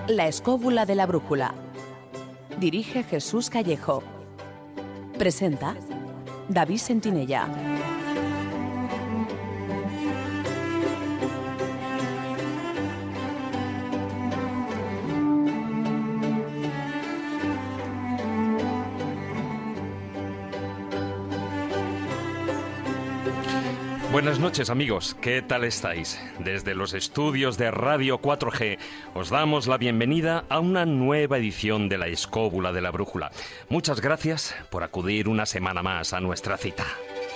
La escóbula de la brújula. Dirige Jesús Callejo. Presenta David Sentinella. Buenas noches, amigos. ¿Qué tal estáis? Desde los estudios de Radio 4G os damos la bienvenida a una nueva edición de La Escóbula de la Brújula. Muchas gracias por acudir una semana más a nuestra cita.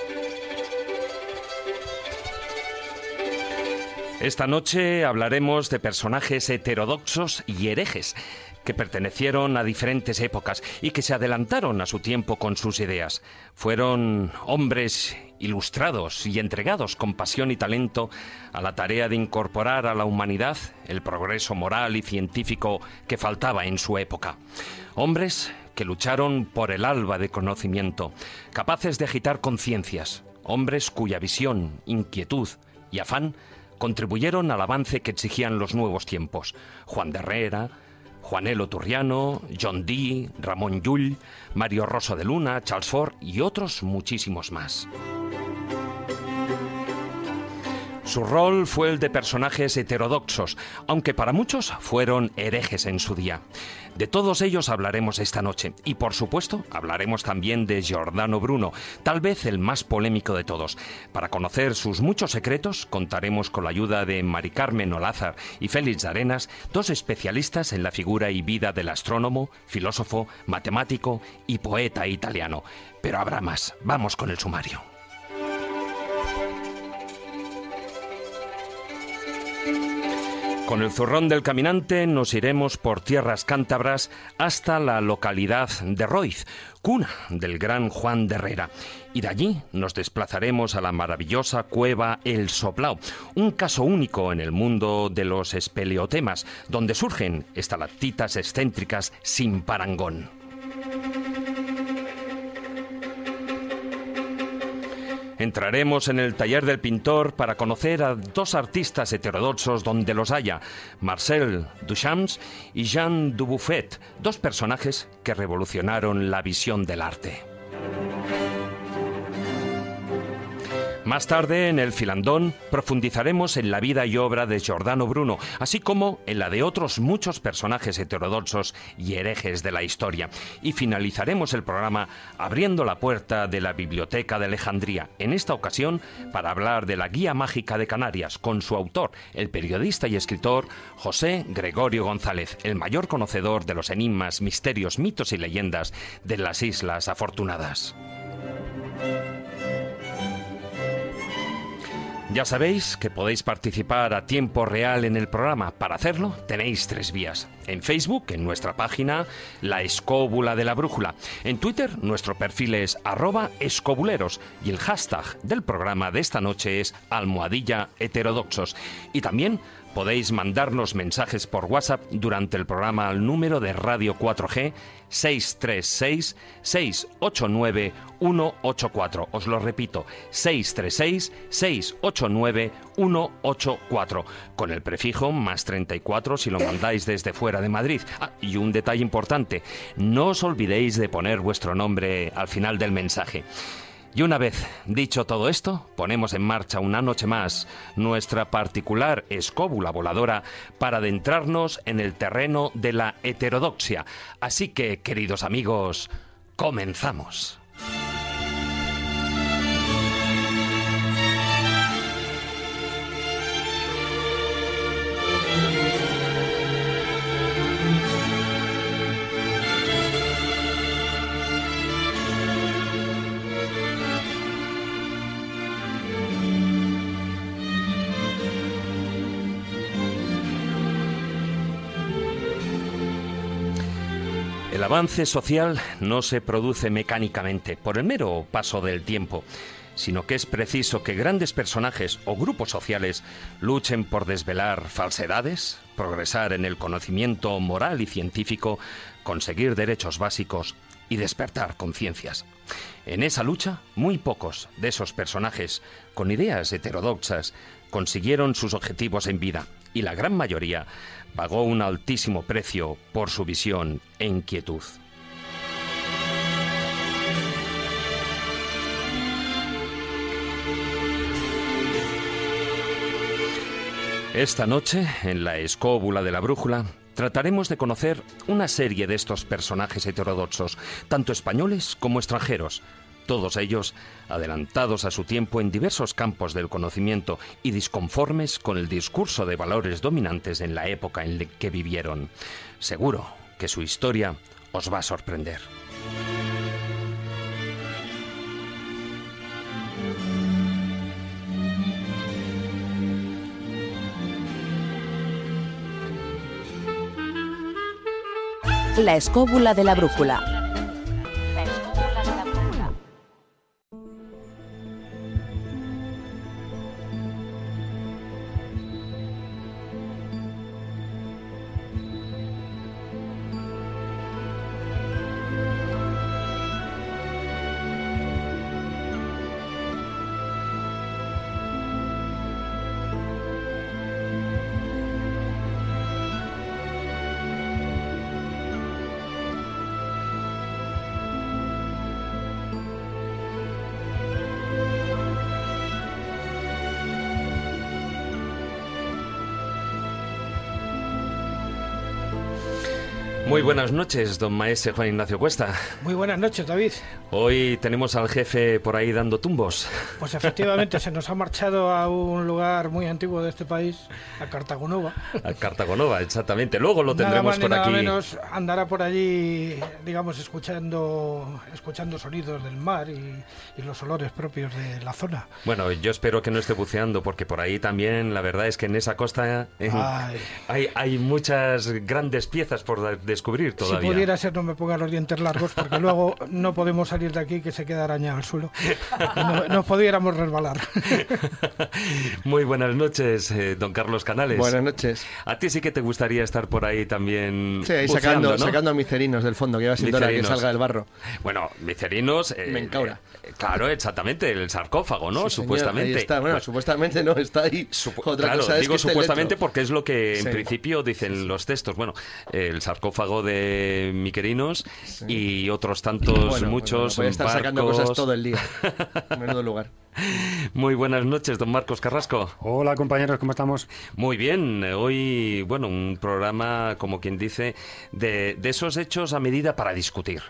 Esta noche hablaremos de personajes heterodoxos y herejes que pertenecieron a diferentes épocas y que se adelantaron a su tiempo con sus ideas. Fueron hombres ilustrados y entregados con pasión y talento a la tarea de incorporar a la humanidad el progreso moral y científico que faltaba en su época. Hombres que lucharon por el alba de conocimiento, capaces de agitar conciencias. Hombres cuya visión, inquietud y afán contribuyeron al avance que exigían los nuevos tiempos. Juan de Herrera, Juanelo Turriano, John Dee, Ramón Llull, Mario Rosso de Luna, Charles Fort y otros muchísimos más. Su rol fue el de personajes heterodoxos, aunque para muchos fueron herejes en su día. De todos ellos hablaremos esta noche y, por supuesto, hablaremos también de Giordano Bruno, tal vez el más polémico de todos. Para conocer sus muchos secretos, contaremos con la ayuda de Mari Carmen Olázar y Félix Arenas, dos especialistas en la figura y vida del astrónomo, filósofo, matemático y poeta italiano. Pero habrá más. Vamos con el sumario. Con el zurrón del caminante nos iremos por tierras cántabras hasta la localidad de Roiz, cuna del gran Juan de Herrera. Y de allí nos desplazaremos a la maravillosa cueva El Soplao, un caso único en el mundo de los espeleotemas, donde surgen estalactitas excéntricas sin parangón. Entraremos en el taller del pintor para conocer a dos artistas heterodoxos donde los haya, Marcel Duchamp y Jean Dubuffet, dos personajes que revolucionaron la visión del arte. Más tarde, en el Filandón, profundizaremos en la vida y obra de Giordano Bruno, así como en la de otros muchos personajes heterodoxos y herejes de la historia. Y finalizaremos el programa abriendo la puerta de la Biblioteca de Alejandría, en esta ocasión para hablar de la Guía Mágica de Canarias, con su autor, el periodista y escritor José Gregorio González, el mayor conocedor de los enigmas, misterios, mitos y leyendas de las Islas Afortunadas. Ya sabéis que podéis participar a tiempo real en el programa. Para hacerlo tenéis tres vías. En Facebook, en nuestra página La Escóbula de la Brújula. En Twitter, nuestro perfil es @escobuleros y el hashtag del programa de esta noche es #heterodoxos. Y también podéis mandarnos mensajes por WhatsApp durante el programa al número de Radio 4G 636-689-184. Os lo repito, 636-689-184, con el prefijo +34 si lo mandáis desde fuera de Madrid. Y un detalle importante, no os olvidéis de poner vuestro nombre al final del mensaje. Y una vez dicho todo esto, ponemos en marcha una noche más nuestra particular escóbula voladora para adentrarnos en el terreno de la heterodoxia. Así que, queridos amigos, comenzamos. El avance social no se produce mecánicamente por el mero paso del tiempo, sino que es preciso que grandes personajes o grupos sociales luchen por desvelar falsedades, progresar en el conocimiento moral y científico, conseguir derechos básicos y despertar conciencias. En esa lucha, muy pocos de esos personajes con ideas heterodoxas consiguieron sus objetivos en vida. y la gran mayoría pagó un altísimo precio por su visión e inquietud. Esta noche, en la escóbula de la brújula, trataremos de conocer una serie de estos personajes heterodoxos, tanto españoles como extranjeros, todos ellos adelantados a su tiempo en diversos campos del conocimiento y disconformes con el discurso de valores dominantes en la época en la que vivieron. Seguro que su historia os va a sorprender. La escóbula de la brújula. Muy buenas noches, don maestre Juan Ignacio Cuesta. Muy buenas noches, David. Hoy tenemos al jefe por ahí dando tumbos. Pues efectivamente, se nos ha marchado a un lugar muy antiguo de este país, a Cartagonova. A Cartagonova, exactamente. Luego lo tendremos por aquí. Nada menos andará por allí, digamos, escuchando sonidos del mar y los olores propios de la zona. Bueno, yo espero que no esté buceando, porque por ahí también, la verdad es que en esa costa hay muchas grandes piezas por descubrir todavía. Si pudiera ser, no me ponga los dientes largos, porque luego no podemos salir de aquí, que se queda arañado el suelo. Nos pudiéramos resbalar. Muy buenas noches, don Carlos Canales. Buenas noches. A ti sí que te gustaría estar por ahí también. Sí, ahí buceando, sacando a micerinos del fondo, que va siendo hora que salga del barro. Bueno, micerinos. Mencaura. Claro, exactamente, el sarcófago, ¿no? Sí, supuestamente. Señor, ahí está. Bueno, supuestamente no, está ahí. Otra cosa es digo que supuestamente porque es lo que en sí. principio dicen los textos. Bueno, el sarcófago de Miquerinos y otros tantos, muchos. Voy a estar sacando cosas todo el día. Menudo lugar. Muy buenas noches, don Marcos Carrasco. Hola, compañeros, ¿cómo estamos? Muy bien, hoy, bueno, un programa, como quien dice, de esos hechos a medida para discutir.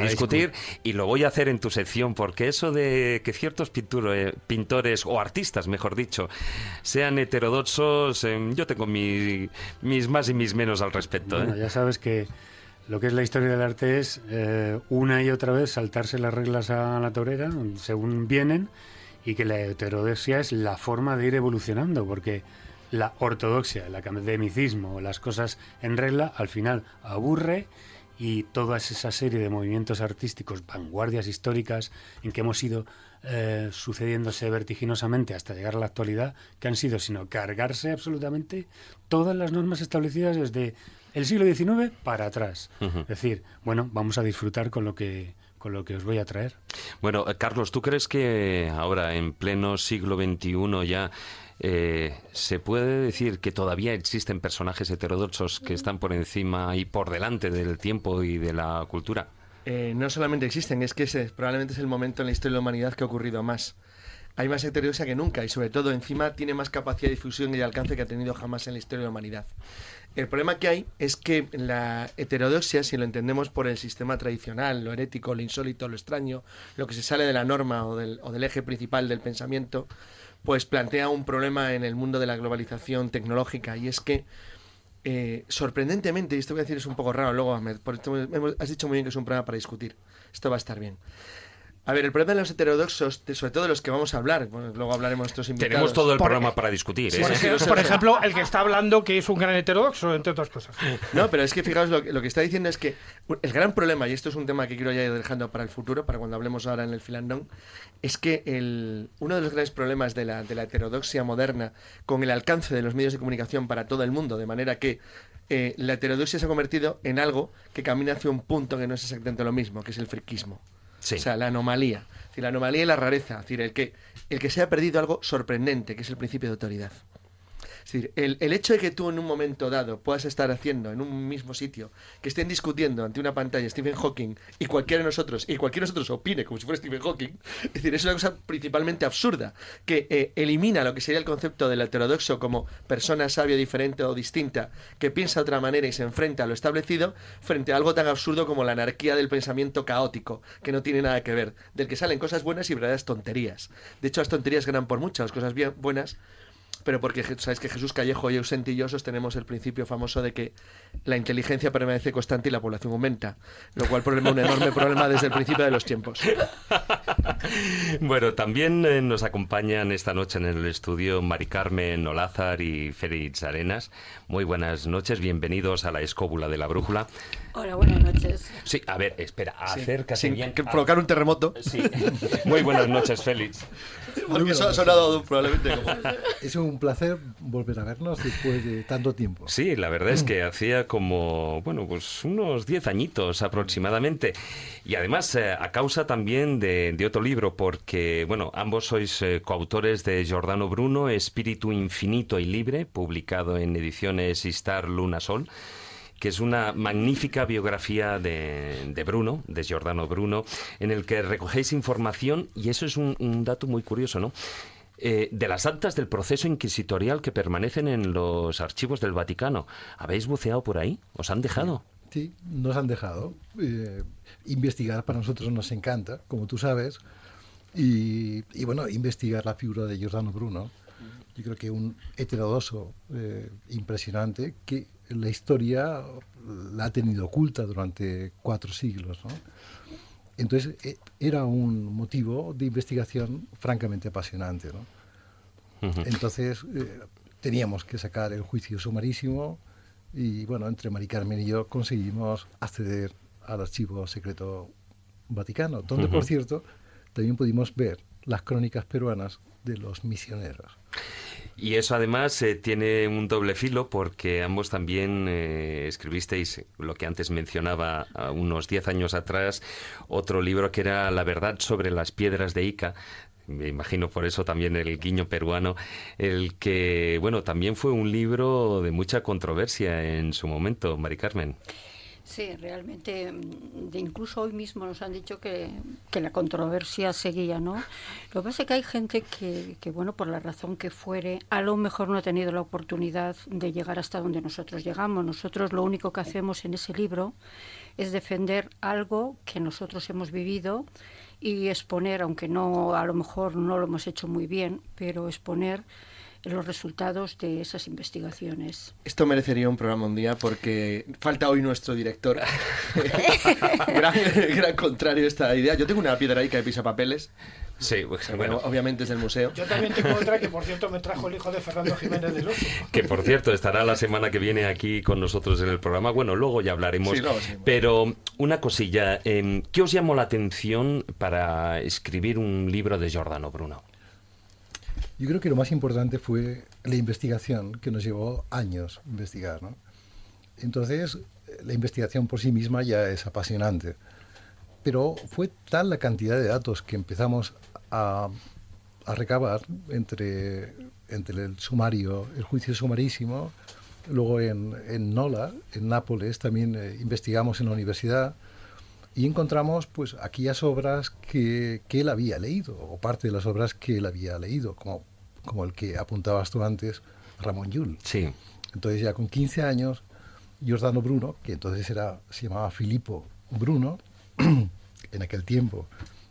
Y lo voy a hacer en tu sección, porque eso de que ciertos pintores, o artistas, mejor dicho, sean heterodoxos, yo tengo mis más y mis menos al respecto. Bueno, ya sabes que lo que es la historia del arte es una y otra vez saltarse las reglas a la torera, según vienen, y que la heterodoxia es la forma de ir evolucionando, porque la ortodoxia, el academicismo, las cosas en regla, al final aburre, y toda esa serie de movimientos artísticos, vanguardias históricas, en que hemos ido sucediéndose vertiginosamente hasta llegar a la actualidad, que han sido sino cargarse absolutamente todas las normas establecidas desde el siglo XIX para atrás. Es decir, bueno, vamos a disfrutar con lo que os voy a traer. Bueno, Carlos, ¿tú crees que ahora, en pleno siglo XXI ya, se puede decir que todavía existen personajes heterodoxos que están por encima y por delante del tiempo y de la cultura? No solamente existen, es que probablemente es el momento en la historia de la humanidad que ha ocurrido más. Hay más heterodoxia que nunca y, sobre todo, encima tiene más capacidad de difusión y de alcance que ha tenido jamás en la historia de la humanidad. El problema que hay es que la heterodoxia, si lo entendemos por el sistema tradicional, lo herético, lo insólito, lo extraño, lo que se sale de la norma o del eje principal del pensamiento, pues plantea un problema en el mundo de la globalización tecnológica, y es que sorprendentemente, y esto voy a decir es un poco raro, luego Ahmed, por esto has dicho muy bien que es un programa para discutir, esto va a estar bien. A ver, el problema de los heterodoxos, sobre todo de los que vamos a hablar, bueno, luego hablaremos de nuestros invitados. Tenemos todo el programa para discutir. Sí, por ejemplo, el que está hablando, que es un gran heterodoxo, entre otras cosas. No, pero es que fijaos, lo que está diciendo es que el gran problema, y esto es un tema que quiero ya ir dejando para el futuro, para cuando hablemos ahora en el filandón, es que uno de los grandes problemas de la heterodoxia moderna, con el alcance de los medios de comunicación para todo el mundo, de manera que la heterodoxia se ha convertido en algo que camina hacia un punto que no es exactamente lo mismo, que es el friquismo. Sí. O sea, la anomalía. Es decir, la anomalía y la rareza. Es decir, el que se ha perdido algo sorprendente, que es el principio de autoridad. Es decir, el hecho de que tú en un momento dado puedas estar haciendo en un mismo sitio, que estén discutiendo ante una pantalla Stephen Hawking y cualquiera de nosotros opine como si fuera Stephen Hawking, es decir, es una cosa principalmente absurda, que elimina lo que sería el concepto del heterodoxo como persona sabia, diferente o distinta, que piensa de otra manera y se enfrenta a lo establecido, frente a algo tan absurdo como la anarquía del pensamiento caótico, que no tiene nada que ver, del que salen cosas buenas y verdaderas tonterías. De hecho, las tonterías ganan por muchas, las cosas bien buenas, pero porque sabes que Jesús Callejo y Ausente y yo sostenemos el principio famoso de que la inteligencia permanece constante y la población aumenta, lo cual es un enorme problema desde el principio de los tiempos. Bueno, también nos acompañan esta noche en el estudio Mari Carmen Olázar y Félix Arenas. Muy buenas noches, bienvenidos a la Escóbula de la Brújula. Hola, buenas noches. Sí, a ver, espera, acércate bien. Que provocar un terremoto. Sí. Muy buenas noches, Félix. Porque eso ha sonado probablemente como... Es un placer volver a vernos después de tanto tiempo. Sí, la verdad es que hacía como, bueno, pues unos 10 añitos aproximadamente. Y además, a causa también de otro libro, porque, bueno, ambos sois coautores de Giordano Bruno, Espíritu Infinito y Libre, publicado en ediciones Istar Luna Sol, que es una magnífica biografía de Bruno, de Giordano Bruno, en el que recogéis información, y eso es un dato muy curioso, ¿no?, de las actas del proceso inquisitorial que permanecen en los archivos del Vaticano. ¿Habéis buceado por ahí? ¿Os han dejado? Sí, nos han dejado. Investigar para nosotros nos encanta, como tú sabes, y bueno, investigar la figura de Giordano Bruno. Yo creo que un heterodoxo impresionante que la historia la ha tenido oculta durante 4 siglos, ¿no? Entonces era un motivo de investigación francamente apasionante, ¿no? Uh-huh. Entonces teníamos que sacar el juicio sumarísimo y bueno, entre Mari Carmen y yo conseguimos acceder al archivo secreto vaticano, donde por cierto también pudimos ver las crónicas peruanas de los misioneros. Y eso además tiene un doble filo, porque ambos también escribisteis lo que antes mencionaba unos 10 años atrás, otro libro que era La verdad sobre las piedras de Ica. Me imagino por eso también el guiño peruano, el que, bueno, también fue un libro de mucha controversia en su momento, Mari Carmen. Sí, realmente, incluso hoy mismo nos han dicho que la controversia seguía, ¿no? Lo que pasa es que hay gente que, bueno, por la razón que fuere, a lo mejor no ha tenido la oportunidad de llegar hasta donde nosotros llegamos. Nosotros lo único que hacemos en ese libro es defender algo que nosotros hemos vivido y exponer, aunque no, a lo mejor no lo hemos hecho muy bien, pero exponer los resultados de esas investigaciones. Esto merecería un programa un día, porque falta hoy nuestro director. gran contrario a esta idea. Yo tengo una piedraica de pisapapeles. Sí, pues, bueno, obviamente es del museo. Yo también tengo otra que, por cierto, me trajo el hijo de Fernando Jiménez del Oso. Que, por cierto, estará la semana que viene aquí con nosotros en el programa. Bueno, luego ya hablaremos. Sí, sí. Pero una cosilla, ¿qué os llamó la atención para escribir un libro de Giordano Bruno? Yo creo que lo más importante fue la investigación, que nos llevó años investigar, ¿no? Entonces, la investigación por sí misma ya es apasionante, pero fue tal la cantidad de datos que empezamos a recabar entre el sumario, el juicio sumarísimo, luego en Nola, en Nápoles, también investigamos en la universidad, y encontramos pues aquellas obras que él había leído, o parte de las obras que él había leído, como el que apuntabas tú antes, Ramón Llull. Sí. Entonces ya con 15 años, Giordano Bruno, que entonces se llamaba Filippo Bruno, en aquel tiempo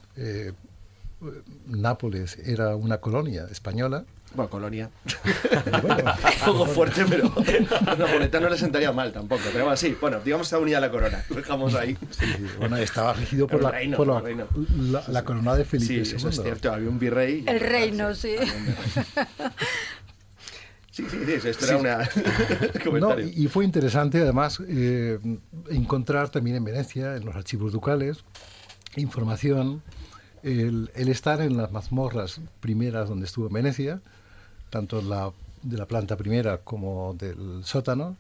Nápoles era una colonia española. Bueno, colonia. Bueno, un poco fuerte, pero a los napolitanos no les sentaría mal tampoco. Pero bueno, sí, bueno, digamos que está unida a la corona. Lo dejamos ahí. Sí, bueno, estaba regido por la corona de Felipe II. Sí, eso es cierto, había un virrey. El reino, sí. Sí, esto era una comentario. No, y fue interesante, además, encontrar también en Venecia, en los archivos ducales, información, el estar en las mazmorras primeras donde estuvo en Venecia, tanto de la planta primera como del sótano,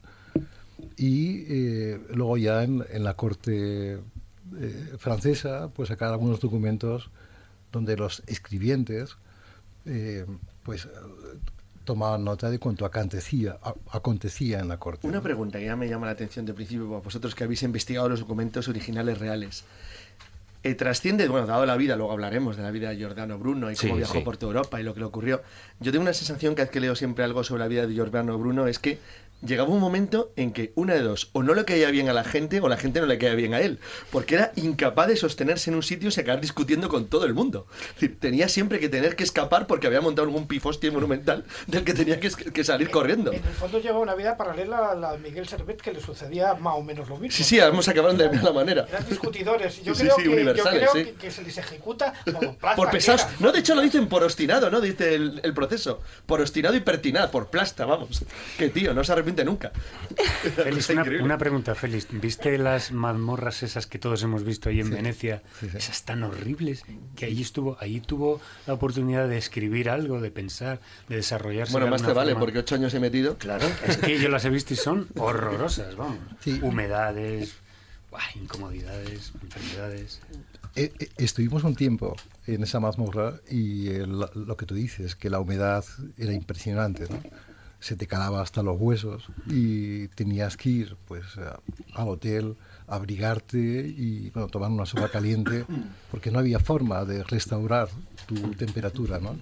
y luego ya en la corte francesa, pues sacar algunos documentos donde los escribientes pues tomaban nota de cuanto acontecía en la corte. Una ¿no? pregunta que ya me llama la atención de principio, vosotros que habéis investigado los documentos originales reales. Trasciende, bueno, dado la vida, luego hablaremos de la vida de Giordano Bruno y cómo viajó por toda Europa y lo que le ocurrió. Yo tengo una sensación cada vez que leo siempre algo sobre la vida de Giordano Bruno, es que llegaba un momento en que una de dos, o no le caía bien a la gente o la gente no le caía bien a él, porque era incapaz de sostenerse en un sitio y acabar discutiendo con todo el mundo. Es decir, tenía siempre que tener que escapar porque había montado algún pifostie monumental del que tenía que salir corriendo. En el fondo lleva una vida paralela a la de Miguel Servet, que le sucedía más o menos lo mismo. Sí, hemos acabado de la misma manera. Eran discutidores. Yo Sí, creo, sí, que, universales, que se les ejecuta como plasta. Por pesados. que era. No, de hecho lo dicen por obstinado, ¿no? Dice el proceso. Por obstinado y pertinaz, por plasta, vamos. Que tío, no se arrepiente nunca. Félix, una pregunta, Félix. ¿Viste las mazmorras esas que todos hemos visto ahí en Venecia? Sí. Esas tan horribles, que allí tuvo la oportunidad de escribir algo, de pensar, de desarrollarse. Bueno, de más te alguna vale, forma. porque 8 años he metido. Claro, es que yo las he visto y son horrorosas, vamos. Sí. Humedades, incomodidades, enfermedades. Estuvimos un tiempo en esa mazmorra y lo que tú dices, que la humedad era impresionante, ¿no? Se te calaba hasta los huesos y tenías que ir pues al hotel, abrigarte y bueno, tomar una sopa caliente porque no había forma de restaurar tu temperatura, ¿no?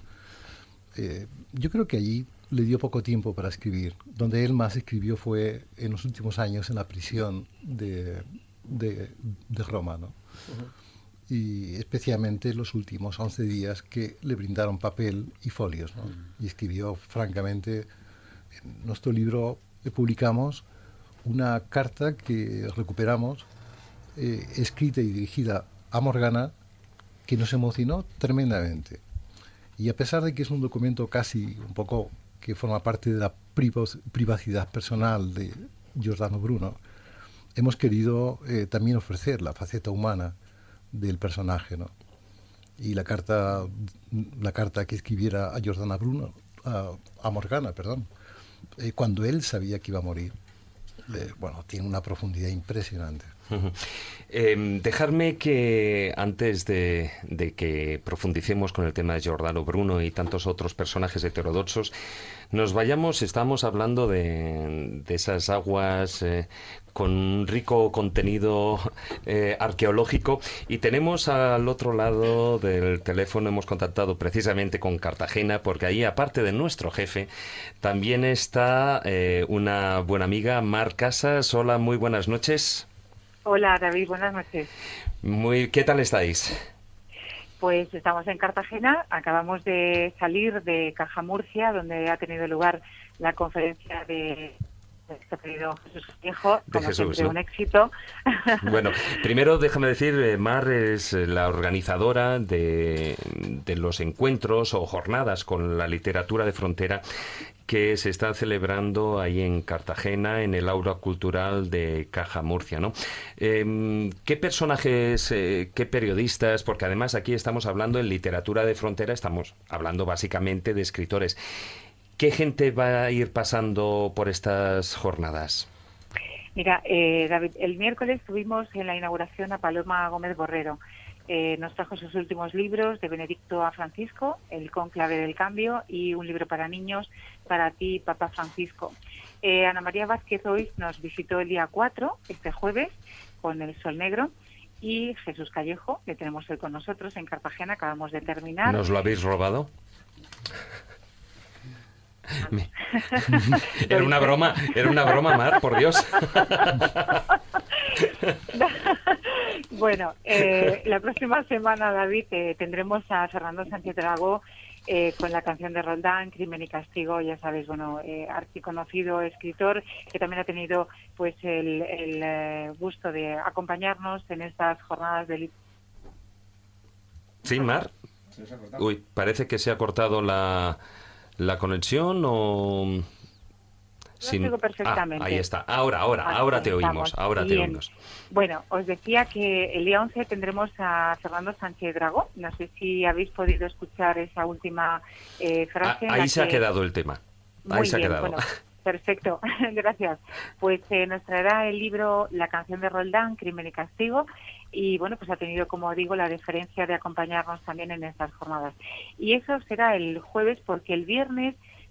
Yo creo que allí le dio poco tiempo para escribir. Donde él más escribió fue en los últimos años en la prisión de Roma, ¿no? Y especialmente los últimos 11 días que le brindaron papel y folios, ¿no? Y escribió francamente. En nuestro libro publicamos una carta que recuperamos, escrita y dirigida a Morgana, que nos emocionó tremendamente. Y a pesar de que es un documento casi un poco que forma parte de la privacidad personal de Giordano Bruno, hemos querido también ofrecer la faceta humana del personaje, ¿no? Y la carta que escribiera a Giordano Bruno, a Morgana, perdón, cuando él sabía que iba a morir, bueno, tiene una profundidad impresionante. Dejarme que antes de que profundicemos con el tema de Giordano Bruno y tantos otros personajes heterodoxos, nos vayamos, estamos hablando de esas aguas con un rico contenido arqueológico, y tenemos al otro lado del teléfono, hemos contactado precisamente con Cartagena, porque ahí, aparte de nuestro jefe, también está una buena amiga, Mar Casas. Hola, muy buenas noches. Hola, David, buenas noches. ¿Qué tal estáis? Pues estamos en Cartagena, acabamos de salir de Caja Murcia, donde ha tenido lugar la conferencia de nuestro querido Jesús Callejo, como Jesús, siempre, ¿no? un éxito. Bueno, primero déjame decir, Mar es la organizadora de los encuentros o jornadas con la literatura de frontera que se está celebrando ahí en Cartagena, en el Aula Cultural de Caja Murcia, ¿no? ¿Qué personajes, qué periodistas? Porque además aquí estamos hablando en literatura de frontera, estamos hablando básicamente de escritores. ¿Qué gente va a ir pasando por estas jornadas? Mira, David, el miércoles tuvimos en la inauguración a Paloma Gómez Borrero. Nos trajo sus últimos libros, de Benedicto a Francisco, El Cónclave del Cambio, y un libro para niños, Para ti, Papa Francisco. Ana María Vázquez hoy nos visitó el día 4, este jueves, con El Sol Negro, y Jesús Callejo, que tenemos hoy con nosotros en Cartagena, acabamos de terminar. ¿Nos lo habéis robado? Era una broma, Mar, por Dios. Bueno, la próxima semana, David, tendremos a Fernando Sánchez Dragó con la canción de Roldán, Crimen y Castigo, ya sabes, bueno, archiconocido escritor que también ha tenido pues el gusto de acompañarnos en estas jornadas de literatura. Sí, Mar. Uy, parece que se ha cortado la conexión o... Lo digo perfectamente. Ahí está. Ahora te oímos. Ahora te oímos. Bueno, os decía que el día 11 tendremos a Fernando Sánchez Dragó. No sé si habéis podido escuchar esa última frase. Ahí se ha quedado el tema. Ahí se ha quedado. Bueno, perfecto, gracias. Pues nos traerá el libro La canción de Roldán, Crimen y Castigo. Y bueno, pues ha tenido, como digo, la deferencia de acompañarnos también en estas jornadas. Y eso será el jueves, porque el viernes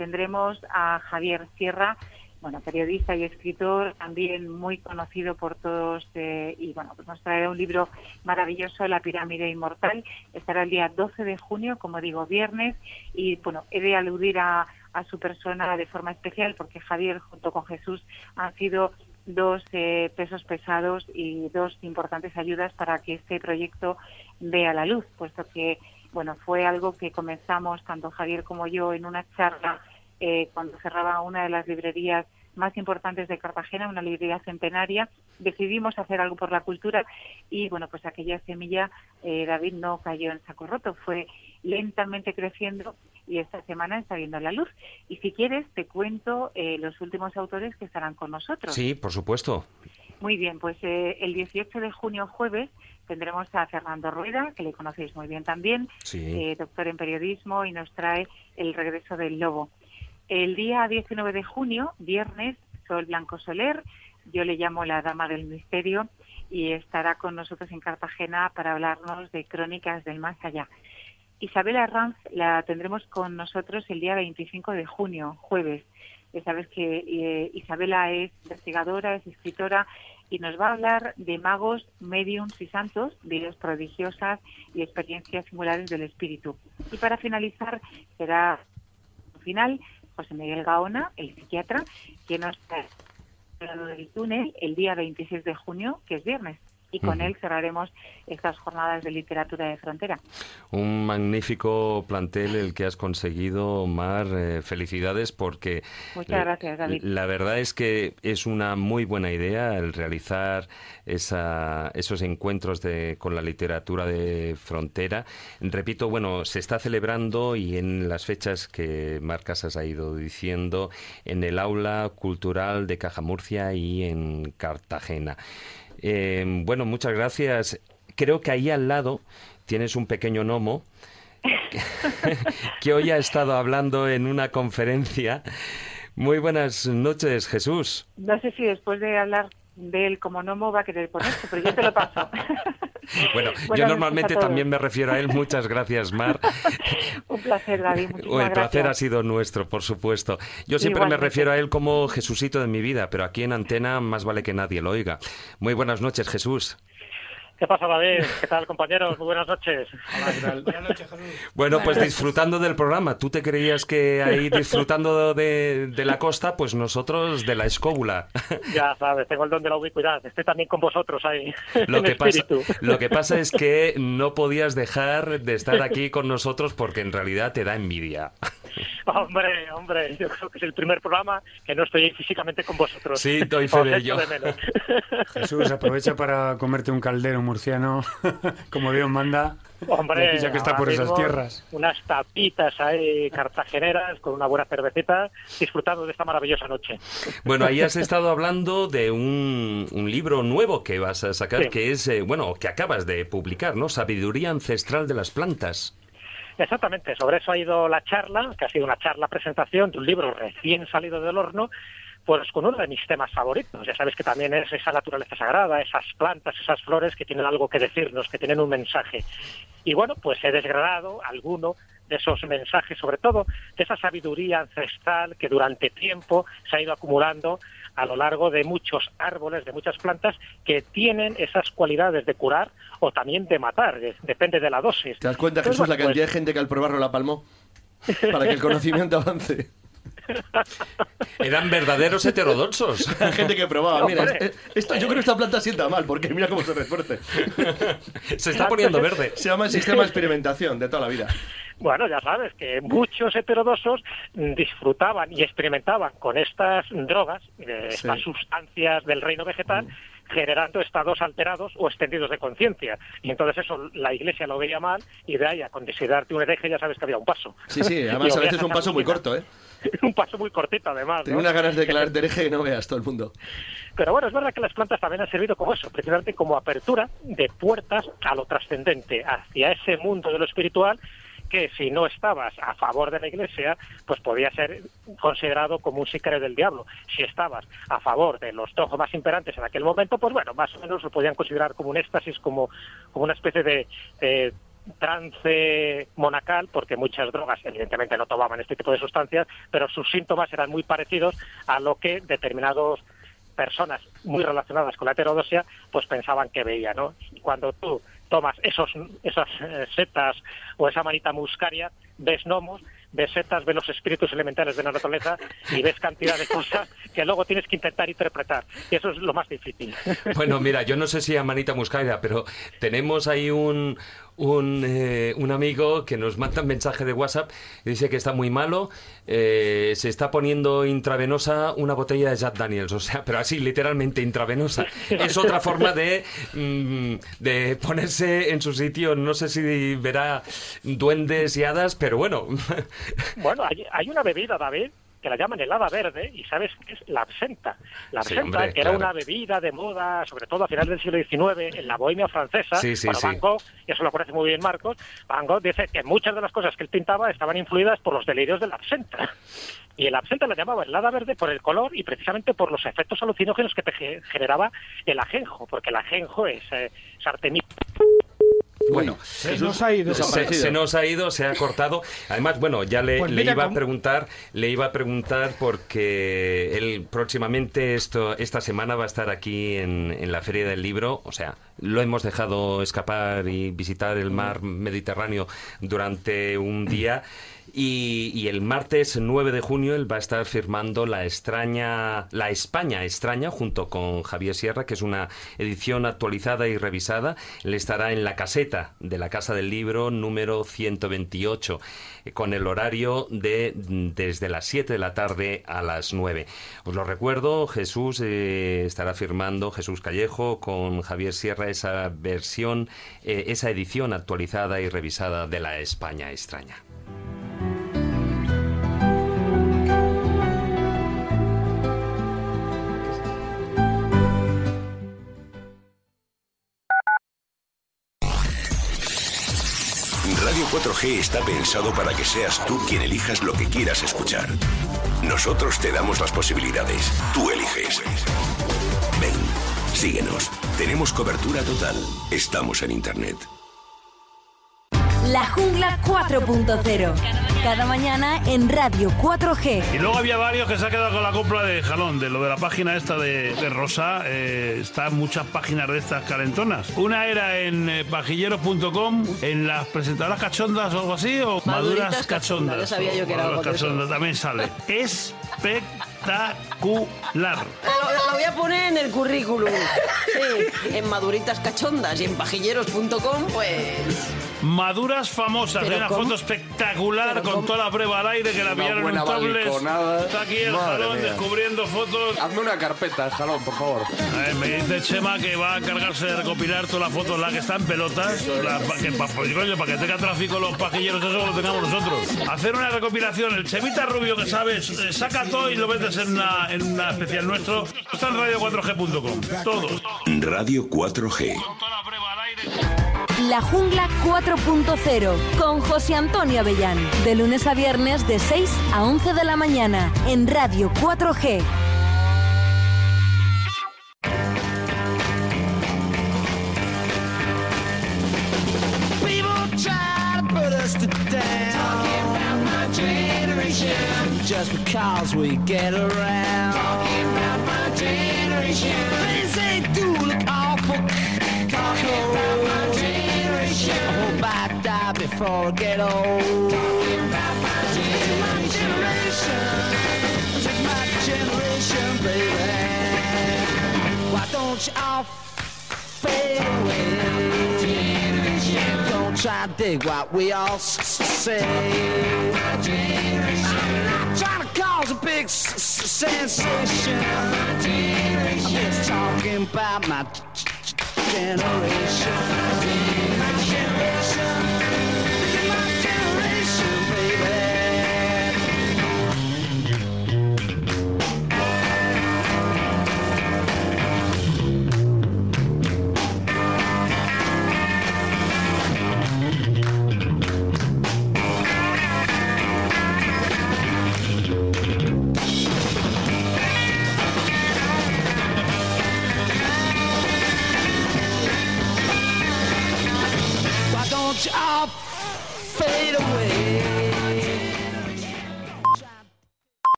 tendremos a Javier Sierra, bueno, periodista y escritor, también muy conocido por todos, y bueno, pues nos traerá un libro maravilloso, La pirámide inmortal. Estará el día 12 de junio, como digo, viernes, y bueno, he de aludir a su persona de forma especial, porque Javier, junto con Jesús, han sido dos pesos pesados y dos importantes ayudas para que este proyecto vea la luz, puesto que, bueno, fue algo que comenzamos, tanto Javier como yo, en una charla cuando cerraba una de las librerías más importantes de Cartagena, una librería centenaria. Decidimos hacer algo por la cultura y, bueno, pues aquella semilla, David, no cayó en saco roto, fue lentamente creciendo y esta semana está viendo la luz. Y si quieres, te cuento los últimos autores que estarán con nosotros. Sí, por supuesto. Muy bien, pues el 18 de junio, jueves, tendremos a Fernando Rueda, que le conocéis muy bien también, sí. Doctor en periodismo, y nos trae El regreso del lobo. El día 19 de junio, viernes, Sol Blanco Soler, yo le llamo la Dama del Misterio, y estará con nosotros en Cartagena para hablarnos de Crónicas del Más Allá. Isabel Arranz la tendremos con nosotros el día 25 de junio, jueves. Ya sabes que Isabela es investigadora, es escritora, y nos va a hablar de magos, médiums y santos, vidas prodigiosas y experiencias singulares del espíritu. Y para finalizar, será final José Miguel Gaona, el psiquiatra, quien nos trae del túnel el día 26 de junio, que es viernes. Y con él cerraremos estas jornadas de literatura de frontera. Un magnífico plantel el que has conseguido, Mar. Felicidades, porque muchas gracias, David. La verdad es que es una muy buena idea el realizar esos encuentros con la literatura de frontera. Repito, bueno, se está celebrando, y en las fechas que Mar Casas ha ido diciendo, en el Aula Cultural de Caja Murcia y en Cartagena. Bueno, muchas gracias. Creo que ahí al lado tienes un pequeño gnomo que hoy ha estado hablando en una conferencia. Muy buenas noches, Jesús. No sé si después de hablar de él como gnomo va a querer ponerse, pero yo te lo paso. Bueno, yo normalmente también me refiero a él. Muchas gracias, Mar. Un placer, David. Muchísimas El placer gracias. ha sido nuestro, por supuesto. Yo siempre Igualmente. me refiero a él como Jesucito de mi vida, pero aquí en antena más vale que nadie lo oiga. Muy buenas noches, Jesús. ¿Qué pasa, David? ¿Qué tal, compañeros? Muy buenas noches. Hola, ¿qué tal? Buenas noches, Jesús. Bueno, pues disfrutando del programa. Tú te creías que ahí disfrutando de la costa, pues nosotros de la escóbula. Ya sabes, tengo el don de la ubicuidad. Estoy también con vosotros ahí, Lo espíritu. que pasa es que no podías dejar de estar aquí con nosotros porque en realidad te da envidia. Hombre, yo creo que es el primer programa que no estoy físicamente con vosotros. Sí, doy fe de ello. Jesús, aprovecha para comerte un caldero murciano, como Dios manda. Hombre, ya que está por esas tierras. Unas tapitas ahí cartageneras con una buena cervecita, disfrutando de esta maravillosa noche. Bueno, ahí has estado hablando de un libro nuevo que vas a sacar, sí, que es, que acabas de publicar, ¿no? Sabiduría ancestral de las plantas. Exactamente, sobre eso ha ido la charla, que ha sido una charla presentación de un libro recién salido del horno, pues con uno de mis temas favoritos. Ya sabes que también es esa naturaleza sagrada, esas plantas, esas flores que tienen algo que decirnos, que tienen un mensaje. Y bueno, pues he desgranado alguno de esos mensajes, sobre todo de esa sabiduría ancestral que durante tiempo se ha ido acumulando a lo largo de muchos árboles, de muchas plantas que tienen esas cualidades de curar o también de matar, depende de la dosis. ¿Te das cuenta, Jesús, la cantidad de gente que al probarlo la palmó? Para que el conocimiento avance. Eran verdaderos heterodoxos. Hay gente que probaba, mira, yo creo que esta planta sienta mal, porque mira cómo se refuerce. Se está poniendo verde. Se llama el sistema de experimentación de toda la vida. Bueno, ya sabes que muchos heterodoxos disfrutaban y experimentaban con estas drogas, estas sustancias del reino vegetal, generando estados alterados o extendidos de conciencia. Y entonces eso la Iglesia lo veía mal, y de ahí a considerarte un hereje ya sabes que había un paso. Sí, además a veces un paso muy corto, ¿eh? Un paso muy cortito, además, ¿no? Tengo unas ganas de declarar hereje que no veas todo el mundo. Pero bueno, es verdad que las plantas también han servido como eso, precisamente como apertura de puertas a lo trascendente, hacia ese mundo de lo espiritual, que si no estabas a favor de la Iglesia, pues podía ser considerado como un sicario del diablo. Si estabas a favor de los dogmas imperantes en aquel momento, pues bueno, más o menos lo podían considerar como un éxtasis, como una especie de trance monacal, porque muchas drogas evidentemente no tomaban este tipo de sustancias, pero sus síntomas eran muy parecidos a lo que determinadas personas muy relacionadas con la heterodoxia pues pensaban que veía, ¿no? Cuando tú tomas esas setas o esa manita muscaria, ves gnomos, ves setas, ves los espíritus elementales de la naturaleza y ves cantidad de cosas que luego tienes que intentar interpretar. Y eso es lo más difícil. Bueno, mira, yo no sé si a manita muscaria, pero tenemos ahí un amigo que nos manda un mensaje de WhatsApp y dice que está muy malo, se está poniendo intravenosa una botella de Jack Daniels, o sea, pero así literalmente intravenosa. Es otra forma de ponerse en su sitio. No sé si verá duendes y hadas, pero bueno. Bueno, hay una bebida, David, que la llaman helada verde, y sabes que es la absenta. La absenta, sí, hombre, que era una bebida de moda, sobre todo a finales del siglo XIX, en la Bohemia francesa. Van Gogh, y eso lo conoce muy bien Marcos, Van Gogh dice que muchas de las cosas que él pintaba estaban influidas por los delirios de la absenta. Y el absenta la llamaba helada verde por el color y precisamente por los efectos alucinógenos que te generaba el ajenjo, porque el ajenjo es artemisa. Bueno, se nos ha ido, se ha cortado. Además, bueno, ya le iba a preguntar porque él próximamente esta semana va a estar aquí en la Feria del Libro, o sea, lo hemos dejado escapar y visitar el mar Mediterráneo durante un día. Y el martes 9 de junio él va a estar firmando La España Extraña junto con Javier Sierra, que es una edición actualizada y revisada. Él estará en la caseta de la Casa del Libro número 128 con el horario desde las 7 de la tarde a las 9. Os lo recuerdo, Jesús estará firmando, Jesús Callejo, con Javier Sierra, esa versión, esa edición actualizada y revisada de La España Extraña. Radio 4G está pensado para que seas tú quien elijas lo que quieras escuchar. Nosotros te damos las posibilidades. Tú eliges. Ven, síguenos. Tenemos cobertura total. Estamos en Internet. La Jungla 4.0. Cada mañana en Radio 4G. Y luego había varios que se ha quedado con la copla de jalón, de lo de la página esta de Rosa. Están muchas páginas de estas calentonas. Una era en pajilleros.com, en las presentadoras cachondas o algo así, o Maduras Cachondas. Ya sabía yo que era algo de eso. También sale. Espectacular. Lo voy a poner en el currículum. Sí, en Maduritas Cachondas y en pajilleros.com, pues... Maduras famosas, de una foto espectacular con toda la prueba al aire que la pillaron en un tablet. Está aquí el Jalón descubriendo fotos. Hazme una carpeta, el Jalón, por favor. Me dice Chema que va a encargarse de recopilar todas las fotos, las que están pelotas, para que tenga tráfico los pajilleros, eso lo tengamos nosotros. Hacer una recopilación, el Chemita Rubio que sabes, saca todo y lo metes en una especial nuestro. Está en radio4g.com, todos. Radio 4G. La Jungla 4.0 con José Antonio Avellán. De lunes a viernes de 6 a 11 de la mañana en Radio 4G. Just because we get around. Talking about my generation. Things they do look awful. Talking about my generation. I hope I die before I get old. Talking about my generation. Just my generation, baby. Why don't you all fade away? Generation. Don't try to dig what we all say. My generation. Trying to cause a big sensation. I'm just talking about my generation. My generation. My generation, baby.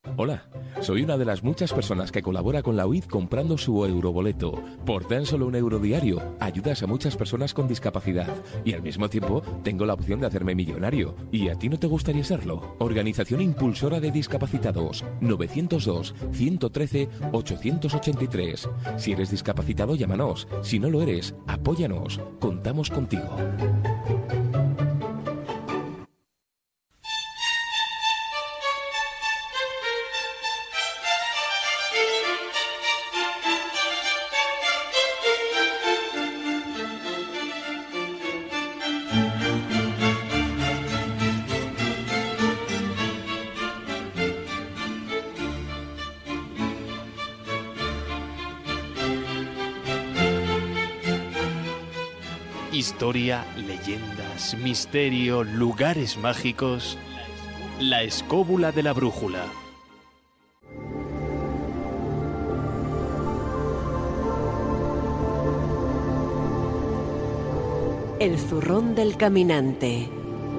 Hola, soy una de las muchas personas que colabora con la UID comprando su euroboleto. Por tan solo €1 diario, ayudas a muchas personas con discapacidad y al mismo tiempo tengo la opción de hacerme millonario. ¿Y a ti no te gustaría serlo? Organización Impulsora de Discapacitados, 902-113-883. Si eres discapacitado, llámanos. Si no lo eres, apóyanos. Contamos contigo. Historia, leyendas, misterio, lugares mágicos. La escóbula de la brújula. El zurrón del caminante.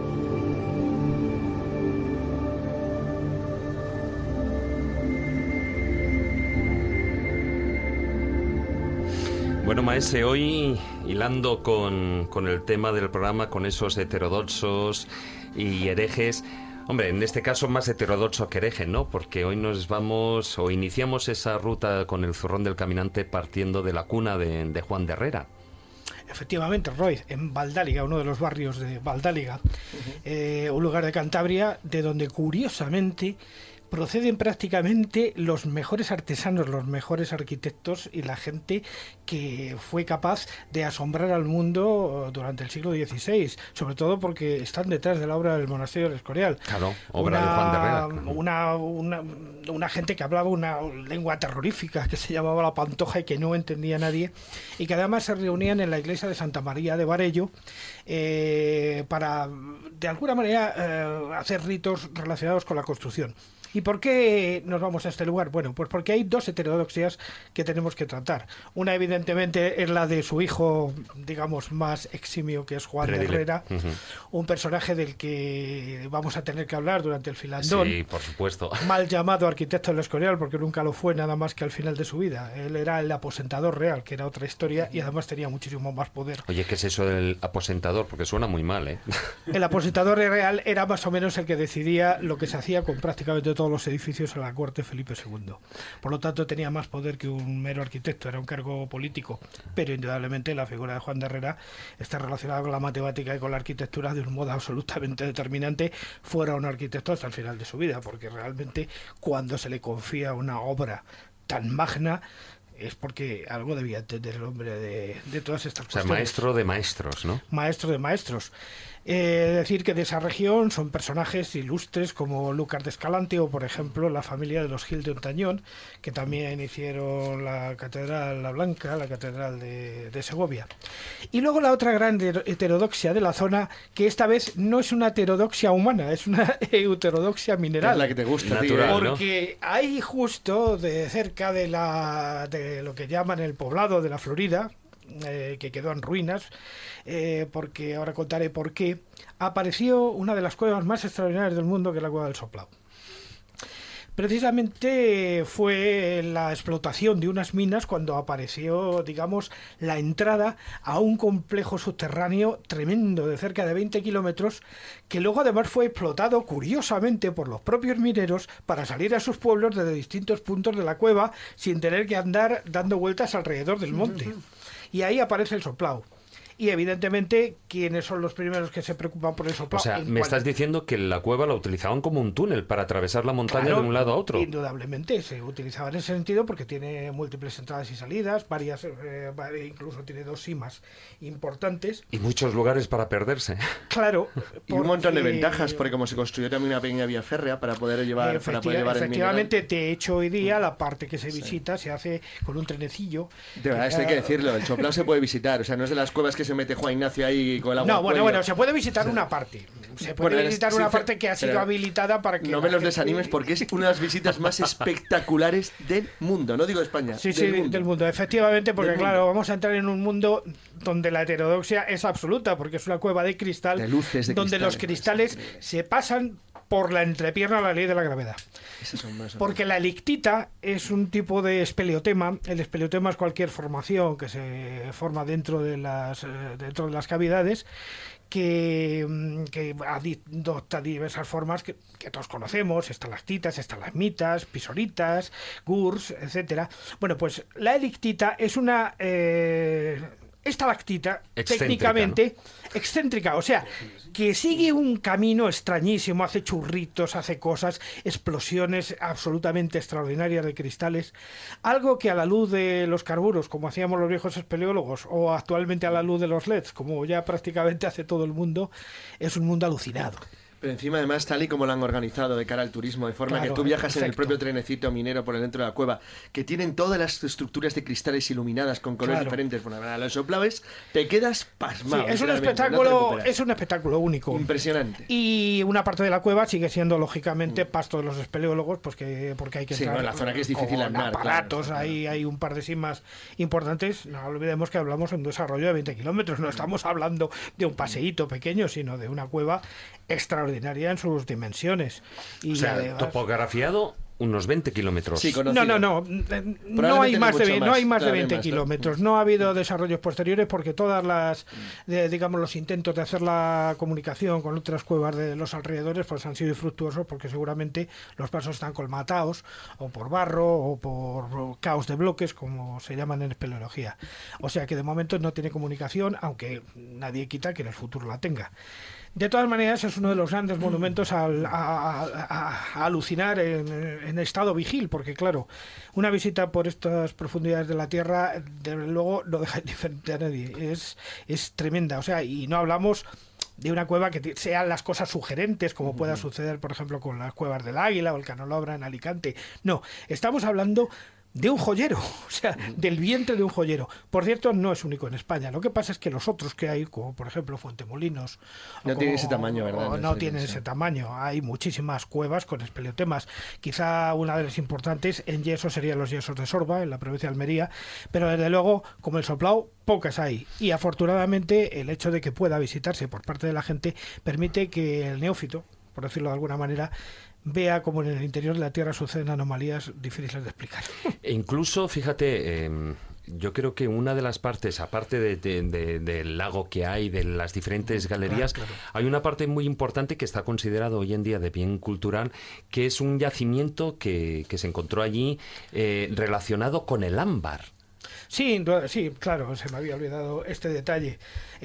Bueno, maese, hoy hilando con el tema del programa, con esos heterodoxos y herejes, hombre, en este caso más heterodoxo que hereje, ¿no? Porque hoy nos vamos o iniciamos esa ruta con el zurrón del caminante partiendo de la cuna de Juan de Herrera. Efectivamente, Roy, en Valdáliga, uno de los barrios de Valdáliga, un lugar de Cantabria de donde curiosamente proceden prácticamente los mejores artesanos, los mejores arquitectos y la gente que fue capaz de asombrar al mundo durante el siglo XVI, sobre todo porque están detrás de la obra del monasterio del Escorial. Claro, obra de Juan de Herrera. Una gente que hablaba una lengua terrorífica que se llamaba la pantoja y que no entendía nadie, y que además se reunían en la iglesia de Santa María de Varello para, de alguna manera, hacer ritos relacionados con la construcción. ¿Y por qué nos vamos a este lugar? Bueno, pues porque hay dos heterodoxias que tenemos que tratar. Una, evidentemente, es la de su hijo, digamos, más eximio, que es Juan de Herrera, un personaje del que vamos a tener que hablar durante el filandón. Sí, por supuesto. Mal llamado arquitecto del Escorial, porque nunca lo fue nada más que al final de su vida. Él era el aposentador real, que era otra historia, y además tenía muchísimo más poder. Oye, ¿qué es eso del aposentador? Porque suena muy mal, ¿eh? El aposentador real era más o menos el que decidía lo que se hacía con prácticamente todos los edificios a la corte de Felipe II. Por lo tanto, tenía más poder que un mero arquitecto, era un cargo político, pero indudablemente la figura de Juan de Herrera está relacionada con la matemática y con la arquitectura de un modo absolutamente determinante, fuera un arquitecto hasta el final de su vida, porque realmente cuando se le confía una obra tan magna es porque algo debía entender el hombre de todas estas cuestiones. O sea, maestro de maestros, ¿no? Maestro de maestros. Decir que de esa región son personajes ilustres como Lucas de Escalante o, por ejemplo, la familia de los Gil de Ontañón, que también hicieron la Catedral La Blanca, la Catedral de Segovia. Y luego la otra gran heterodoxia de la zona, que esta vez no es una heterodoxia humana, es una heterodoxia mineral. Es la que te gusta, natural, porque ¿no? Hay justo de cerca de lo que llaman el poblado de la Florida, que quedó en ruinas, porque ahora contaré por qué, apareció una de las cuevas más extraordinarias del mundo, que es la Cueva del Soplao. Precisamente fue la explotación de unas minas cuando apareció, digamos, la entrada a un complejo subterráneo tremendo de cerca de 20 kilómetros, que luego además fue explotado curiosamente por los propios mineros para salir a sus pueblos desde distintos puntos de la cueva sin tener que andar dando vueltas alrededor del monte. Y ahí aparece el Soplao. Y evidentemente, ¿quiénes son los primeros que se preocupan por el Soplao? O sea, me estás diciendo que la cueva la utilizaban como un túnel para atravesar la montaña, claro, de un lado a otro. Indudablemente, se utilizaba en ese sentido porque tiene múltiples entradas y salidas, varias, incluso tiene 2 simas importantes. Y muchos lugares para perderse. Claro. Y un montón de ventajas, porque como se construyó también una pequeña vía férrea para poder llevar, efectivamente, de hecho, hoy día la parte que se visita se hace con un trenecillo. De verdad, esto hay que decirlo, el Soplao se puede visitar, o sea, no es de las cuevas que se mete Juan Ignacio ahí con el agua. No, al cuello. bueno, se puede visitar una parte. Se puede visitar una parte que ha sido habilitada para que... No me los desanimes porque es una de las visitas más espectaculares del mundo. No digo España. Sí, del mundo. Efectivamente, porque claro, vamos a entrar en un mundo donde la heterodoxia es absoluta, porque es una cueva de cristal, de luces, donde los cristales se pasan por la entrepierna la ley de la gravedad. Porque la elictita es un tipo de espeleotema. El espeleotema es cualquier formación que se forma dentro de las cavidades que adopta diversas formas que todos conocemos: estalactitas, estalagmitas, pisolitas, gurs, etcétera. Bueno, pues la elictita es una estalactita técnicamente excéntrica, o sea, que sigue un camino extrañísimo, hace churritos, hace cosas, explosiones absolutamente extraordinarias de cristales, algo que a la luz de los carburos, como hacíamos los viejos espeleólogos, o actualmente a la luz de los LEDs, como ya prácticamente hace todo el mundo, es un mundo alucinado. Pero encima, además, tal y como lo han organizado de cara al turismo, de forma que tú viajas en el propio trenecito minero por dentro de la cueva, que tienen todas las estructuras de cristales iluminadas con colores diferentes, bueno, a los soplaves, te quedas pasmado. Sí, es un espectáculo único. Impresionante. Y una parte de la cueva sigue siendo, lógicamente, pasto de los espeleólogos, pues porque hay que entrar. Sí, la zona que es difícil andar. Aparatos, claro. Hay un par de simas importantes. No olvidemos que hablamos de un desarrollo de 20 kilómetros. No estamos hablando de un paseíto pequeño, sino de una cueva extraordinaria en sus dimensiones. Y o sea, además, topografiado unos 20 kilómetros. Sí, no hay más de 20 kilómetros. No ha habido desarrollos posteriores porque todas los intentos de hacer la comunicación con otras cuevas de los alrededores pues han sido infructuosos, porque seguramente los pasos están colmatados o por barro o por caos de bloques, como se llaman en espeleología. O sea que de momento no tiene comunicación, aunque nadie quita que en el futuro la tenga. De todas maneras, es uno de los grandes monumentos a alucinar en estado vigil, porque claro, una visita por estas profundidades de la Tierra, desde luego, no deja indiferente a nadie. Es tremenda, o sea, y no hablamos de una cueva que sean las cosas sugerentes, como pueda suceder, por ejemplo, con las cuevas del Águila o el Canolobra en Alicante. No, estamos hablando de un joyero, o sea, del vientre de un joyero. Por cierto, no es único en España. Lo que pasa es que los otros que hay, como por ejemplo Fuentemolinos, no tienen ese tamaño, ¿verdad? No tienen ese tamaño. Hay muchísimas cuevas con espeleotemas. Quizá una de las importantes en yeso serían los yesos de Sorba, en la provincia de Almería, pero desde luego, como el Soplao, pocas hay. Y afortunadamente, el hecho de que pueda visitarse por parte de la gente permite que el neófito, por decirlo de alguna manera, vea como en el interior de la Tierra suceden anomalías difíciles de explicar. E incluso, fíjate, yo creo que una de las partes, aparte del lago que hay, de las diferentes galerías, claro. Hay una parte muy importante que está considerado hoy en día de bien cultural, que es un yacimiento que se encontró allí relacionado con el ámbar. Sí, claro, se me había olvidado este detalle.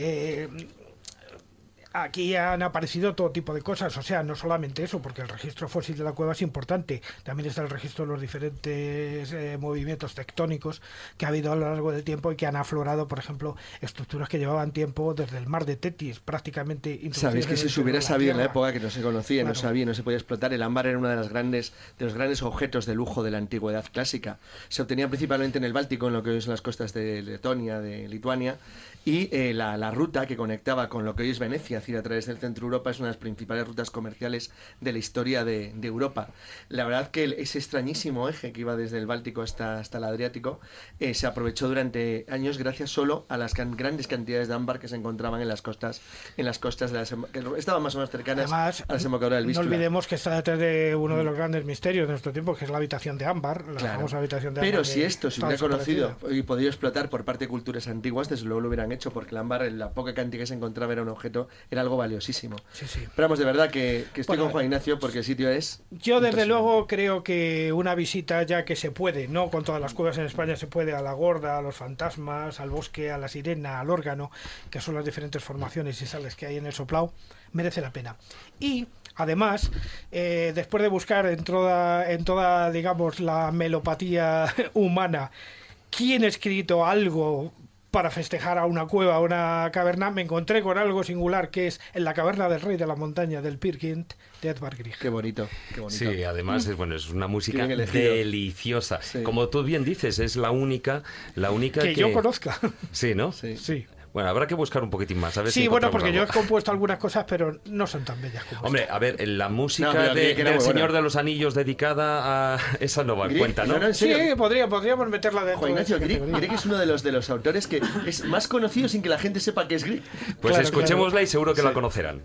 Aquí han aparecido todo tipo de cosas, o sea, no solamente eso, porque el registro fósil de la cueva es importante, también está el registro de los diferentes movimientos tectónicos que ha habido a lo largo del tiempo y que han aflorado, por ejemplo, estructuras que llevaban tiempo desde el mar de Tetis, prácticamente. Sabéis que si se hubiera sabido en la época que no se conocía, claro, no se podía explotar, el ámbar era uno de los grandes objetos de lujo de la antigüedad clásica. Se obtenía principalmente en el Báltico, en lo que hoy son las costas de Letonia, de Lituania, y la ruta que conectaba con lo que hoy es Venecia, es decir, a través del centro de Europa, es una de las principales rutas comerciales de la historia de Europa. La verdad que ese extrañísimo eje que iba desde el Báltico hasta el Adriático se aprovechó durante años gracias solo a las grandes cantidades de ámbar que se encontraban en las costas de que estaban más o menos cercanas. Además, a la desembocadura del Vístula. No olvidemos que está detrás de uno de los grandes misterios de nuestro tiempo, que es la habitación de ámbar, la famosa habitación de ámbar. Pero si esto se hubiera conocido y podido explotar por parte de culturas antiguas, desde luego lo hubieran hecho, porque el ámbar, en la poca cantidad que se encontraba, era un objeto, era algo valiosísimo. Sí. Pero vamos, de verdad que estoy con Juan Ignacio, porque el sitio es... Yo desde luego creo que una visita, ya que se puede, no con todas las cuevas en España se puede, a la Gorda, a los fantasmas, al bosque, a la Sirena, al Órgano, que son las diferentes formaciones y sales que hay en el Soplao, merece la pena. Y además, después de buscar en toda, digamos, la melopatía humana, quién ha escrito algo para festejar a una cueva, a una caverna, me encontré con algo singular, que es en la caverna del Rey de la Montaña del Peer Gynt de Edvard Grieg. Qué bonito. Sí, además es una música deliciosa. Sí. Como tú bien dices, es la única que yo conozca. Sí, ¿no? Sí. Bueno, habrá que buscar un poquitín más. A ver Sí, si bueno, encontramos porque yo algo. he compuesto algunas cosas, pero no son tan bellas como Hombre, esta. a ver, la música No, pero que era del muy Señor buena. de los Anillos dedicada a... Esa no va en cuenta, ¿no? No, en Sí, serio. podríamos meterla dentro Juan Ignacio, de esa categoría. Grieg es uno de los autores que es más conocido sin que la gente sepa que es Grieg. Pues Claro, escuchémosla y seguro que Sí. la conocerán.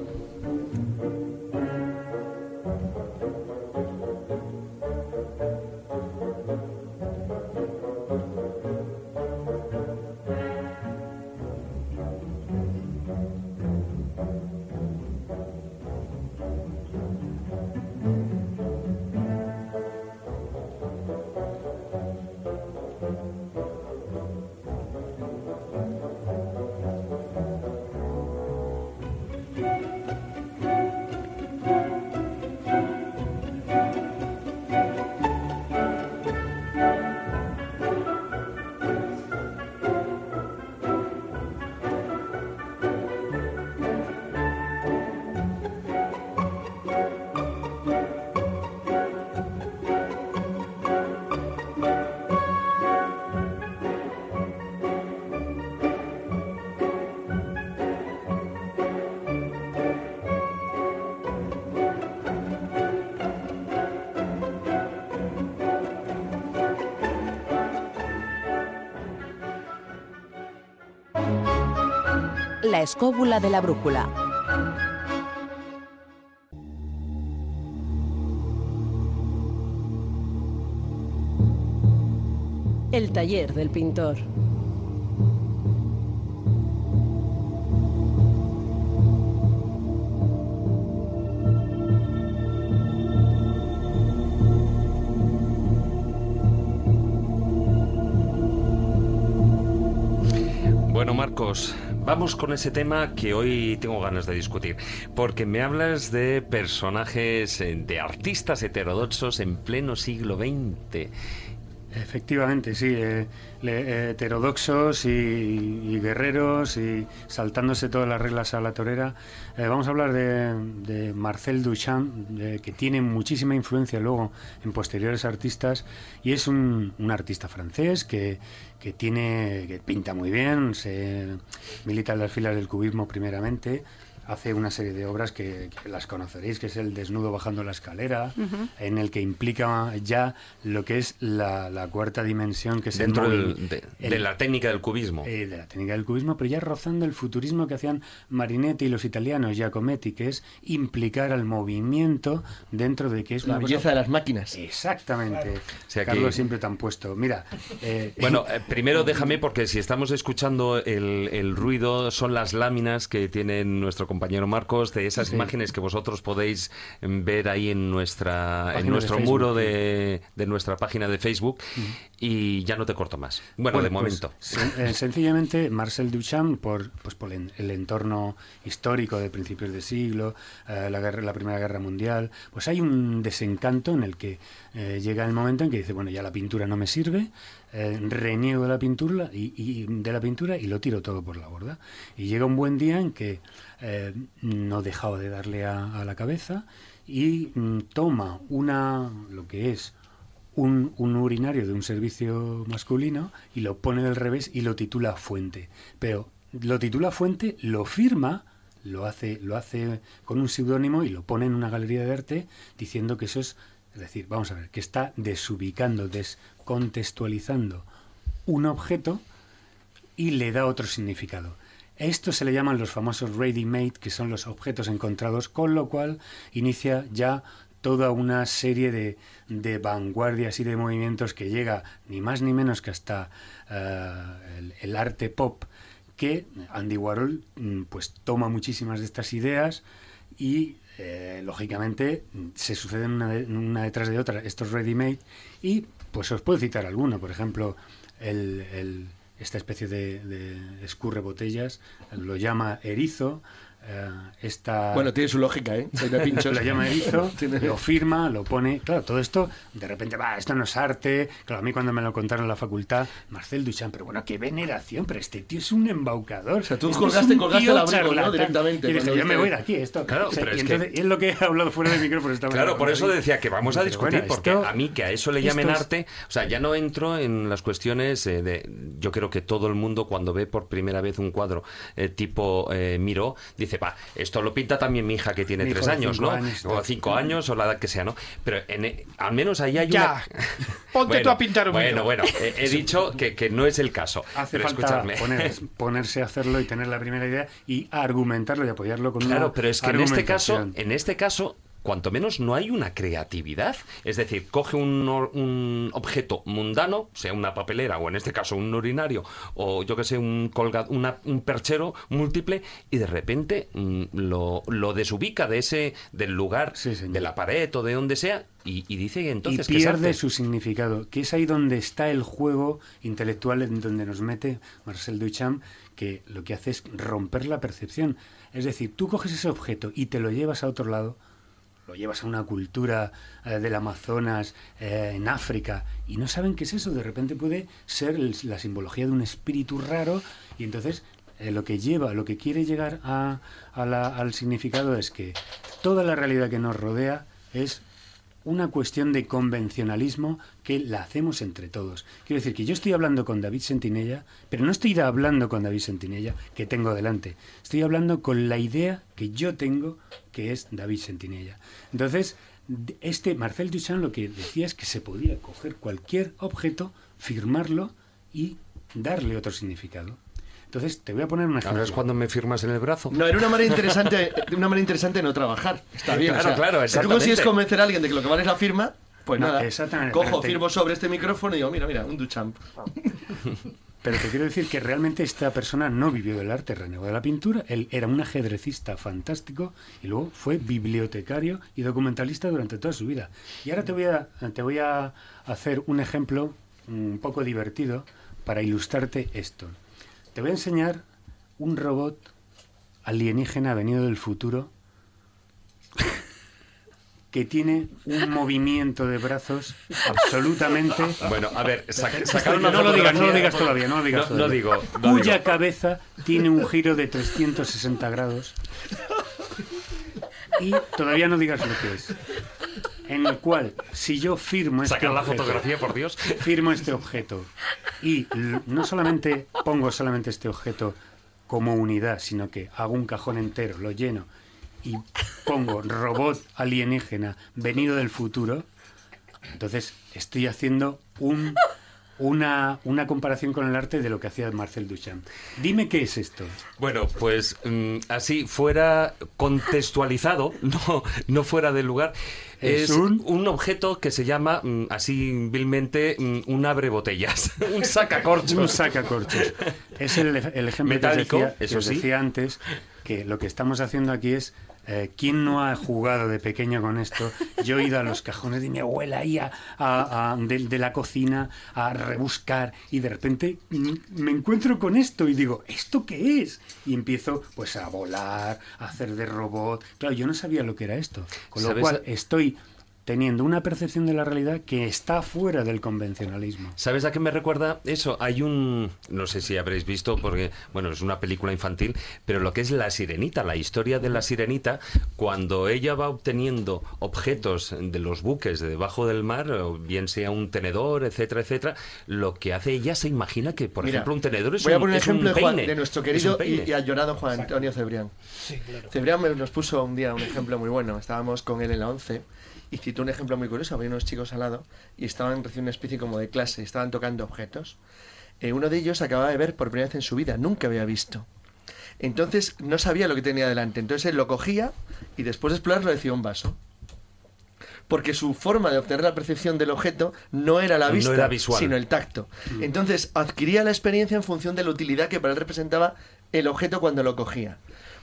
La escóbula de la brújula. El taller del pintor. Bueno, Marcos, vamos con ese tema que hoy tengo ganas de discutir, porque me hablas de personajes, de artistas heterodoxos en pleno siglo XX. Efectivamente, sí, heterodoxos y guerreros y saltándose todas las reglas a la torera. Vamos a hablar de Marcel Duchamp, que tiene muchísima influencia luego en posteriores artistas, y es un artista francés que pinta muy bien, se milita en las filas del cubismo primeramente. Hace una serie de obras que las conoceréis, que es El desnudo bajando la escalera, en el que implica ya lo que es la cuarta dimensión, que es Dentro de la técnica del cubismo. De la técnica del cubismo, pero ya rozando el futurismo que hacían Marinetti y los italianos, Giacometti, que es implicar al movimiento dentro de que es La una belleza cosa... de las máquinas. Exactamente. O sea, Carlos que... siempre tan puesto. Mira... Bueno, primero déjame, porque si estamos escuchando el ruido, son las láminas que tiene nuestro compañero Marcos de esas imágenes que vosotros podéis ver ahí en nuestro muro de nuestra página de Facebook. Y ya no te corto más. Bueno, de momento. Pues, sencillamente, Marcel Duchamp, por el entorno histórico de principios de siglo, la Primera Guerra Mundial, pues hay un desencanto en el que llega el momento en que dice, bueno, ya la pintura no me sirve, reniego de la pintura y lo tiro todo por la borda. Y llega un buen día en que no dejaba de darle a la cabeza y toma lo que es un urinario de un servicio masculino y lo pone del revés y lo titula Fuente. Pero lo titula Fuente, lo firma, lo hace con un seudónimo y lo pone en una galería de arte diciendo que eso es decir, vamos a ver, que está desubicando, descontextualizando un objeto y le da otro significado. A esto se le llaman los famosos ready-made, que son los objetos encontrados, con lo cual inicia ya toda una serie de vanguardias y de movimientos que llega ni más ni menos que hasta el arte pop, que Andy Warhol pues toma muchísimas de estas ideas y lógicamente se suceden una detrás de otra estos ready-made, y pues os puedo citar alguno, por ejemplo esta especie de escurre botellas lo llama erizo, esta... Bueno, tiene su lógica, ¿eh? Soy de pinchos. Lo llama erizo, lo firma, lo pone... Claro, todo esto, de repente, esto no es arte. Claro, a mí cuando me lo contaron en la facultad, Marcel Duchamp, pero bueno, qué veneración, pero este tío es un embaucador. O sea, tú colgaste el abrigo, ¿no? Directamente. Y dices, yo me voy de aquí, esto. Claro, o sea, pero y entonces, es lo que he hablado fuera del micrófono. Claro, por eso decía que vamos a discutir, bueno, porque a mí que a eso le llamen arte... O sea, ya no entro en las cuestiones de... Yo creo que todo el mundo, cuando ve por primera vez un cuadro tipo Miró, dice, esto lo pinta también mi hija que tiene 3 años, ¿no? O 5 años, o la edad que sea, ¿no? Pero al menos ahí hay una... Ponte tú a pintar un Miró. Bueno, he dicho que no es el caso. Hace pero falta ponerse a hacerlo y tener la primera idea y argumentarlo y apoyarlo con una pero es que en este caso cuanto menos no hay una creatividad. Es decir, coge un objeto mundano, sea una papelera o en este caso un urinario o yo que sé, un perchero múltiple, y de repente lo desubica del lugar, de la pared o de donde sea, y dice entonces y pierde su significado, que es ahí donde está el juego intelectual en donde nos mete Marcel Duchamp, que lo que hace es romper la percepción. Es decir, tú coges ese objeto y te lo llevas a otro lado, lo llevas a una cultura del Amazonas, en África, y no saben qué es eso. De repente puede ser la simbología de un espíritu raro, y entonces lo que quiere llegar al significado es que toda la realidad que nos rodea es una cuestión de convencionalismo que la hacemos entre todos. Quiero decir que yo estoy hablando con David Sentinella, pero no estoy hablando con David Sentinella, que tengo delante. Estoy hablando con la idea que yo tengo, que es David Sentinella. Entonces, Marcel Duchamp lo que decía es que se podía coger cualquier objeto, firmarlo y darle otro significado. Entonces, te voy a poner una ejemplo. ¿Ahora es cuando me firmas en el brazo? No, era una manera interesante de no trabajar. Está bien. Claro, si tú consigues convencer a alguien de que lo que vale es la firma, pues no, nada, cojo, pero firmo sobre este micrófono y digo, mira, un Duchamp. Pero te quiero decir que realmente esta persona no vivió del arte, renegó de la pintura. Él era un ajedrecista fantástico y luego fue bibliotecario y documentalista durante toda su vida. Y ahora te voy a hacer un ejemplo un poco divertido para ilustrarte esto. Te voy a enseñar un robot alienígena venido del futuro que tiene un movimiento de brazos absolutamente... Bueno, a ver, sacar una no lo digas todavía. Cuya cabeza tiene un giro de 360 grados y todavía no digas lo que es. En el cual, si yo firmo este objeto... Sacar la fotografía, por Dios. Firmo este objeto y no solamente pongo este objeto como unidad, sino que hago un cajón entero, lo lleno y pongo robot alienígena venido del futuro, entonces estoy haciendo una comparación con el arte de lo que hacía Marcel Duchamp. Dime qué es esto. Bueno, pues así fuera contextualizado, no fuera del lugar, es un objeto que se llama, así vilmente, un abrebotellas, un sacacorchos. Un sacacorchos. Es el ejemplo metálico, que os decía antes, que lo que estamos haciendo aquí es... ¿Quién no ha jugado de pequeño con esto? Yo he ido a los cajones de mi abuela ahí de la cocina a rebuscar y de repente me encuentro con esto y digo, ¿esto qué es? Y empiezo pues a volar, a hacer de robot. Claro, yo no sabía lo que era esto, con lo cual estoy teniendo una percepción de la realidad que está fuera del convencionalismo. ¿Sabes a qué me recuerda eso? Hay no sé si habréis visto, porque, bueno, es una película infantil, pero lo que es La Sirenita, la historia de la Sirenita, cuando ella va obteniendo objetos de los buques de debajo del mar, o bien sea un tenedor, etcétera, etcétera, lo que hace ella se imagina que, por ejemplo, un tenedor es un peine. Voy a poner un ejemplo de nuestro querido y ayorado Juan Antonio Cebrián. Sí, claro. Cebrián nos puso un día un ejemplo muy bueno. Estábamos con él en la 11 y citó un ejemplo muy curioso. Había unos chicos al lado y estaban recibiendo una especie como de clase, estaban tocando objetos. Uno de ellos acababa de ver por primera vez en su vida, nunca había visto. Entonces no sabía lo que tenía delante. Entonces él lo cogía y después de explorarlo decía un vaso. Porque su forma de obtener la percepción del objeto no era la vista, no era visual, sino el tacto. Entonces adquiría la experiencia en función de la utilidad que para él representaba el objeto cuando lo cogía.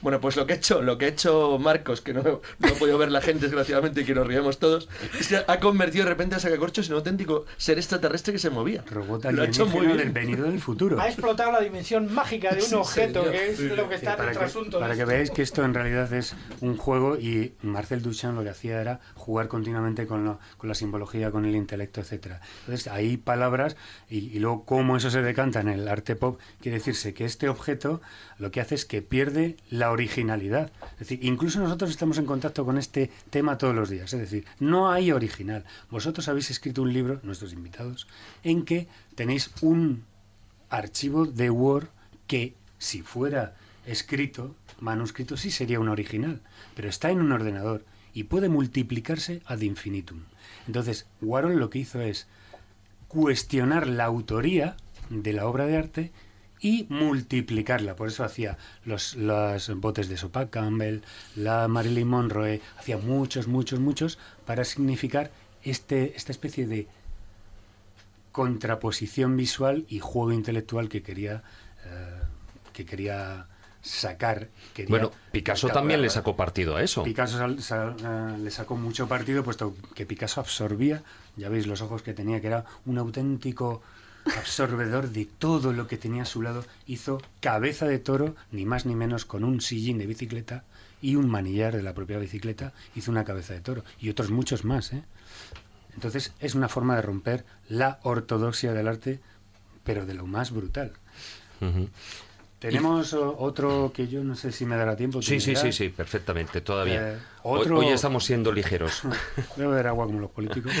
Bueno, pues lo que ha hecho Marcos, que no ha podido ver la gente, desgraciadamente, y que nos riamos todos, es que ha convertido de repente a Sacacorchos en un auténtico ser extraterrestre que se movía. Robot Lo ha hecho muy alienígena bien. del venido del futuro. Ha explotado la dimensión mágica de un objeto, que es lo que está en el trasunto. Para que veáis que esto en realidad es un juego, y Marcel Duchamp lo que hacía era jugar continuamente con la simbología, con el intelecto, etcétera. Entonces hay palabras y luego cómo eso se decanta en el arte pop. Quiere decirse que este objeto lo que hace es que pierde la originalidad. Es decir, incluso nosotros estamos en contacto con este tema todos los días. Es decir, no hay original. Vosotros habéis escrito un libro, nuestros invitados, en que tenéis un archivo de Word que, si fuera escrito, manuscrito, sí sería un original, pero está en un ordenador y puede multiplicarse ad infinitum. Entonces, Warhol lo que hizo es cuestionar la autoría de la obra de arte y multiplicarla. Por eso hacía los botes de sopa Campbell, la Marilyn Monroe, hacía muchos para significar esta especie de contraposición visual y juego intelectual que quería sacar. Bueno, Picasso también le sacó partido a eso. Picasso le sacó mucho partido, puesto que Picasso absorbía, ya veis los ojos que tenía, que era un auténtico absorbedor de todo lo que tenía a su lado. Hizo Cabeza de Toro, ni más ni menos, con un sillín de bicicleta y un manillar de la propia bicicleta. Hizo una cabeza de toro y otros muchos más, ¿eh? Entonces es una forma de romper la ortodoxia del arte, pero de lo más brutal. Uh-huh. Tenemos otro que yo no sé si me dará tiempo. Sí, perfectamente, todavía. Otro... Hoy estamos siendo ligeros. Voy a beber agua como los políticos.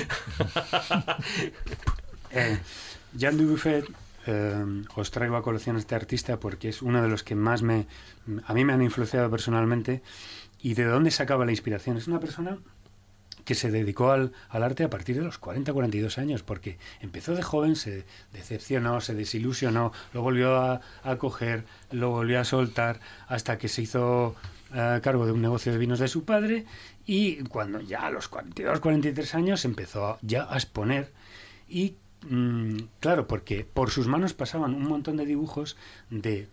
Jean Dubuffet, os traigo a colación a este artista porque es uno de los que más a mí me han influenciado personalmente. ¿Y de dónde sacaba la inspiración? Es una persona que se dedicó al arte a partir de los 42 años, porque empezó de joven, se decepcionó, se desilusionó, lo volvió a coger, lo volvió a soltar, hasta que se hizo cargo de un negocio de vinos de su padre, y cuando ya a los 43 años empezó ya a exponer. Y claro, porque por sus manos pasaban un montón de dibujos de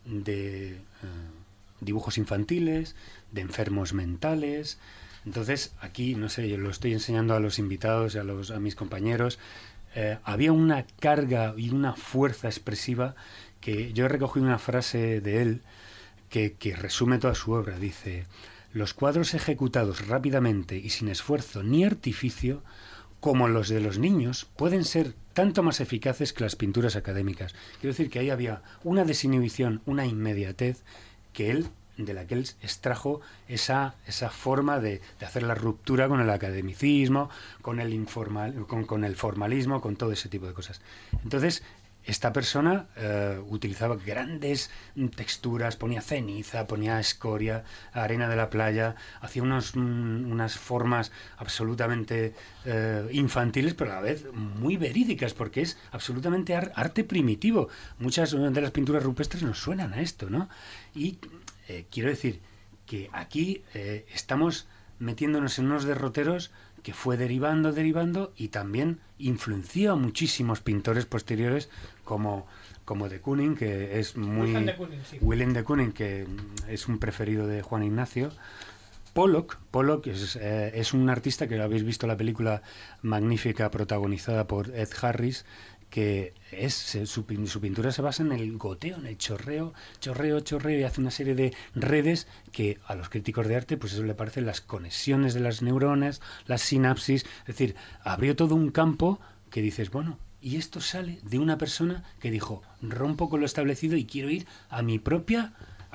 dibujos infantiles, de enfermos mentales. Entonces, aquí, no sé, yo lo estoy enseñando a los invitados y a mis compañeros. Había una carga y una fuerza expresiva que yo he recogido una frase de él que resume toda su obra. Dice: los cuadros ejecutados rápidamente y sin esfuerzo ni artificio, como los de los niños, pueden ser tanto más eficaces que las pinturas académicas. Quiero decir que ahí había una desinhibición, una inmediatez de la que él extrajo esa forma de hacer la ruptura con el academicismo, con el formalismo, con todo ese tipo de cosas. Entonces, esta persona utilizaba grandes texturas, ponía ceniza, ponía escoria, arena de la playa, hacía unas formas absolutamente infantiles, pero a la vez muy verídicas, porque es absolutamente arte primitivo. Muchas de las pinturas rupestres nos suenan a esto, ¿no? Y quiero decir que aquí estamos metiéndonos en unos derroteros que fue derivando y también influenció a muchísimos pintores posteriores como de Kooning, que es muy... Willem de Kooning, que es un preferido de Juan Ignacio. Pollock es un artista que habéis visto la película magnífica protagonizada por Ed Harris, que su pintura se basa en el goteo, en el chorreo, y hace una serie de redes que a los críticos de arte, pues eso le parecen las conexiones de las neuronas, las sinapsis. Es decir, abrió todo un campo que dices, bueno, y esto sale de una persona que dijo: rompo con lo establecido y quiero ir a mi propia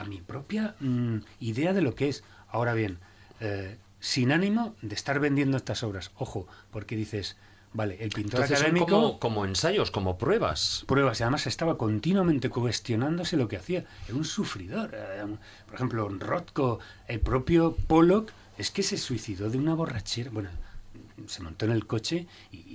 idea de lo que es. Ahora bien, sin ánimo de estar vendiendo estas obras. Ojo, porque dices... Vale, el pintor entonces académico... son como ensayos, como pruebas. Pruebas, y además estaba continuamente cuestionándose lo que hacía. Era un sufridor. Por ejemplo, Rothko, el propio Pollock, es que se suicidó de una borrachera. Bueno, se montó en el coche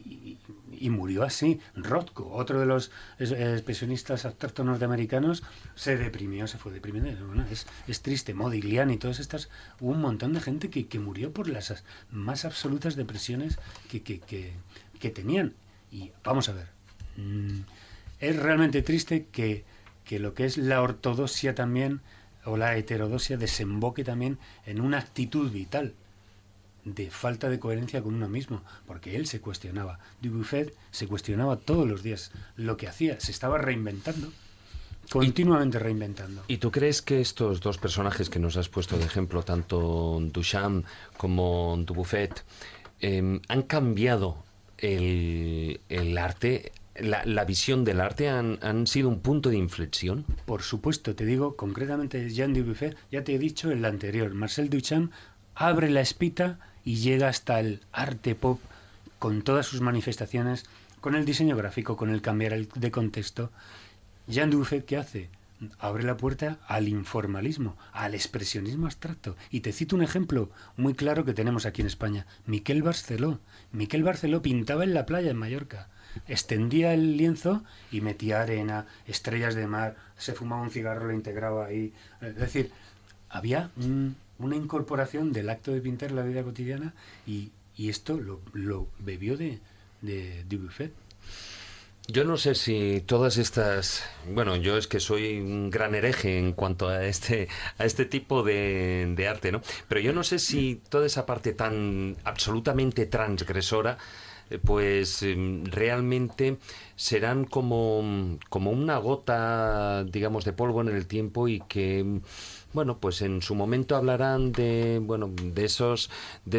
y murió así. Rothko, otro de los expresionistas autóctonos de americanos, se fue deprimiendo. Bueno, es triste. Modigliani y todas estas... Hubo un montón de gente que murió por las más absolutas depresiones que tenían. Y vamos a ver, es realmente triste que lo que es la ortodoxia también, o la heterodoxia desemboque también en una actitud vital de falta de coherencia con uno mismo, porque él se cuestionaba. Dubuffet se cuestionaba todos los días lo que hacía, se estaba reinventando, continuamente reinventando. ¿Y tú crees que estos dos personajes que nos has puesto de ejemplo, tanto Duchamp como Dubuffet, han cambiado el arte? La visión del arte han sido un punto de inflexión. Por supuesto, te digo concretamente Jean Dubuffet, ya te he dicho el anterior, Marcel Duchamp abre la espita y llega hasta el arte pop con todas sus manifestaciones, con el diseño gráfico, con el cambiar de contexto. Jean Dubuffet, ¿qué hace? Abre la puerta al informalismo, al expresionismo abstracto. Y te cito un ejemplo muy claro que tenemos aquí en España. Miquel Barceló. Miquel Barceló pintaba en la playa en Mallorca. Extendía el lienzo y metía arena, estrellas de mar, se fumaba un cigarro, lo integraba ahí. Es decir, había una incorporación del acto de pintar en la vida cotidiana y esto lo bebió de Dubuffet. Yo no sé si todas estas... Bueno, yo es que soy un gran hereje en cuanto a este tipo de arte, ¿no? Pero yo no sé si toda esa parte tan absolutamente transgresora pues realmente serán como una gota, digamos, de polvo en el tiempo y que, bueno, pues en su momento hablarán de esos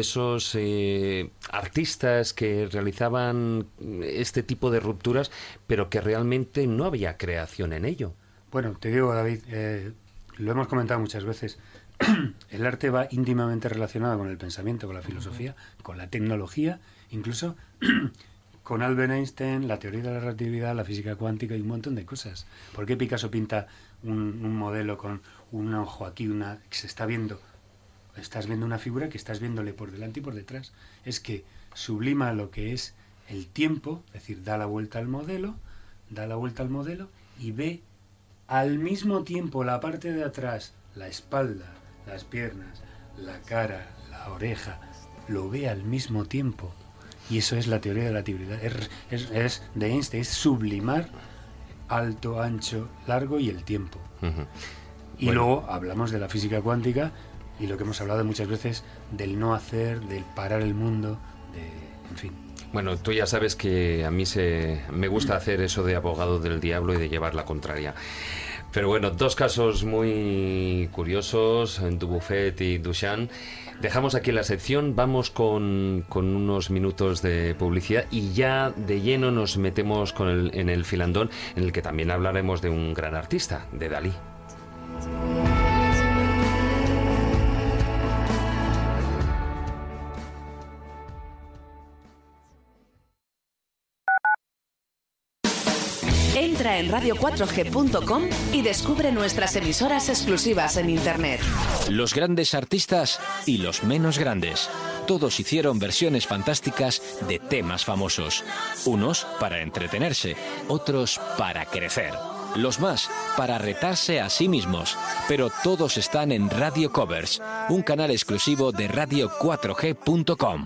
artistas que realizaban este tipo de rupturas, pero que realmente no había creación en ello. Bueno, te digo, David, lo hemos comentado muchas veces, el arte va íntimamente relacionado con el pensamiento, con la filosofía, con la tecnología, incluso con Albert Einstein, la teoría de la relatividad, la física cuántica y un montón de cosas. ¿Por qué Picasso pinta un modelo con un ojo aquí, que se está viendo? Estás viendo una figura que estás viéndole por delante y por detrás. Es que sublima lo que es el tiempo, es decir, da la vuelta al modelo y ve al mismo tiempo la parte de atrás, la espalda, las piernas, la cara, la oreja, lo ve al mismo tiempo. Y eso es la teoría de la relatividad. Es de Einstein, es sublimar alto, ancho, largo y el tiempo. Uh-huh. Y luego hablamos de la física cuántica y lo que hemos hablado muchas veces del no hacer, del parar el mundo, en fin. Bueno, tú ya sabes que a mí me gusta hacer eso de abogado del diablo y de llevar la contraria. Pero bueno, dos casos muy curiosos, Dubuffet y Duchamp. Dejamos aquí la sección, vamos con unos minutos de publicidad y ya de lleno nos metemos en el filandón, en el que también hablaremos de un gran artista, de Dalí. Entra en radio4g.com y descubre nuestras emisoras exclusivas en Internet. Los grandes artistas y los menos grandes. Todos hicieron versiones fantásticas de temas famosos. Unos para entretenerse, otros para crecer. Los más para retarse a sí mismos. Pero todos están en Radio Covers, un canal exclusivo de radio4g.com.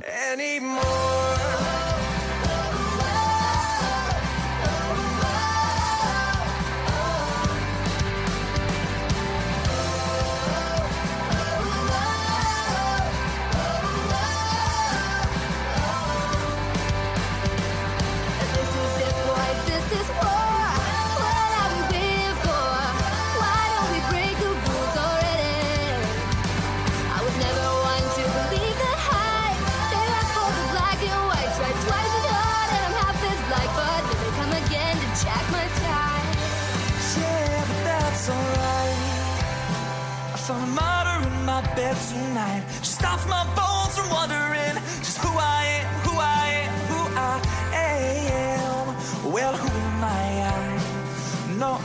Tonight, just off my bones from wondering just who I am, who I am, who I am. Well, who am I? No.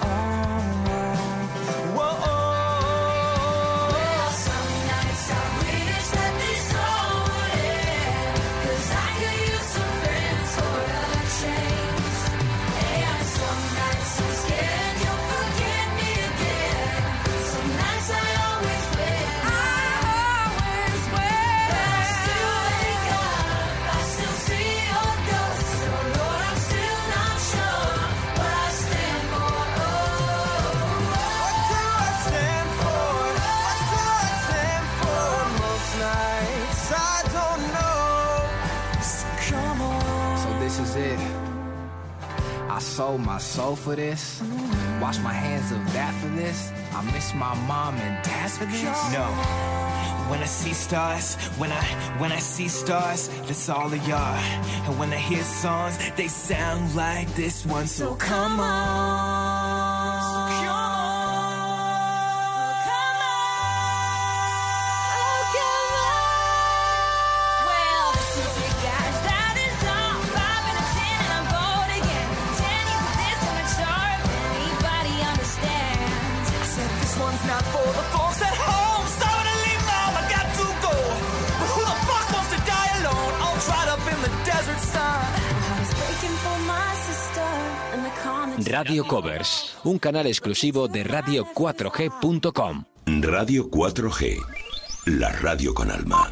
Well, some nights I wish that this all would end, 'cause I could use some friends for a change. And some nights I'm scared you'll forget me again. Some nights I always win. I still wake up, I still see my soul for this. Wash my hands of that for this. I miss my mom and dad for this. No. When I see stars, when I see stars, that's all they are. And when I hear songs, they sound like this one. So come on. Not for the folks at home. Sorry to leave mom, I got to go. But who the fuck wants to die alone? All dried up in the desert sun. I was breaking for my sister and the comments. Radio Covers, un canal exclusivo de radio4g.com. Radio 4G, la radio con alma.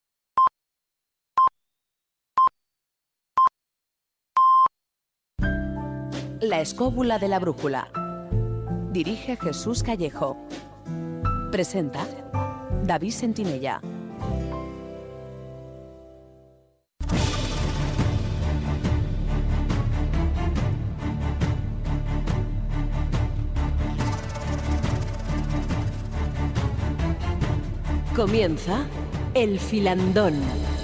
La escóbula de la brújula. Dirige Jesús Callejo. Presenta David Sentinella. Comienza El Filandón.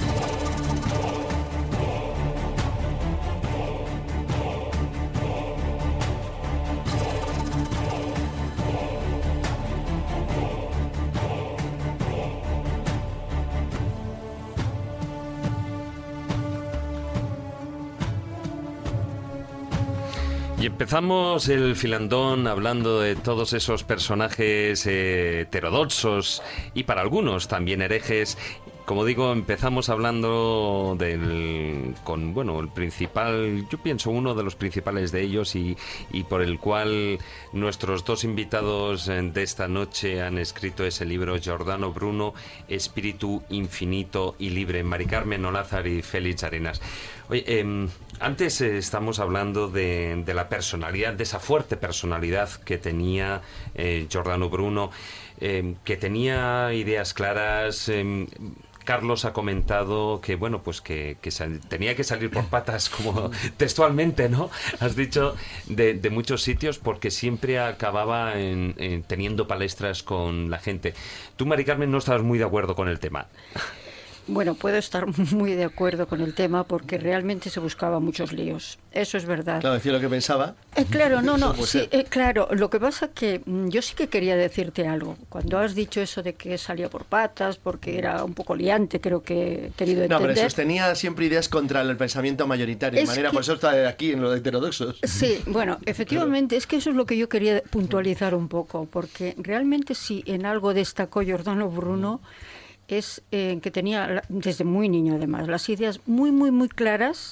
Y empezamos el filandón hablando de todos esos personajes heterodoxos y para algunos también herejes. Como digo, empezamos hablando el principal, yo pienso uno de los principales de ellos y por el cual nuestros dos invitados de esta noche han escrito ese libro, Giordano Bruno, Espíritu Infinito y Libre, Mari Carmen Olázar y Félix Arenas. Oye, antes estamos hablando de la personalidad, de esa fuerte personalidad que tenía Giordano Bruno, que tenía ideas claras. Carlos ha comentado que tenía que salir por patas, como textualmente, ¿no? Has dicho de muchos sitios porque siempre acababa teniendo palestras con la gente. Tú, Mari Carmen, no estabas muy de acuerdo con el tema. Bueno, puedo estar muy de acuerdo con el tema porque realmente se buscaba muchos líos. Eso es verdad. Claro, decía lo que pensaba. Claro, claro. Lo que pasa que yo sí que quería decirte algo. Cuando has dicho eso de que salía por patas, porque era un poco liante, creo que he querido entender. No, pero sostenía siempre ideas contra el pensamiento mayoritario. Por eso está aquí en lo de heterodoxos. Sí, bueno, efectivamente, es que eso es lo que yo quería puntualizar un poco, porque realmente sí, en algo destacó Giordano Bruno, es que tenía, desde muy niño además, las ideas muy claras,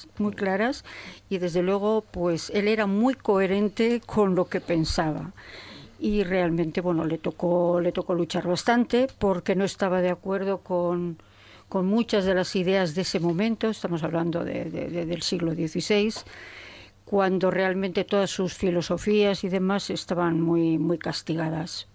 y desde luego pues él era muy coherente con lo que pensaba. Y realmente, bueno, le tocó luchar bastante porque no estaba de acuerdo con muchas de las ideas de ese momento. Estamos hablando del siglo XVI, cuando realmente todas sus filosofías y demás estaban muy castigadas.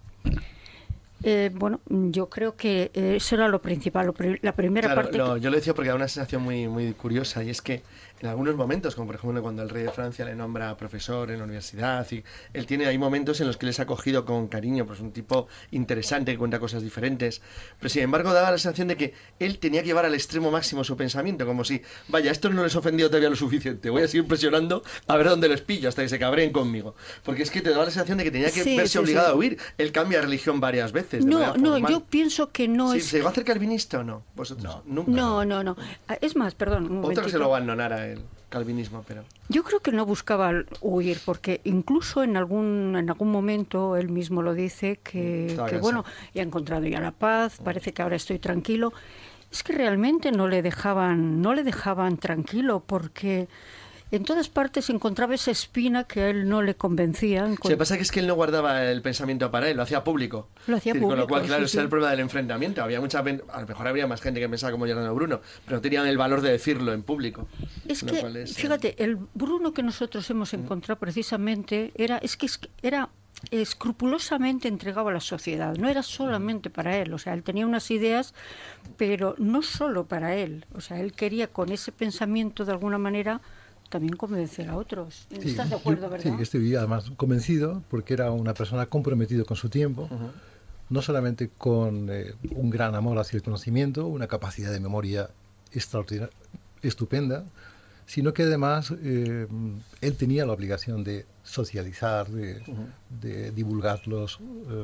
Yo creo que eso era lo principal, la primera parte. Yo lo decía porque da una sensación muy curiosa, y es que en algunos momentos, como por ejemplo cuando el rey de Francia le nombra profesor en la universidad, y hay momentos en los que les ha acogido con cariño, pues un tipo interesante que cuenta cosas diferentes, pero sin embargo daba la sensación de que él tenía que llevar al extremo máximo su pensamiento, como si, vaya, esto no les ha ofendido todavía lo suficiente, voy a seguir presionando a ver dónde les pillo hasta que se cabreen conmigo, porque es que te daba la sensación de que tenía que verse obligado a huir. Él cambia de religión varias veces. No, yo pienso que no es... ¿Se va a hacer calvinista o no? ¿Vosotros? Nunca. No. Es más, perdón, un momentito. Otro se lo va a abandonar a él, calvinismo, pero... Yo creo que no buscaba huir, porque incluso en algún momento él mismo lo dice, que bueno, ya ha encontrado ya la paz, parece que ahora estoy tranquilo. Es que realmente no le dejaban tranquilo, porque... En todas partes encontraba esa espina que a él no le convencía. Lo que pasa es que él no guardaba el pensamiento para él, lo hacía público. Con lo cual, claro, ese era el problema del enfrentamiento. A lo mejor habría más gente que pensaba como Giordano Bruno, pero no tenían el valor de decirlo en público. Es que, fíjate, el Bruno que nosotros hemos encontrado precisamente era escrupulosamente entregado a la sociedad, no era solamente para él, o sea, él tenía unas ideas, pero no solo para él, o sea, él quería con ese pensamiento de alguna manera también convencer a otros. Sí, ¿Estás de acuerdo, verdad? Sí, estoy además convencido porque era una persona comprometida con su tiempo, no solamente con un gran amor hacia el conocimiento, una capacidad de memoria extraordinaria, estupenda, sino que además él tenía la obligación de socializar, de divulgar los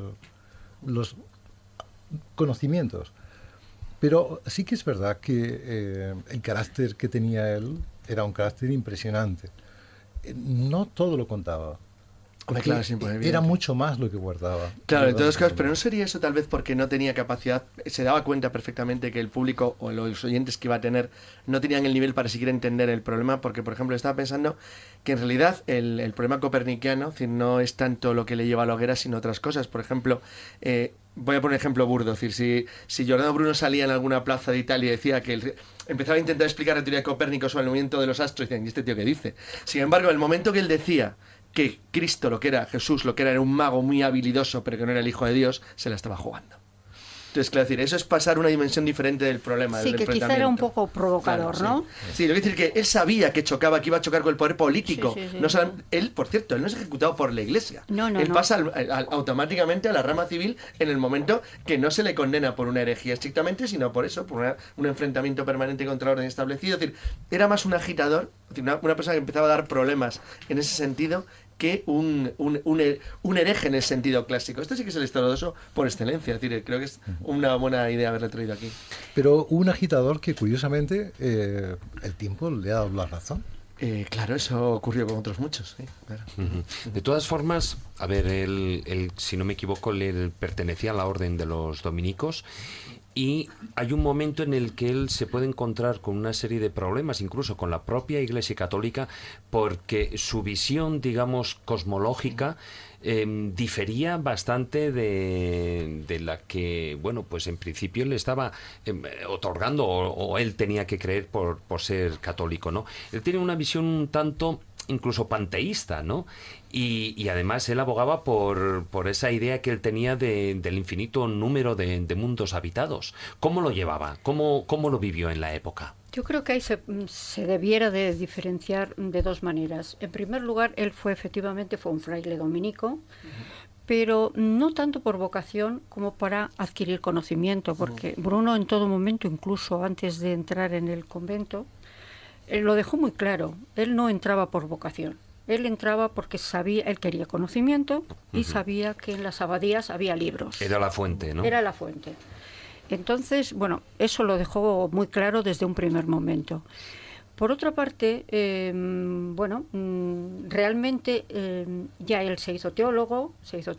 conocimientos. Pero sí que es verdad que el carácter que tenía él era un carácter impresionante. No todo lo contaba. Claro, sí, pues, era mucho más lo que guardaba. Claro, en todos los casos, pero no sería eso tal vez porque no tenía capacidad, se daba cuenta perfectamente que el público o los oyentes que iba a tener no tenían el nivel para siquiera entender el problema, porque por ejemplo estaba pensando que en realidad el problema copernicano, es decir, no es tanto lo que le lleva a la hoguera, sino otras cosas. Por ejemplo, voy a poner un ejemplo burdo, es decir, si Giordano Bruno salía en alguna plaza de Italia y decía que empezaba a intentar explicar la teoría de Copérnico sobre el movimiento de los astros, y decían, ¿y este tío qué dice? Sin embargo, el momento que él decía que Cristo, lo que era Jesús, lo que era un mago muy habilidoso, pero que no era el Hijo de Dios, se la estaba jugando. Entonces, claro, decir, eso es pasar una dimensión diferente del problema. Sí, del que quizá era un poco provocador, claro, ¿no? Sí, lo que quiere decir que él sabía que chocaba, que iba a chocar con el poder político. Sí. No él, por cierto, él no es ejecutado por la Iglesia. Él No. pasa automáticamente a la rama civil en el momento que no se le condena por una herejía estrictamente, sino por eso, por un enfrentamiento permanente contra el orden establecido. Es decir, era más un agitador, es decir, una persona que empezaba a dar problemas en ese sentido, que un hereje en el sentido clásico. Esto sí que es el heterodoxo por excelencia. Es decir, creo que es una buena idea haberle traído aquí. Pero un agitador que, curiosamente, el tiempo le ha dado la razón. Claro, eso ocurrió con otros muchos. Sí, claro. De todas formas, a ver, él, si no me equivoco, él pertenecía a la orden de los dominicos. Y hay un momento en el que él se puede encontrar con una serie de problemas, incluso con la propia Iglesia Católica, porque su visión, digamos, cosmológica difería bastante de la que, bueno, pues en principio le estaba otorgando o él tenía que creer por ser católico, ¿no? Él tiene una visión un tanto incluso panteísta, ¿no? Y además él abogaba por esa idea que él tenía del infinito número de mundos habitados. ¿Cómo lo llevaba? ¿Cómo lo vivió en la época? Yo creo que ahí se debiera de diferenciar de dos maneras. En primer lugar, él efectivamente fue un fraile dominico, pero no tanto por vocación como para adquirir conocimiento, porque Bruno en todo momento, incluso antes de entrar en el convento, él lo dejó muy claro. Él no entraba por vocación. Él entraba porque él quería conocimiento y sabía que en las abadías había libros. Era la fuente, ¿no? Era la fuente. Entonces, bueno, eso lo dejó muy claro desde un primer momento. Por otra parte, realmente ya él se hizo teólogo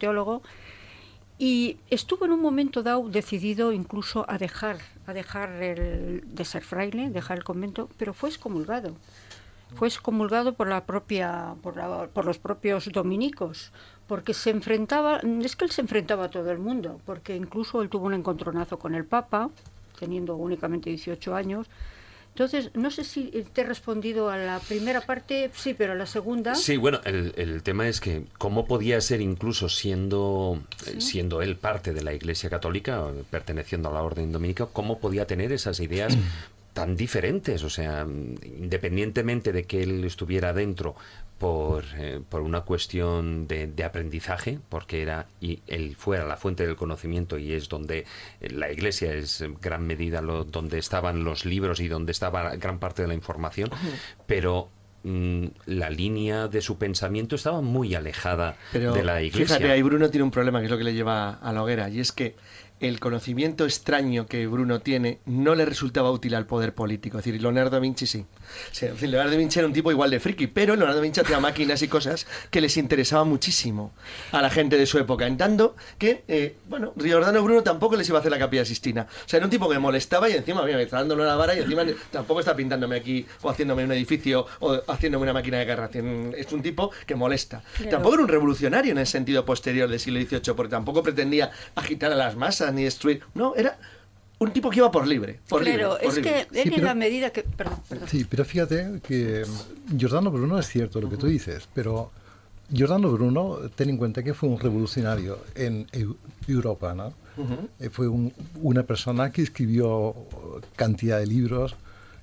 y estuvo en un momento dado decidido incluso a dejar de ser fraile, dejar el convento, pero fue excomulgado. Fue excomulgado por los propios dominicos, porque él se enfrentaba a todo el mundo, porque incluso él tuvo un encontronazo con el Papa, teniendo únicamente 18 años. Entonces, no sé si te he respondido a la primera parte, sí, pero a la segunda... Sí, bueno, el tema es que cómo podía ser, incluso siendo él parte de la Iglesia Católica, perteneciendo a la Orden Dominica, cómo podía tener esas ideas tan diferentes, o sea, independientemente de que él estuviera dentro por una cuestión de aprendizaje, porque él fuera la fuente del conocimiento y es donde la Iglesia es en gran medida donde estaban los libros y donde estaba gran parte de la información, pero la línea de su pensamiento estaba muy alejada de la Iglesia. Fíjate, ahí Bruno tiene un problema que es lo que le lleva a la hoguera, y es que el conocimiento extraño que Bruno tiene no le resultaba útil al poder político. Es decir, Leonardo da Vinci sí. O sea, Leonardo da Vinci era un tipo igual de friki, pero Leonardo da Vinci hacía máquinas y cosas que les interesaban muchísimo a la gente de su época. En tanto que, Giordano Bruno tampoco les iba a hacer la Capilla Sistina. O sea, era un tipo que molestaba y encima, mira, me está dándole una vara y encima tampoco está pintándome aquí o haciéndome un edificio o haciéndome una máquina de guerra. Es un tipo que molesta. Claro. Tampoco era un revolucionario en el sentido posterior del siglo XVIII, porque tampoco pretendía agitar a las masas ni destruir. No, era un tipo que iba por libre. Que él en la medida que... Perdón. Sí, pero fíjate que Giordano Bruno es cierto lo que tú dices, pero Giordano Bruno, ten en cuenta que fue un revolucionario en Europa, ¿no? Fue una persona que escribió cantidad de libros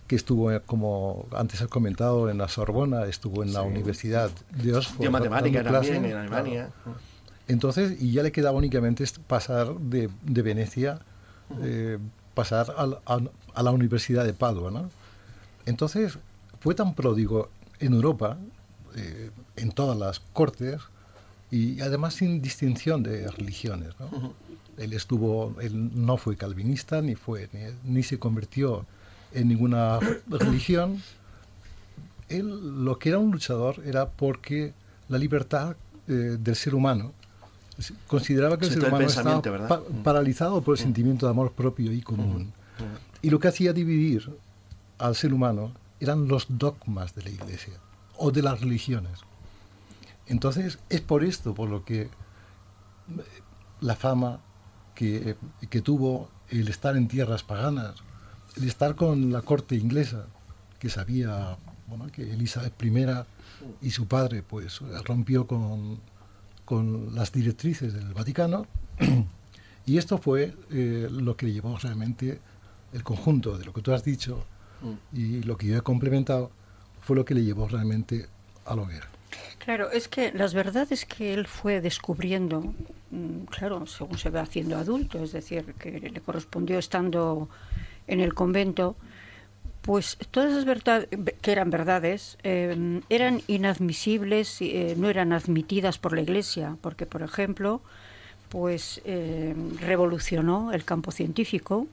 que estuvo, como antes has comentado, en la Sorbona, estuvo en la Universidad de Oxford. Dio matemática dando clase. también en Alemania. Claro. Entonces, y ya le quedaba únicamente pasar de Venecia, pasar a la Universidad de Padua, ¿no? Entonces, fue tan pródigo en Europa, en todas las cortes, y además sin distinción de religiones, ¿no? Él no fue calvinista, ni se convirtió en ninguna religión. Él, lo que era un luchador, era porque la libertad del ser humano, consideraba que el ser humano estaba paralizado por el sentimiento de amor propio y común. Y lo que hacía dividir al ser humano eran los dogmas de la Iglesia o de las religiones. Entonces, es por esto por lo que la fama que tuvo el estar en tierras paganas, el estar con la corte inglesa, que sabía, bueno, que Elizabeth I y su padre pues rompió con las directrices del Vaticano, y esto fue lo que le llevó realmente, el conjunto de lo que tú has dicho y lo que yo he complementado, fue lo que le llevó realmente a la hoguera. Claro, es que las verdades que él fue descubriendo, claro, según se va haciendo adulto, es decir, que le correspondió estando en el convento, pues todas esas verdades, que eran verdades, eran inadmisibles, no eran admitidas por la Iglesia, porque, por ejemplo, pues revolucionó el campo científico.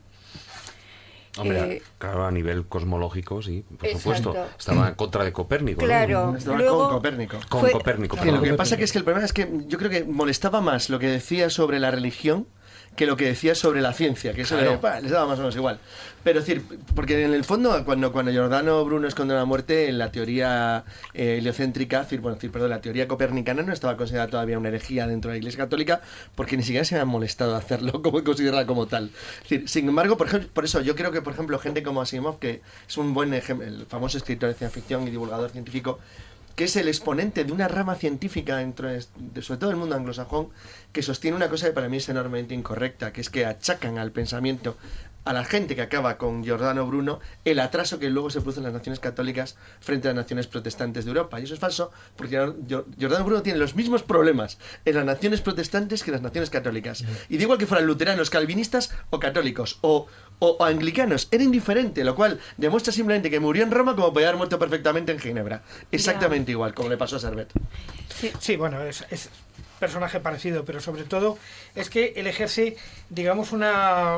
Hombre, claro, a nivel cosmológico, sí, por supuesto. Estaba en contra de Copérnico. Claro, ¿no? Estaba luego con Copérnico. Con Copérnico. Lo que pasa es que el problema es que yo creo que molestaba más lo que decía sobre la religión que lo que decía sobre la ciencia, que eso les daba más o menos igual. Pero es decir, porque en el fondo, cuando Giordano Bruno es condenado a muerte, en la teoría heliocéntrica, la teoría copernicana no estaba considerada todavía una herejía dentro de la Iglesia Católica, porque ni siquiera se habían molestado de hacerlo como considerarla como tal. Es decir, sin embargo, por eso yo creo que, por ejemplo, gente como Asimov, que es un buen ejemplo, el famoso escritor de ciencia ficción y divulgador científico, que es el exponente de una rama científica dentro sobre todo el mundo anglosajón, que sostiene una cosa que para mí es enormemente incorrecta, que es que achacan al pensamiento, a la gente que acaba con Giordano Bruno, el atraso que luego se produce en las naciones católicas frente a las naciones protestantes de Europa. Y eso es falso, porque Giordano Bruno tiene los mismos problemas en las naciones protestantes que en las naciones católicas. Y da igual que fueran luteranos, calvinistas o católicos, o anglicanos, era indiferente, lo cual demuestra simplemente que murió en Roma como podía haber muerto perfectamente en Ginebra. Exactamente igual, como le pasó a Servet. Sí, bueno, es personaje parecido, pero sobre todo es que él ejerce, digamos, un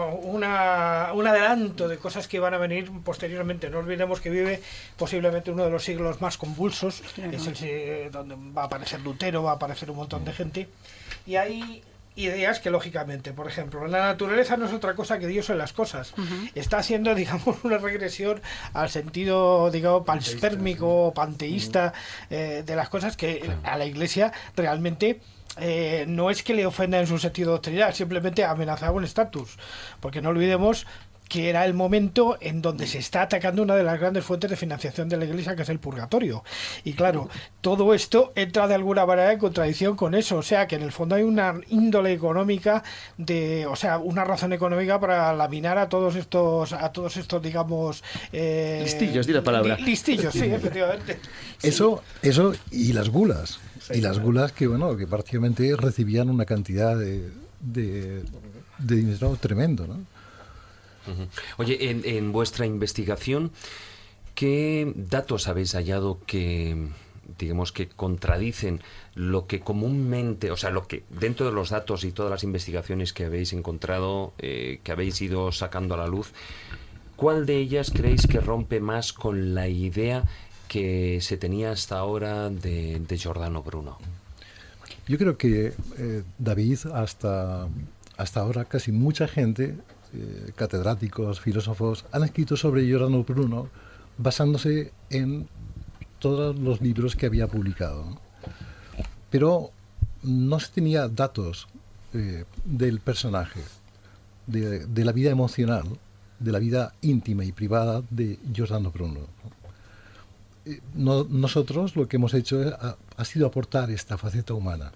adelanto de cosas que van a venir posteriormente. No olvidemos que vive posiblemente uno de los siglos más convulsos, es el donde va a aparecer Lutero, va a aparecer un montón de gente, y hay ideas que, lógicamente, por ejemplo, la naturaleza no es otra cosa que Dios en las cosas. Está haciendo, digamos, una regresión al sentido, digamos, panspérmico, panteísta, de las cosas que a la Iglesia realmente no es que le ofenda en su sentido doctrinal, simplemente amenazaba un estatus, porque no olvidemos que era el momento en donde se está atacando una de las grandes fuentes de financiación de la Iglesia, que es el purgatorio. Y claro, todo esto entra de alguna manera en contradicción con eso, o sea que en el fondo hay una índole económica, una razón económica para laminar a todos estos digamos... listillos, di la palabra. Listillos, sí, efectivamente. Eso y las gulas. Y las gulas que prácticamente recibían una cantidad de dinero tremendo, ¿no? Oye, en vuestra investigación, ¿qué datos habéis hallado que, digamos, que contradicen lo que comúnmente, o sea, lo que dentro de los datos y todas las investigaciones que habéis encontrado, que habéis ido sacando a la luz, cuál de ellas creéis que rompe más con la idea que se tenía hasta ahora de Giordano Bruno? Yo creo que, David, hasta ahora casi mucha gente, catedráticos, filósofos, han escrito sobre Giordano Bruno basándose en todos los libros que había publicado, ¿no? Pero no se tenía datos del personaje, de la vida emocional, de la vida íntima y privada de Giordano Bruno, ¿no? Nosotros lo que hemos hecho ha sido aportar esta faceta humana,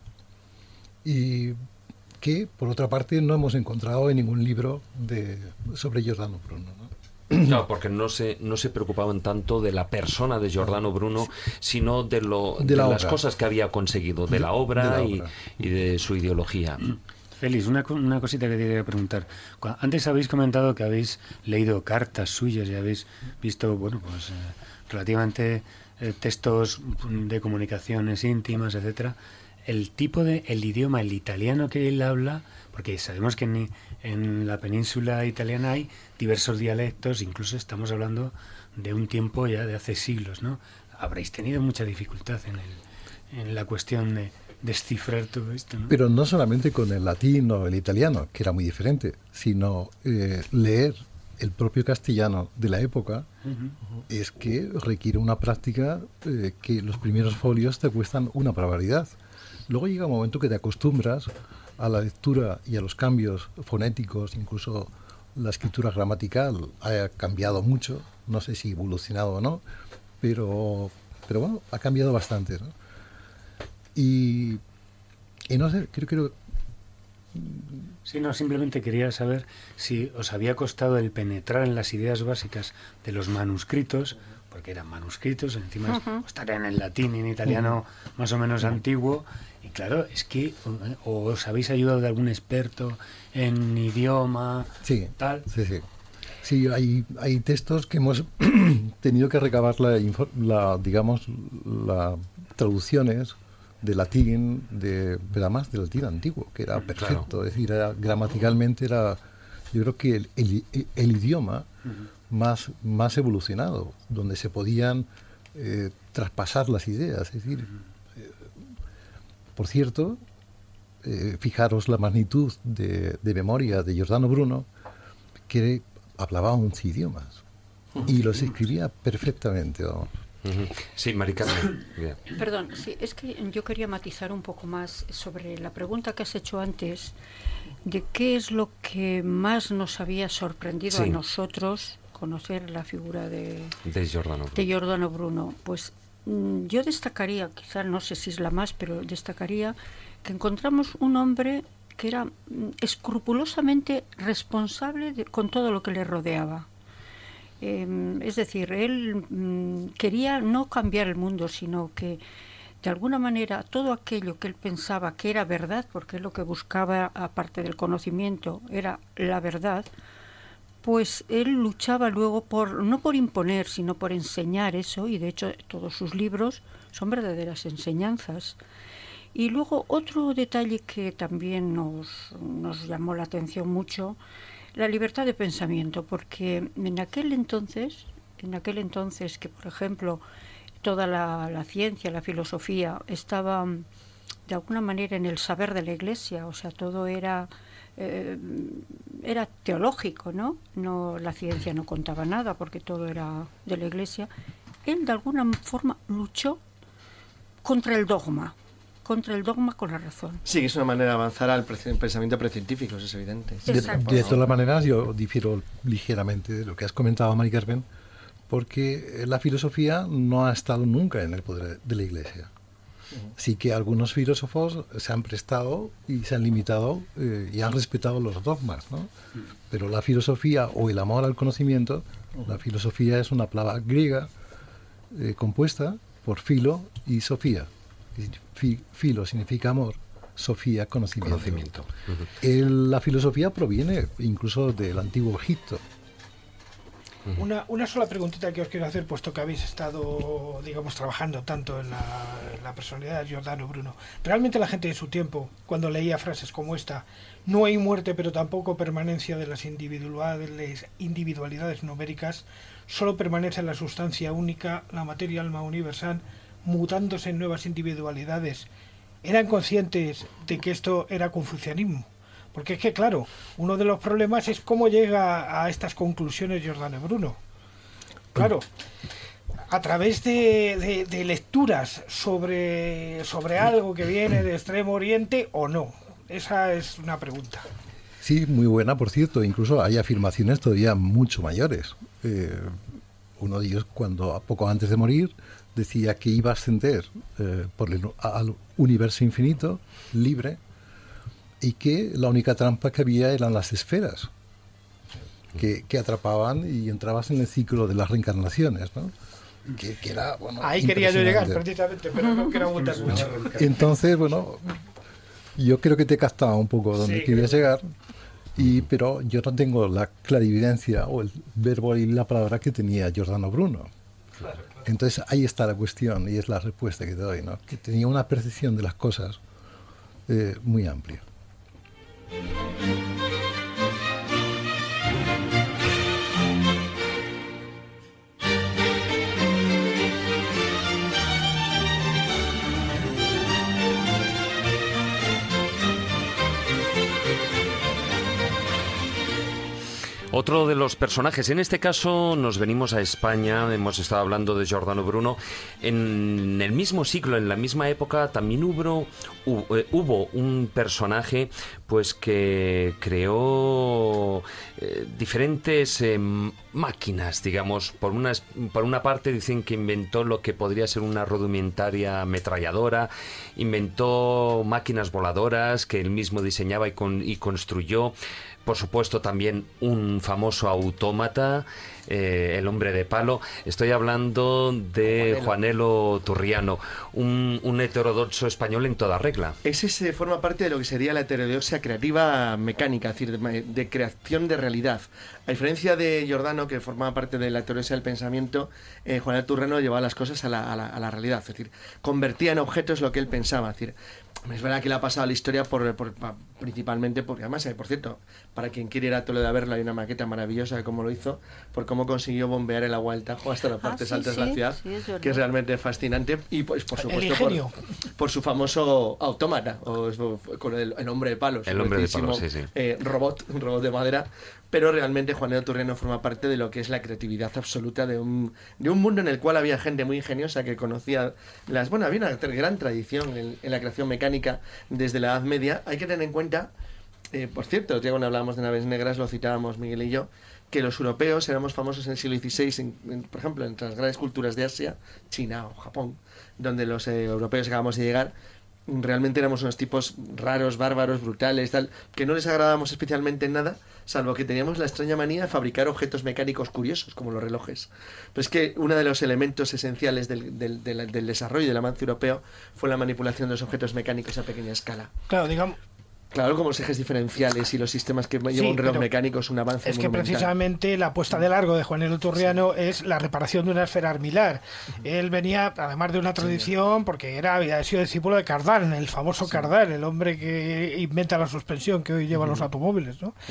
y que por otra parte no hemos encontrado en ningún libro sobre Giordano Bruno, ¿no? Claro, porque no se preocupaban tanto de la persona de Giordano Bruno, sino de las cosas que había conseguido, de la obra y de su ideología. Félix, una cosita que te quería preguntar. Antes habéis comentado que habéis leído cartas suyas y habéis visto, relativamente textos de comunicaciones íntimas, etcétera. El idioma, el italiano que él habla, porque sabemos que en la península italiana hay diversos dialectos, incluso estamos hablando de un tiempo ya de hace siglos, ¿no? Habréis tenido mucha dificultad en la cuestión de descifrar todo esto, ¿no? Pero no solamente con el latín o el italiano, que era muy diferente, sino leer el propio castellano de la época es que requiere una práctica que los primeros folios te cuestan una barbaridad. Luego llega un momento que te acostumbras a la lectura y a los cambios fonéticos, incluso la escritura gramatical ha cambiado mucho, no sé si evolucionado o no, pero bueno, ha cambiado bastante, ¿no? Y no sé, creo... Sí, no, simplemente quería saber si os había costado el penetrar en las ideas básicas de los manuscritos, porque eran manuscritos, encima estarían en latín y en italiano más o menos antiguo, y claro, es que os habéis ayudado de algún experto en idioma, tal. Sí, hay textos que hemos tenido que recabar las traducciones de latín, pero además del latín antiguo, que era perfecto, es decir, gramaticalmente yo creo que el idioma más evolucionado, donde se podían traspasar las ideas, es decir, por cierto, fijaros la magnitud de memoria de Giordano Bruno, que hablaba 11 idiomas y los escribía perfectamente, vamos. Sí, Mari Carmen. Perdón, sí, es que yo quería matizar un poco más sobre la pregunta que has hecho antes de qué es lo que más nos había sorprendido a nosotros conocer la figura de Giordano Bruno. Pues yo destacaría, quizás no sé si es la más, pero destacaría que encontramos un hombre que era escrupulosamente responsable con todo lo que le rodeaba. Es decir, él quería no cambiar el mundo, sino que de alguna manera todo aquello que él pensaba que era verdad, porque lo que buscaba, aparte del conocimiento, era la verdad, pues él luchaba luego no por imponer, sino por enseñar eso, y de hecho todos sus libros son verdaderas enseñanzas. Y luego otro detalle que también nos llamó la atención mucho, la libertad de pensamiento, porque en aquel entonces que, por ejemplo, toda la ciencia, la filosofía, estaba de alguna manera en el saber de la Iglesia, o sea, todo era teológico, ¿no? La ciencia no contaba nada porque todo era de la Iglesia. Él de alguna forma luchó contra el dogma con la razón. Sí, que es una manera de avanzar al pensamiento precientífico, eso es evidente. De todas maneras, yo difiero ligeramente de lo que has comentado, Mari Carmen, porque la filosofía no ha estado nunca en el poder de la Iglesia. Sí que algunos filósofos se han prestado y se han limitado y han respetado los dogmas, ¿no? Pero la filosofía o el amor al conocimiento, la filosofía es una palabra griega compuesta por filo y sofía. Filo significa amor, sofía conocimiento. La filosofía proviene incluso del antiguo Egipto. Una sola preguntita que os quiero hacer, puesto que habéis estado, digamos, trabajando tanto en la personalidad de Giordano Bruno. Realmente la gente de su tiempo, cuando leía frases como esta, no hay muerte pero tampoco permanencia de las individualidades numéricas, solo permanece la sustancia única, la materia alma universal, mutándose en nuevas individualidades, ¿eran conscientes de que esto era confucianismo? Porque es que, claro, uno de los problemas es cómo llega a estas conclusiones Giordano Bruno. Claro, a través de lecturas sobre algo que viene de Extremo Oriente o no. Esa es una pregunta. Sí, muy buena, por cierto. Incluso hay afirmaciones todavía mucho mayores. Uno de ellos, poco antes de morir, decía que iba a ascender al universo infinito, libre, y que la única trampa que había eran las esferas. que atrapaban y entrabas en el ciclo de las reencarnaciones, ¿no? Que era, bueno, ahí quería yo llegar impresionante. precisamente, pero no quiero aguantar mucho. Entonces, bueno, yo creo que te captaba un poco donde Sí, querías creo. llegar, pero yo no tengo la clarividencia o el verbo y la palabra que tenía Giordano Bruno. Entonces ahí está la cuestión y es la respuesta que te doy, ¿no? Que tenía una percepción de las cosas muy amplia. Otro de los personajes, en este caso nos venimos a España, hemos estado hablando de Giordano Bruno, en el mismo siglo, en la misma época, también hubo un personaje pues que creó diferentes máquinas, digamos. Por una parte dicen que inventó lo que podría ser una rudimentaria ametralladora, inventó máquinas voladoras que él mismo diseñaba y construyó. Por supuesto, también un famoso autómata, el hombre de palo. Estoy hablando de Juanelo Turriano, un heterodoxo español en toda regla. Ese forma parte de lo que sería la heterodoxia creativa mecánica, es decir, de creación de realidad. A diferencia de Giordano, que formaba parte de la heterodoxia del pensamiento, Juanelo Turriano llevaba las cosas a la realidad, es decir, convertía en objetos lo que él pensaba. Es decir, es verdad que le ha pasado a la historia principalmente porque, además, por cierto, para quien quiere ir a Toledo a verlo, hay una maqueta maravillosa de cómo lo hizo, por cómo consiguió bombear el agua del Tajo hasta las partes altas de la ciudad, que es realmente fascinante, y pues, por supuesto por su famoso autómata, con el hombre de palos, el hombre de palos, sí, sí. Un robot de madera. Pero realmente Juanelo Turriano forma parte de lo que es la creatividad absoluta de un mundo en el cual había gente muy ingeniosa que conocía había una gran tradición en la creación mecánica desde la Edad Media. Hay que tener en cuenta, por cierto, ya cuando hablábamos de naves negras lo citábamos Miguel y yo, que los europeos éramos famosos en el siglo XVI, por ejemplo, entre las grandes culturas de Asia, China o Japón, donde los europeos acabamos de llegar. Realmente éramos unos tipos raros, bárbaros, brutales, tal, que no les agradábamos especialmente en nada, salvo que teníamos la extraña manía de fabricar objetos mecánicos curiosos, como los relojes. Pero es que uno de los elementos esenciales del desarrollo del avance europeo fue la manipulación de los objetos mecánicos a pequeña escala. Claro, digamos. Claro, como los ejes diferenciales y los sistemas que lleva un reloj mecánico es un avance Es que monumental. precisamente la puesta de largo de Juanelo Turriano es la reparación de una esfera armilar. Él venía, además de una tradición, porque había sido discípulo de Cardán, el famoso Cardán, el hombre que inventa la suspensión que hoy llevan los automóviles, ¿no?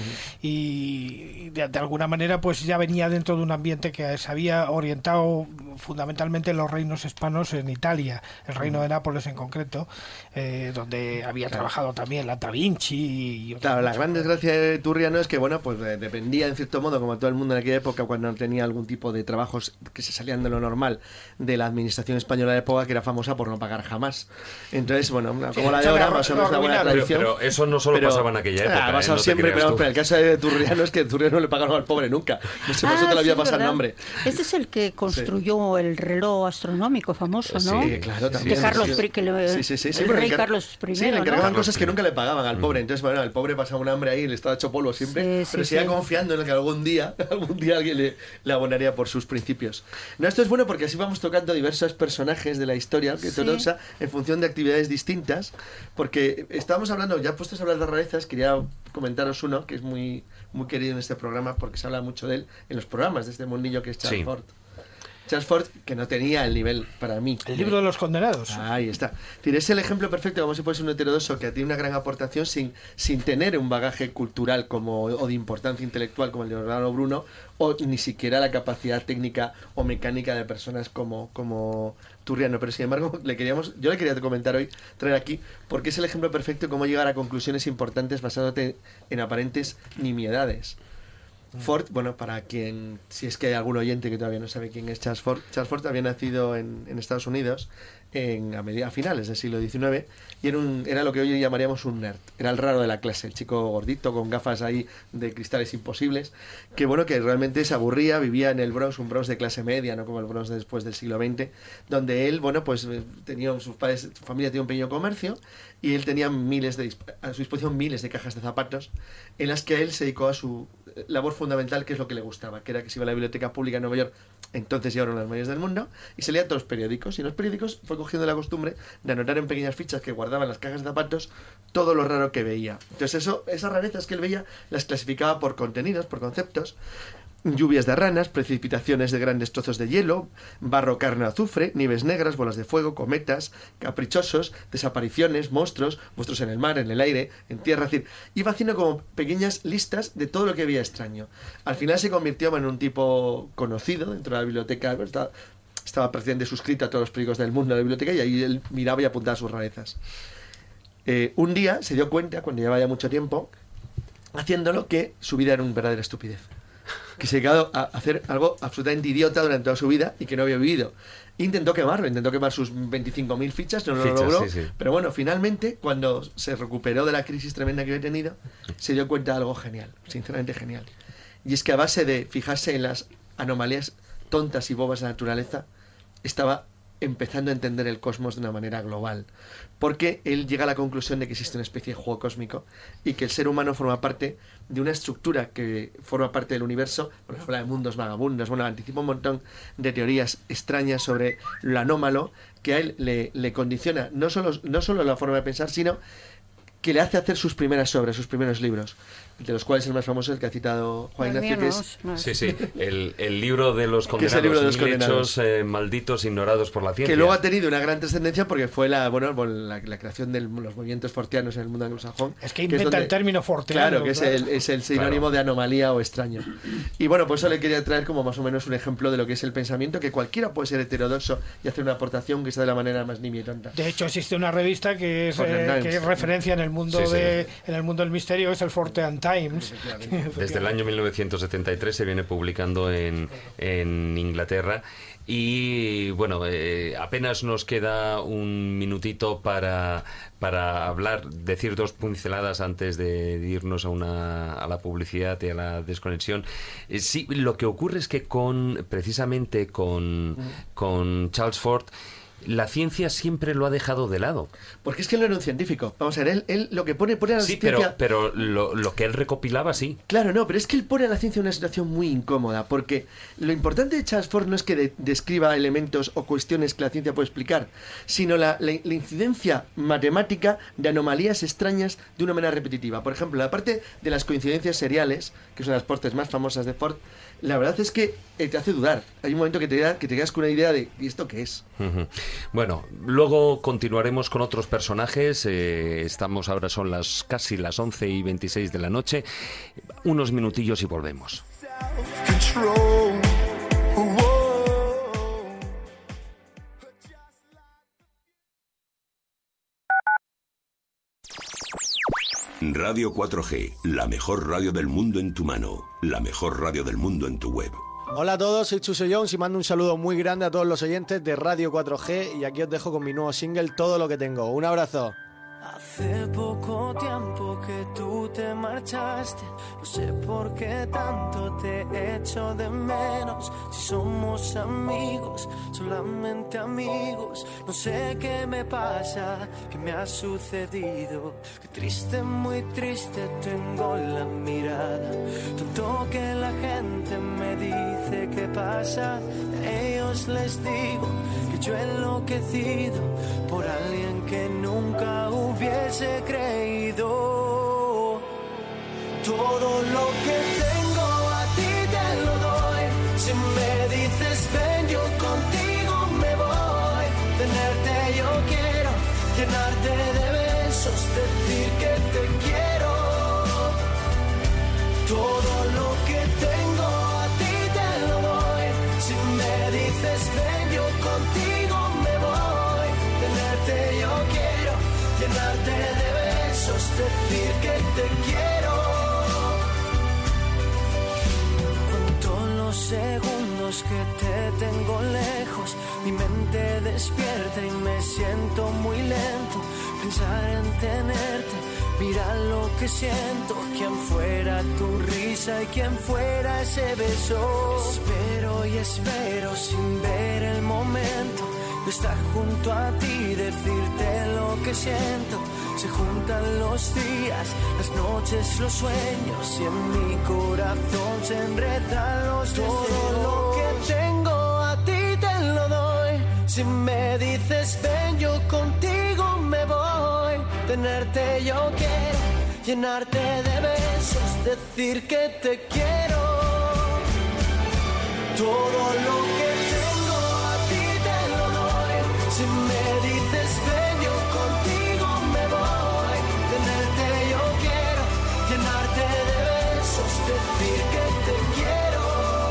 Y de alguna manera pues ya venía dentro de un ambiente que se había orientado fundamentalmente en los reinos hispanos en Italia, el reino de Nápoles en concreto, donde había trabajado también la Da Vinci. Claro, la gran desgracia de Turriano es que, bueno, pues dependía en cierto modo, como todo el mundo en aquella época, cuando tenía algún tipo de trabajos que se salían de lo normal, de la administración española de época, que era famosa por no pagar jamás. Entonces, bueno, como la de ahora, más o menos una buena tradición. Pero eso no solo pasaba en aquella época. Ha pasado no siempre, pero el caso de Turriano es que Turriano no le pagaron al pobre nunca. No se pasó toda la vida pasando hambre. Este es el que construyó el reloj astronómico famoso, ¿no? Sí, claro, también. De Carlos I, el rey Carlos I. Sí, le encargaban cosas que nunca le pagaban al pobre. Entonces, bueno, el pobre pasaba un hambre ahí y le estaba hecho polvo siempre, pero seguía confiando en que algún día alguien le abonaría por sus principios. No, esto es bueno porque así vamos tocando diversos personajes de la historia ortodoxa en función de actividades distintas, porque estábamos hablando, ya puestos a hablar de rarezas, quería comentaros uno que es muy, muy querido en este programa porque se habla mucho de él en los programas de este mundillo que es Charles Fort. Charles Fort, que no tenía el nivel para mí. El libro de los condenados. Ahí está. Es decir, es el ejemplo perfecto de cómo se puede ser un heterodoxo que tiene una gran aportación sin tener un bagaje cultural o de importancia intelectual como el de Giordano Bruno, o ni siquiera la capacidad técnica o mecánica de personas como Turriano. Pero sin embargo, yo le quería comentar hoy, traer aquí, porque es el ejemplo perfecto de cómo llegar a conclusiones importantes basándote en aparentes nimiedades. Ford, bueno, para quien, si es que hay algún oyente que todavía no sabe quién es Charles Ford había nacido en Estados Unidos a finales del siglo XIX, y era lo que hoy llamaríamos un nerd. Era el raro de la clase, el chico gordito con gafas ahí de cristales imposibles, que realmente se aburría, vivía en el Bronx, un Bronx de clase media, no como el Bronx después del siglo XX, donde él, tenía sus padres, su familia tenía un pequeño comercio, y él tenía a su disposición miles de cajas de zapatos, en las que él se dedicó a su labor fundamental, que es lo que le gustaba, que era que se iba a la biblioteca pública en Nueva York, entonces ya eran las mayores del mundo, y se leía todos los periódicos, y en los periódicos fue cogiendo la costumbre de anotar en pequeñas fichas que guardaba en las cajas de zapatos todo lo raro que veía. Entonces esas rarezas que él veía las clasificaba por contenidos, por conceptos: lluvias de ranas, precipitaciones de grandes trozos de hielo, barro, carne, azufre, nieves negras, bolas de fuego, cometas, caprichosos, desapariciones, monstruos en el mar, en el aire, en tierra. Es decir, iba haciendo como pequeñas listas de todo lo que veía extraño. Al final se convirtió en un tipo conocido dentro de la biblioteca. Estaba prácticamente suscrito a todos los periódicos del mundo de la biblioteca, y ahí él miraba y apuntaba sus rarezas. Un día se dio cuenta, cuando llevaba ya mucho tiempo haciéndolo, que su vida era una verdadera estupidez, que se quedó a hacer algo absolutamente idiota durante toda su vida y que no había vivido. Intentó quemar sus 25.000 fichas, no lo logró, sí. Pero bueno, finalmente, cuando se recuperó de la crisis tremenda que había tenido, se dio cuenta de algo genial, sinceramente genial. Y es que a base de fijarse en las anomalías tontas y bobas de la naturaleza, estaba empezando a entender el cosmos de una manera global, porque él llega a la conclusión de que existe una especie de juego cósmico y que el ser humano forma parte de una estructura que forma parte del universo. Bueno, habla de mundos vagabundos, anticipa un montón de teorías extrañas sobre lo anómalo, que a él le condiciona no solo la forma de pensar, sino que le hace hacer sus primeras obras, sus primeros libros, de los cuales el más famoso es el que ha citado Juan Ignacio, que es... Sí, el libro de los condenados, hechos malditos, ignorados por la ciencia. Que luego ha tenido una gran trascendencia porque fue la creación de los movimientos forteanos en el mundo anglosajón. Es que inventa el término forteano. Claro, que es el sinónimo de anomalía o extraño. Y bueno, pues eso le quería traer como más o menos un ejemplo de lo que es el pensamiento, que cualquiera puede ser heterodoxo y hacer una aportación que sea de la manera más nimia y tonta. De hecho, existe una revista que es referencia en el mundo en el mundo del misterio, es el Fortean Times. Desde el año 1973 se viene publicando en Inglaterra. Y bueno, apenas nos queda un minutito para decir dos pinceladas antes de irnos a la publicidad y a la desconexión. Sí, lo que ocurre es que precisamente con Charles Fort, la ciencia siempre lo ha dejado de lado. Porque es que él no era un científico. Vamos a ver, él lo que pone a la ciencia... Sí, pero lo que él recopilaba, sí. Claro, no, pero es que él pone a la ciencia en una situación muy incómoda, porque lo importante de Charles Fort no es que describa elementos o cuestiones que la ciencia puede explicar, sino la incidencia matemática de anomalías extrañas de una manera repetitiva. Por ejemplo, la parte de las coincidencias seriales, que es una de las partes más famosas de Fort, la verdad es que te hace dudar. Hay un momento que te quedas con una idea de ¿y esto qué es? Bueno, luego continuaremos con otros personajes. Estamos ahora, son casi las 11:26 de la noche. Unos minutillos y volvemos. Radio 4G, la mejor radio del mundo en tu mano, la mejor radio del mundo en tu web. Hola a todos, soy Chuso Jones y mando un saludo muy grande a todos los oyentes de Radio 4G, y aquí os dejo con mi nuevo single Todo lo que tengo. Un abrazo. Hace poco tiempo que tú te marchaste, no sé por qué tanto te echo de menos. Si somos amigos, solamente amigos, no sé qué me pasa, qué me ha sucedido. Qué triste, muy triste tengo la mirada, tanto que la gente me dice qué pasa. A ellos les digo que yo he enloquecido por alguien que nunca hubiese creído. Todo lo que tengo a ti te lo doy. Si me dices ven, yo contigo me voy. Tenerte yo quiero, llenarte de besos, decir que te quiero. Todo lo que tengo a ti te lo doy. Si me dices ven, yo contigo me voy. Tenerte yo quiero, llenarte de besos, decir que te quiero. Cuento los segundos momentos que te tengo lejos, mi mente despierta y me siento muy lento. Pensar en tenerte, mira lo que siento. ¿Quién fuera tu risa y quién fuera ese beso? Espero y espero sin ver el momento de estar junto a ti, decirte lo que siento. Se juntan los días, las noches, los sueños y en mi corazón se enredan los deseos. Todo lo que tengo a ti te lo doy. Si me dices ven, yo contigo me voy. Tenerte yo quiero, llenarte de besos, decir que te quiero. Todo lo que tengo a ti te lo doy. Si me dices ven, yo contigo me voy. Tenerte yo quiero, llenarte de besos, decir que te quiero.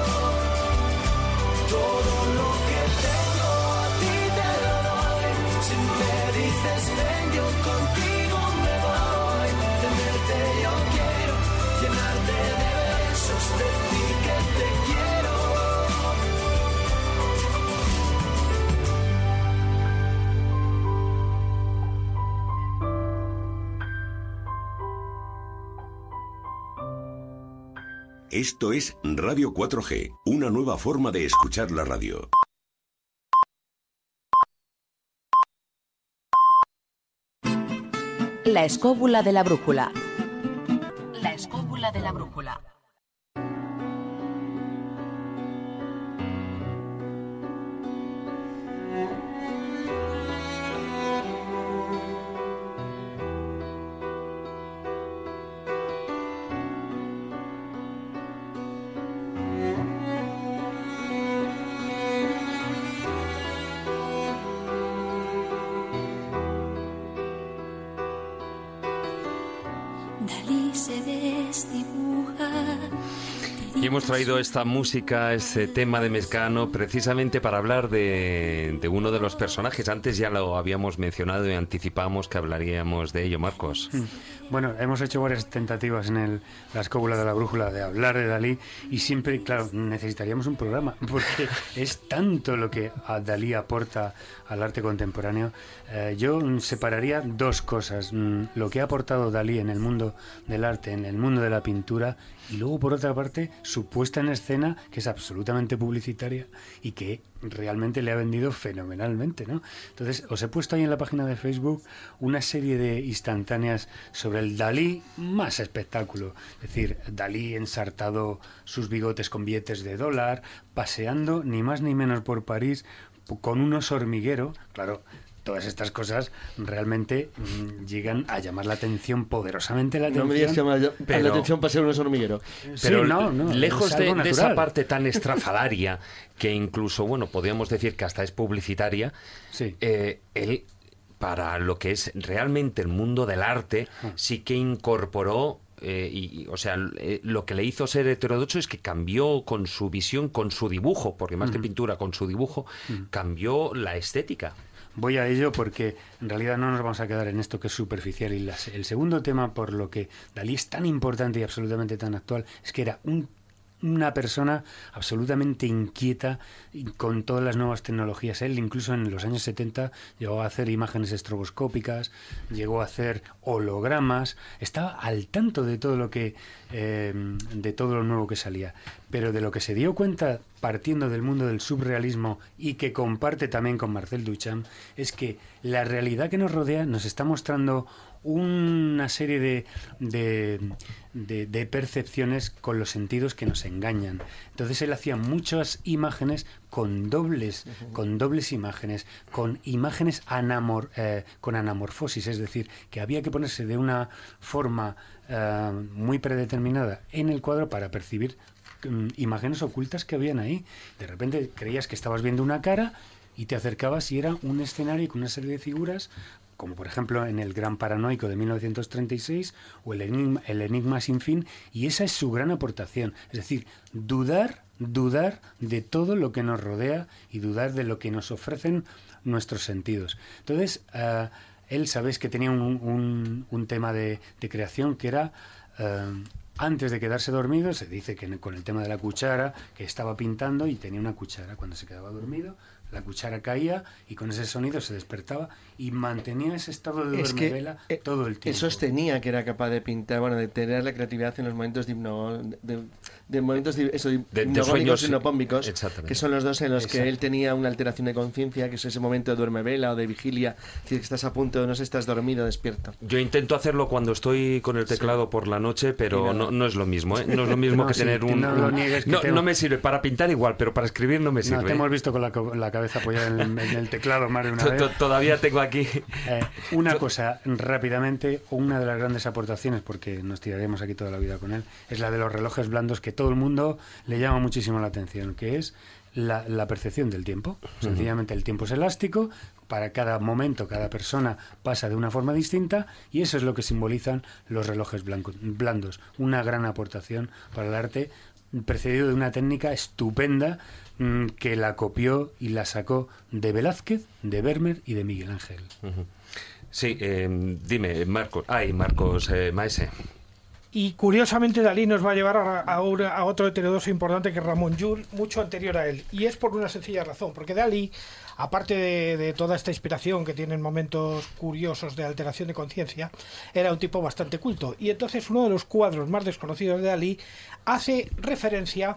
Todo lo que tengo a ti te lo doy. Si me dices ven, yo contigo me voy. Tenerte yo quiero, llenarte de besos, decir que te quiero. Esto es Radio 4G, una nueva forma de escuchar la radio. La escóbula de la brújula. La escóbula de la brújula. Dalí se desdibuja. Y hemos traído esta música, este tema de Mezcano, precisamente para hablar de uno de los personajes. Antes ya lo habíamos mencionado y anticipamos que hablaríamos de ello, Marcos. Bueno, hemos hecho varias tentativas en la escóbula de la brújula de hablar de Dalí y siempre, claro, necesitaríamos un programa porque es tanto lo que a Dalí aporta al arte contemporáneo. Yo separaría dos cosas, lo que ha aportado Dalí en el mundo del arte, en el mundo de la pintura, y luego, por otra parte, su puesta en escena, que es absolutamente publicitaria y que realmente le ha vendido fenomenalmente, ¿no? Entonces, os he puesto ahí en la página de Facebook una serie de instantáneas sobre el Dalí más espectáculo. Es decir, Dalí ensartado sus bigotes con billetes de $, paseando ni más ni menos por París con un oso hormiguero. Claro, todas estas cosas realmente llegan a llamar la atención, poderosamente la atención. No me digas que llama la atención para ser un oso hormiguero. Pero sí, no, lejos de esa parte tan estrafalaria, que incluso, bueno, podríamos decir que hasta es publicitaria, sí. Él, para lo que es realmente el mundo del arte, sí que incorporó... o sea, lo que le hizo ser heterodoxo es que cambió con su visión, con su dibujo, porque más que pintura, con su dibujo, cambió la estética. Voy a ello porque en realidad no nos vamos a quedar en esto que es superficial. Y el segundo tema por lo que Dalí es tan importante y absolutamente tan actual es que era una persona absolutamente inquieta con todas las nuevas tecnologías. Él incluso en los años 70 llegó a hacer imágenes estroboscópicas, llegó a hacer hologramas, estaba al tanto de todo lo que de todo lo nuevo que salía, pero de lo que se dio cuenta partiendo del mundo del surrealismo y que comparte también con Marcel Duchamp es que la realidad que nos rodea nos está mostrando una serie de percepciones con los sentidos que nos engañan. Entonces él hacía muchas imágenes con dobles imágenes, con imágenes con anamorfosis, es decir, que había que ponerse de una forma muy predeterminada en el cuadro para percibir imágenes ocultas que habían ahí. De repente creías que estabas viendo una cara y te acercabas y era un escenario con una serie de figuras, como por ejemplo en El Gran Paranoico de 1936 o el Enigma sin fin, y esa es su gran aportación, es decir, dudar de todo lo que nos rodea y dudar de lo que nos ofrecen nuestros sentidos. Entonces, él, sabéis que tenía un tema de creación que era antes de quedarse dormido, se dice que con el tema de la cuchara, que estaba pintando y tenía una cuchara. Cuando se quedaba dormido, la cuchara caía y con ese sonido se despertaba y mantenía ese estado de duermevela todo el tiempo. Él sostenía que era capaz de pintar, bueno, de tener la creatividad en los momentos de hipnogónicos y hipnopómbicos, que son los dos en los que él tenía una alteración de conciencia, que es ese momento de duermevela o de vigilia, es decir, que estás a punto, no sé, estás dormido, despierto. Yo intento hacerlo cuando estoy con el teclado por la noche, pero no es lo mismo, ¿eh? No es lo mismo que tener un... No me sirve para pintar igual, pero para escribir no me sirve. No, te hemos visto con la cabeza apoyada en el teclado más de una vez. Todavía tengo aquí... Una cosa, rápidamente, una de las grandes aportaciones, porque nos tiraremos aquí toda la vida con él, es la de los relojes blandos, que todo el mundo le llama muchísimo la atención, que es la percepción del tiempo. Sencillamente el tiempo es elástico, para cada momento, cada persona pasa de una forma distinta, y eso es lo que simbolizan los relojes blandos. Una gran aportación para el arte, precedido de una técnica estupenda que la copió y la sacó de Velázquez, de Vermeer y de Miguel Ángel. Sí, dime, Marcos Maese. Y curiosamente Dalí nos va a llevar a otro heterodoxo importante, que es Ramon Llull, mucho anterior a él. Y es por una sencilla razón, porque Dalí, aparte de toda esta inspiración que tiene en momentos curiosos de alteración de conciencia, era un tipo bastante culto. Y entonces uno de los cuadros más desconocidos de Dalí hace referencia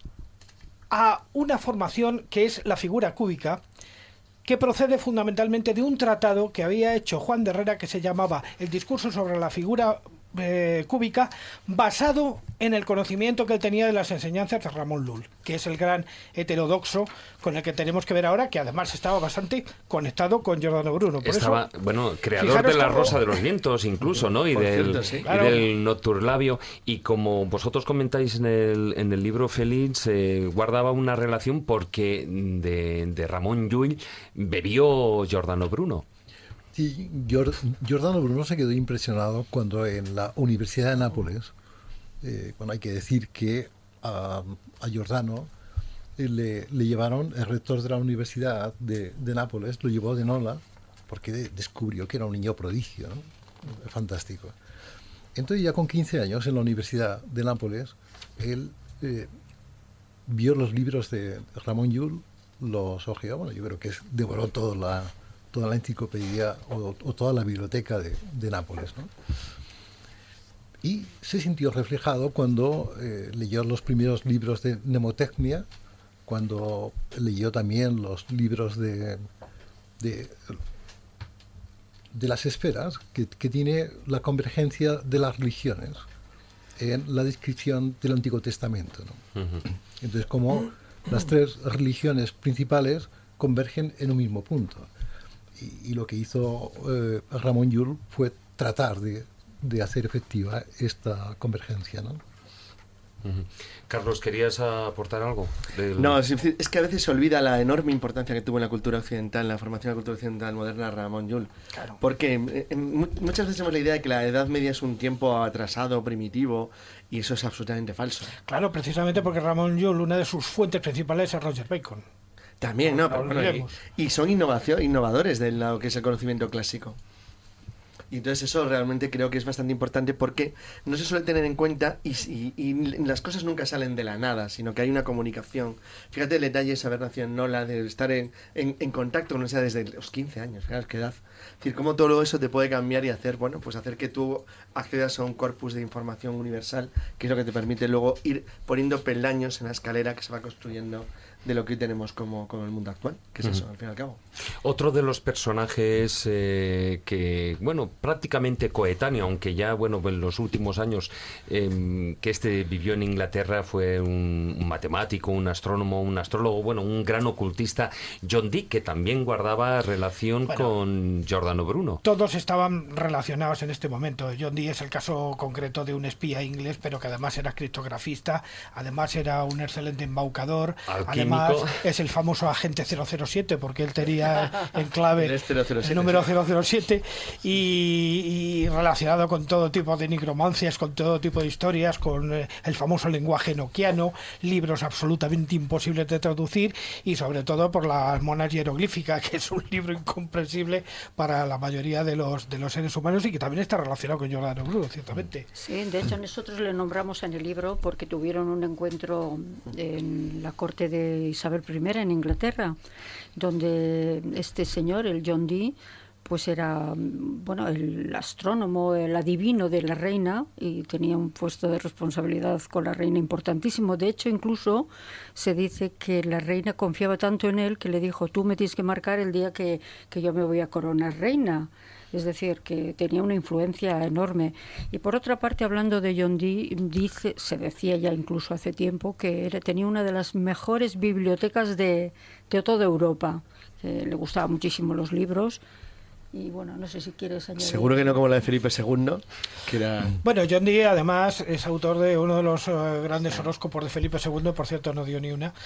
a una formación que es la figura cúbica, que procede fundamentalmente de un tratado que había hecho Juan de Herrera, que se llamaba El discurso sobre la figura cúbica, basado en el conocimiento que él tenía de las enseñanzas de Ramon Llull, que es el gran heterodoxo con el que tenemos que ver ahora, que además estaba bastante conectado con Giordano Bruno. Creador de la Rosa de los Vientos incluso, ¿no? Y del Nocturlabio. Y como vosotros comentáis en el libro, Félix, guardaba una relación porque de Ramon Llull bebió Giordano Bruno. Sí, Giordano Bruno se quedó impresionado cuando en la Universidad de Nápoles, bueno, hay que decir que a Giordano le llevaron, el rector de la Universidad de Nápoles lo llevó de Nola, porque descubrió que era un niño prodigio, ¿no? Fantástico. Entonces ya con 15 años en la Universidad de Nápoles, él vio los libros de Ramon Llull, los hojeó, bueno, yo creo que devoró toda la enciclopedia o toda la biblioteca de Nápoles, ¿no? Y se sintió reflejado cuando leyó los primeros libros de mnemotecnia, cuando leyó también los libros de las esferas, que tiene la convergencia de las religiones en la descripción del Antiguo Testamento, ¿no? Entonces, como las tres religiones principales convergen en un mismo punto. Y lo que hizo Ramon Llull fue tratar de hacer efectiva esta convergencia, ¿no? Carlos, ¿querías aportar algo? No, es que a veces se olvida la enorme importancia que tuvo en la cultura occidental, en la formación de la cultura occidental moderna, Ramon Llull. Claro. Porque muchas veces tenemos la idea de que la Edad Media es un tiempo atrasado, primitivo, y eso es absolutamente falso. Claro, precisamente porque Ramon Llull, una de sus fuentes principales es Roger Bacon. También, ¿no? Pero, bueno, y son innovadores de lo que es el conocimiento clásico. Y entonces eso realmente creo que es bastante importante, porque no se suele tener en cuenta y las cosas nunca salen de la nada, sino que hay una comunicación. Fíjate el detalle de esa haber nacido en Nola, de estar en contacto con esa desde los 15 años, fijaos qué edad. Es decir, cómo todo eso te puede cambiar y hacer, bueno, pues hacer que tú accedas a un corpus de información universal, que es lo que te permite luego ir poniendo peldaños en la escalera que se va construyendo de lo que hoy tenemos como el mundo actual, que es eso, al fin y al cabo. Otro de los personajes que, bueno, prácticamente coetáneo, aunque ya, bueno, en los últimos años que vivió en Inglaterra, fue un matemático, un astrónomo, un astrólogo, bueno, un gran ocultista, John Dee, que también guardaba relación con Giordano Bruno. Todos estaban relacionados en este momento. John Dee es el caso concreto de un espía inglés, pero que además era criptografista, además era un excelente embaucador, además además químico. es el famoso agente 007, porque él tenía en clave El 007, el número 007 y relacionado con todo tipo de nigromancias, con todo tipo de historias, con el famoso lenguaje enoquiano, libros absolutamente imposibles de traducir y sobre todo por las monas jeroglíficas, que es un libro incomprensible para la mayoría de los seres humanos y que también está relacionado con Giordano Bruno, ciertamente. Sí, de hecho nosotros le nombramos en el libro porque tuvieron un encuentro en la corte de Isabel I en Inglaterra, donde este señor, el John Dee, pues era, bueno, el astrónomo, el adivino de la reina y tenía un puesto de responsabilidad con la reina importantísimo. De hecho, incluso se dice que la reina confiaba tanto en él que le dijo: tú me tienes que marcar el día que yo me voy a coronar reina. Es decir, que tenía una influencia enorme. Y por otra parte, hablando de John Dee, se decía ya incluso hace tiempo que tenía una de las mejores bibliotecas de toda Europa. Le gustaban muchísimo los libros. Y bueno, no sé si quieres añadir. Seguro que no como la de Felipe II, que era... Bueno, John Dee además es autor de uno de los grandes horóscopos de Felipe II, por cierto no dio ni una.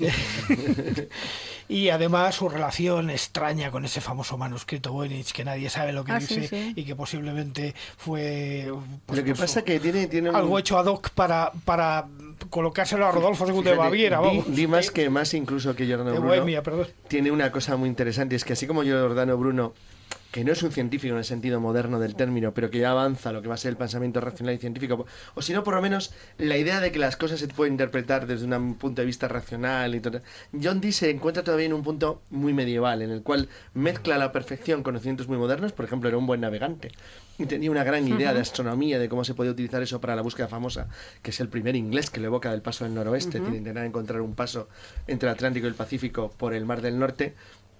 Y además su relación extraña con ese famoso manuscrito Voynich, que nadie sabe lo que dice, sí. y que posiblemente fue pues, lo que pasa que tiene algo hecho ad hoc para colocárselo a Rodolfo II de Baviera. Di más que más incluso que Giordano Bruno. Bohemia, perdón. Tiene una cosa muy interesante, es que así como Giordano Bruno, que no es un científico en el sentido moderno del término, pero que ya avanza lo que va a ser el pensamiento racional y científico, o si no, por lo menos la idea de que las cosas se pueden interpretar desde un punto de vista racional y todo. John Dee se encuentra todavía en un punto muy medieval, en el cual mezcla a la perfección conocimientos muy modernos. Por ejemplo, era un buen navegante y tenía una gran idea de astronomía, de cómo se podía utilizar eso para la búsqueda famosa, que es el primer inglés que lo evoca del paso del noroeste, tiene que intentar encontrar un paso entre el Atlántico y el Pacífico por el Mar del Norte.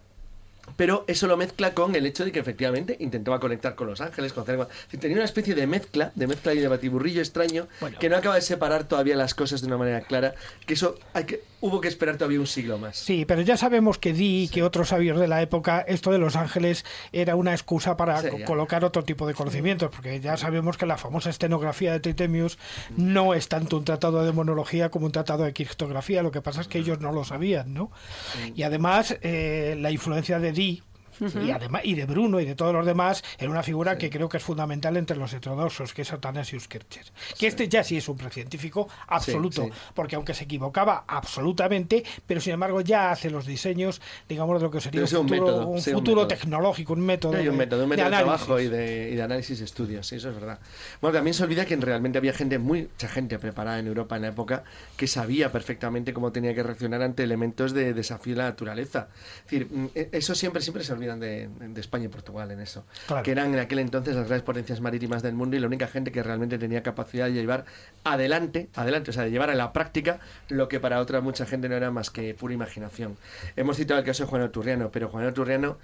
Pero eso lo mezcla con el hecho de que efectivamente intentaba conectar con los ángeles, con tenía una especie de mezcla y de batiburrillo extraño, que no acaba de separar todavía las cosas de una manera clara, que eso hubo que esperar todavía un siglo más. Sí, pero ya sabemos que Dee y que otros sabios de la época, esto de los ángeles era una excusa para colocar otro tipo de conocimientos, porque ya sabemos que la famosa estenografía de Tritemius no es tanto un tratado de demonología como un tratado de criptografía, lo que pasa es que ellos no lo sabían, ¿no? Y además la influencia de Dee y de Bruno y de todos los demás en una figura que creo que es fundamental entre los heterodoxos, que es Athanasius Kircher, que este ya sí es un precientífico absoluto, porque aunque se equivocaba absolutamente, pero sin embargo ya hace los diseños, digamos, de lo que sería un futuro tecnológico, un método de trabajo y de análisis de estudios, sí, eso es verdad. Bueno, también se olvida que realmente había mucha gente preparada en Europa en la época que sabía perfectamente cómo tenía que reaccionar ante elementos de desafío de la naturaleza. Es decir, eso siempre se olvida de España y Portugal en eso, que eran en aquel entonces las grandes potencias marítimas del mundo y la única gente que realmente tenía capacidad de llevar adelante, o sea, de llevar a la práctica lo que para otra mucha gente no era más que pura imaginación. Hemos citado el caso de Juan Turriano, pero Juan Turriano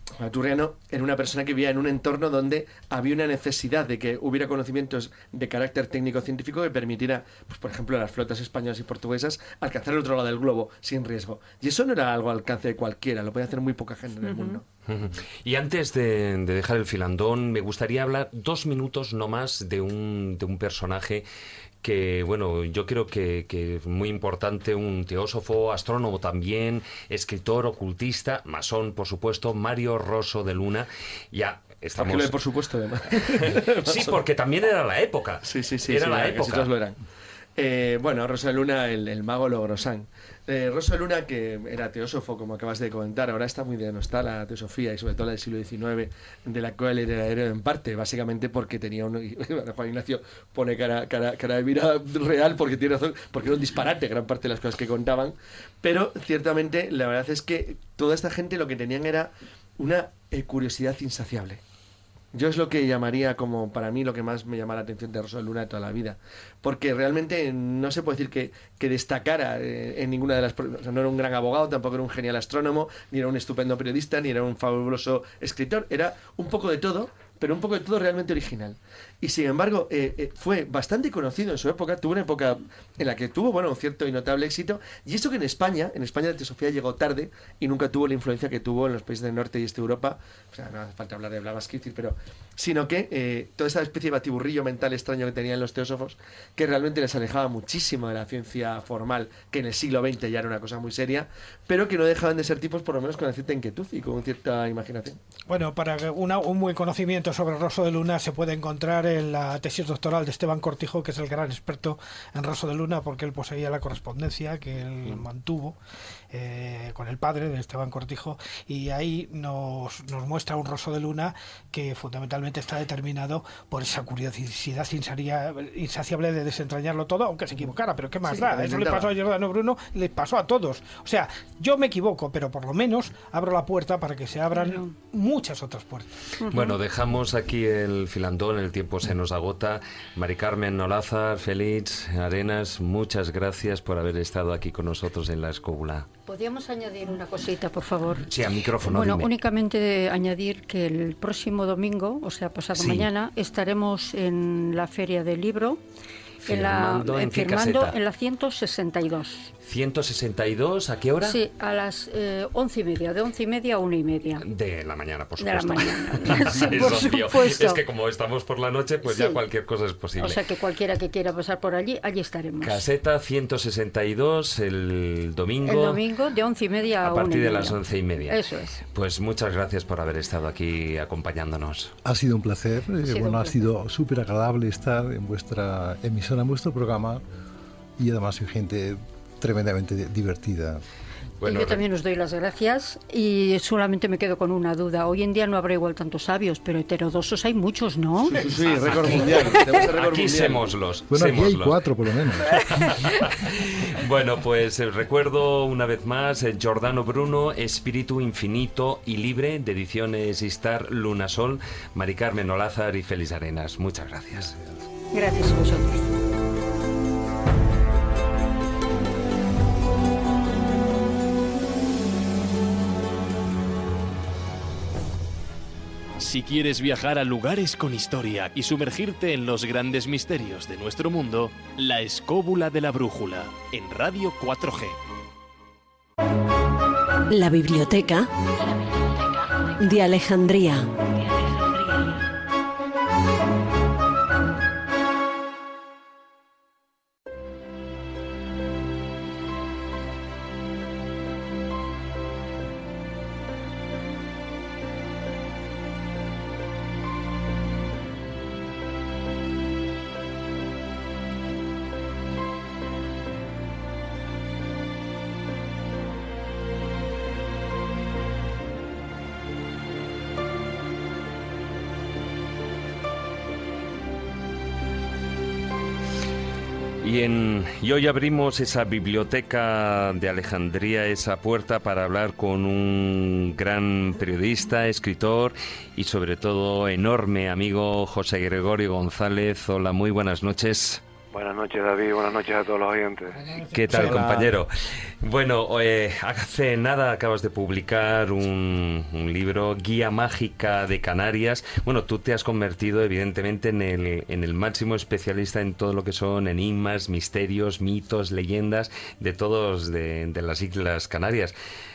era una persona que vivía en un entorno donde había una necesidad de que hubiera conocimientos de carácter técnico-científico que permitiera, pues, por ejemplo, a las flotas españolas y portuguesas alcanzar el otro lado del globo sin riesgo. Y eso no era algo al alcance de cualquiera, lo podía hacer muy poca gente en el mundo. Y antes de dejar el filandón, me gustaría hablar 2 minutos no más de un personaje que, bueno, yo creo que es muy importante, un teósofo, astrónomo también, escritor, ocultista, masón, por supuesto, Mario Rosso de Luna. Ya estamos... Por supuesto, además. Sí, porque también era la época. Sí, era la época. Casi todos lo eran. Bueno, Rosso de Luna, el mago Logrosán. Rosso de Luna, que era teósofo, como acabas de comentar, ahora está muy denostada la teosofía y sobre todo la del siglo XIX, de la cual era heredero en parte, básicamente porque tenía Juan Ignacio pone cara de mira real porque tiene razón, porque era un disparate gran parte de las cosas que contaban, pero ciertamente la verdad es que toda esta gente lo que tenían era una curiosidad insaciable. Yo es lo que llamaría como, para mí, lo que más me llama la atención de Rosso de Luna de toda la vida. Porque realmente no se puede decir que destacara en ninguna de las... O sea, no era un gran abogado, tampoco era un genial astrónomo, ni era un estupendo periodista, ni era un fabuloso escritor. Era un poco de todo, pero un poco de todo realmente original. Y sin embargo, fue bastante conocido en su época, tuvo una época en la que tuvo, bueno, un cierto y notable éxito, y eso que en España la teosofía llegó tarde y nunca tuvo la influencia que tuvo en los países del norte y este de Europa, o sea, no hace falta hablar de Blavatsky, pero sino que toda esa especie de batiburrillo mental extraño que tenían los teósofos, que realmente les alejaba muchísimo de la ciencia formal, que en el siglo XX ya era una cosa muy seria, pero que no dejaban de ser tipos por lo menos con cierta inquietud y con cierta imaginación. Bueno, para un buen conocimiento sobre el rostro de luna se puede encontrar en la tesis doctoral de Esteban Cortijo, que es el gran experto en rostro de luna, porque él poseía la correspondencia que él mantuvo con el padre de Esteban Cortijo, y ahí nos muestra un rostro de luna que fundamentalmente está determinado por esa curiosidad insaciable de desentrañarlo todo, aunque se equivocara, pero qué más da, eso le pasó a Giordano Bruno, le pasó a todos. O sea, yo me equivoco, pero por lo menos abro la puerta para que se abran muchas otras puertas. Bueno, dejamos aquí el filandón, el tiempo se nos agota. Mari Carmen Olázar, Félix Arenas, muchas gracias por haber estado aquí con nosotros en La Escóbula. ¿Podríamos añadir una cosita, por favor? Sí, al micrófono. Bueno, dime. Únicamente añadir que el próximo domingo, o sea, pasado mañana, estaremos en la Feria del Libro, Firmando en la 162. 162, ¿a qué hora? Sí, a las 11:30, de 11:30 a 1:30. De la mañana, por De la supuesto. mañana. Sí, Es por obvio. supuesto. Es que como estamos por la noche, pues ya cualquier cosa es posible. O sea que cualquiera que quiera pasar por allí estaremos. Caseta 162 el domingo. El domingo de 11:30 a 1:30. A partir de las 11:30. Eso es. Pues muchas gracias por haber estado aquí acompañándonos. Ha sido un placer. Ha sido súper agradable estar en vuestra emisora, en vuestro programa, y además soy gente tremendamente divertida. Bueno, yo también os doy las gracias y solamente me quedo con una duda. Hoy en día no habrá igual tantos sabios, pero heterodoxos hay muchos, ¿no? Sí, récord mundial. Aquí sémoslos. Bueno, aquí hay 4 por lo menos. Bueno, pues recuerdo una vez más Giordano Bruno, Espíritu Infinito y Libre, de ediciones Istar, Lunasol, Mari Carmen Olázar y Félix Arenas. Muchas gracias. Gracias a vosotros. Si quieres viajar a lugares con historia y sumergirte en los grandes misterios de nuestro mundo, La Escóbula de la Brújula, en Radio 4G. La biblioteca de Alejandría. Y hoy abrimos esa biblioteca de Alejandría, esa puerta para hablar con un gran periodista, escritor y sobre todo enorme amigo, José Gregorio González. Hola, muy buenas noches. Buenas noches, David. Buenas noches a todos los oyentes. ¿Qué tal, compañero? Bueno, hace nada acabas de publicar un libro, Guía Mágica de Canarias. Bueno, tú te has convertido evidentemente en el máximo especialista en todo lo que son enigmas, misterios, mitos, leyendas de todos de las Islas Canarias.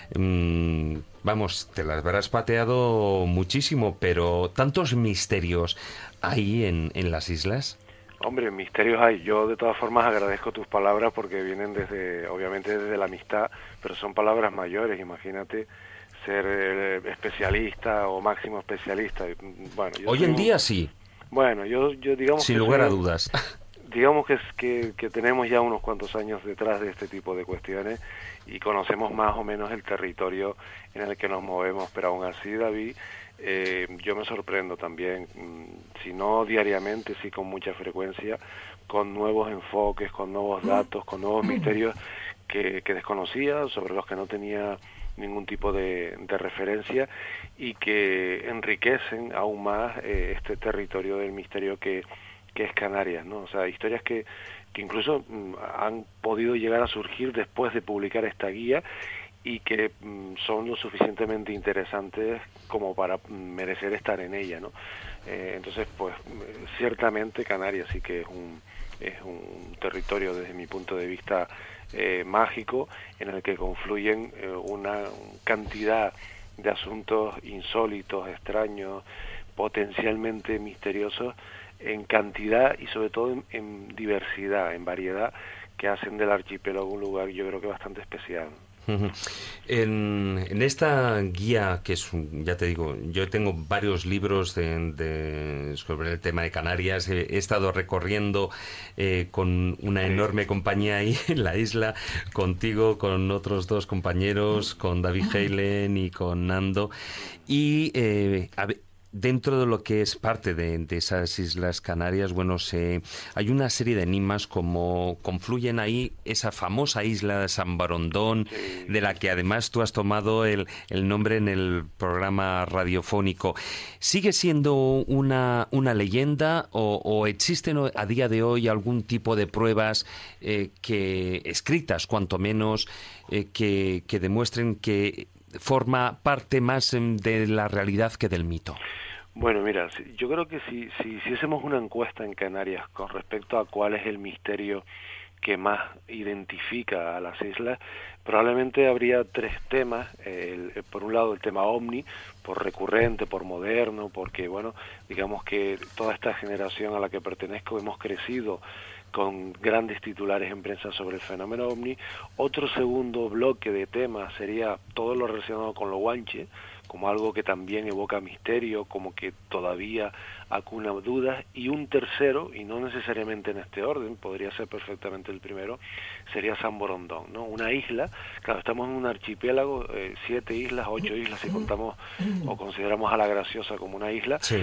Vamos, te las habrás pateado muchísimo, pero ¿tantos misterios hay en las islas? Hombre, misterios hay. Yo de todas formas agradezco tus palabras porque vienen obviamente desde la amistad, pero son palabras mayores. Imagínate ser especialista o máximo especialista. Bueno, hoy en día sí. Bueno, yo digamos sin lugar a dudas. Digamos que tenemos ya unos cuantos años detrás de este tipo de cuestiones y conocemos más o menos el territorio en el que nos movemos, pero aún así, David, yo me sorprendo también, si no diariamente, sí con mucha frecuencia, con nuevos enfoques, con nuevos datos, con nuevos misterios que desconocía, sobre los que no tenía ningún tipo de referencia y que enriquecen aún más este territorio del misterio que es Canarias, ¿no? O sea, historias que incluso han podido llegar a surgir después de publicar esta guía y que son lo suficientemente interesantes como para merecer estar en ella, ¿no? Entonces, pues ciertamente Canarias sí que es un territorio desde mi punto de vista mágico, en el que confluyen una cantidad de asuntos insólitos, extraños, potencialmente misteriosos, en cantidad y sobre todo en diversidad, en variedad, que hacen del archipiélago un lugar, yo creo que bastante especial. En esta guía, que es, ya te digo, yo tengo varios libros sobre el tema de Canarias, he estado recorriendo con una enorme compañía ahí en la isla, contigo, con otros dos compañeros, con David Heilen y con Nando, y dentro de lo que es parte de esas Islas Canarias, bueno, hay una serie de enigmas, como confluyen ahí esa famosa isla de San Borondón, de la que además tú has tomado el nombre en el programa radiofónico. ¿Sigue siendo una leyenda o existen a día de hoy algún tipo de pruebas escritas, cuanto menos, que demuestren que forma parte más de la realidad que del mito? Bueno, mira, yo creo que si hiciésemos una encuesta en Canarias con respecto a cuál es el misterio que más identifica a las islas, probablemente habría tres temas. Por un lado, el tema ovni, por recurrente, por moderno, porque, bueno, digamos que toda esta generación a la que pertenezco hemos crecido con grandes titulares en prensa sobre el fenómeno ovni. Otro segundo bloque de temas sería todo lo relacionado con lo guanche, como algo que también evoca misterio, como que todavía acuna dudas. Y un tercero, y no necesariamente en este orden, podría ser perfectamente el primero, sería San Borondón, ¿no? Una isla, claro, estamos en un archipiélago, 7 islas, 8 islas si contamos o consideramos a La Graciosa como una isla. Sí.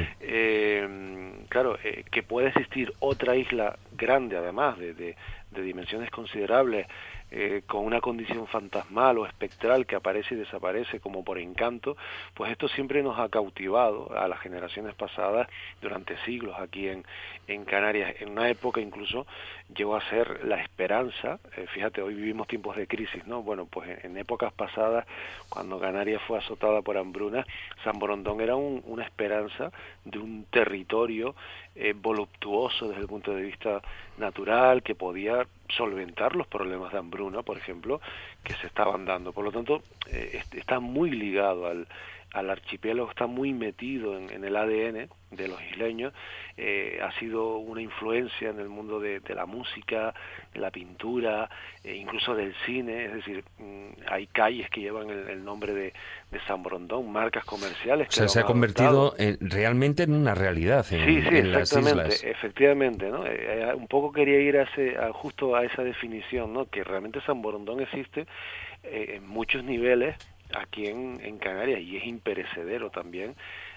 Claro, que puede existir otra isla grande, además de dimensiones considerables, con una condición fantasmal o espectral que aparece y desaparece como por encanto, pues esto siempre nos ha cautivado a las generaciones pasadas durante siglos aquí en Canarias. En una época incluso llegó a ser la esperanza. Fíjate, hoy vivimos tiempos de crisis, ¿no? Bueno, pues en épocas pasadas, cuando Canarias fue azotada por hambruna, San Borondón era una esperanza de un territorio voluptuoso desde el punto de vista natural, que podía solventar los problemas de hambruna, por ejemplo, que se estaban dando. Por lo tanto, está muy ligado al archipiélago, está muy metido en el ADN de los isleños. Ha sido una influencia en el mundo de la música, de la pintura, incluso del cine. Es decir, hay calles que llevan el nombre de San Borondón, marcas comerciales. O sea, se ha convertido realmente en una realidad en las islas. Efectivamente, ¿no? Un poco quería ir justo a esa definición, ¿no? Que realmente San Borondón existe en muchos niveles aquí en Canarias, y es imperecedero también,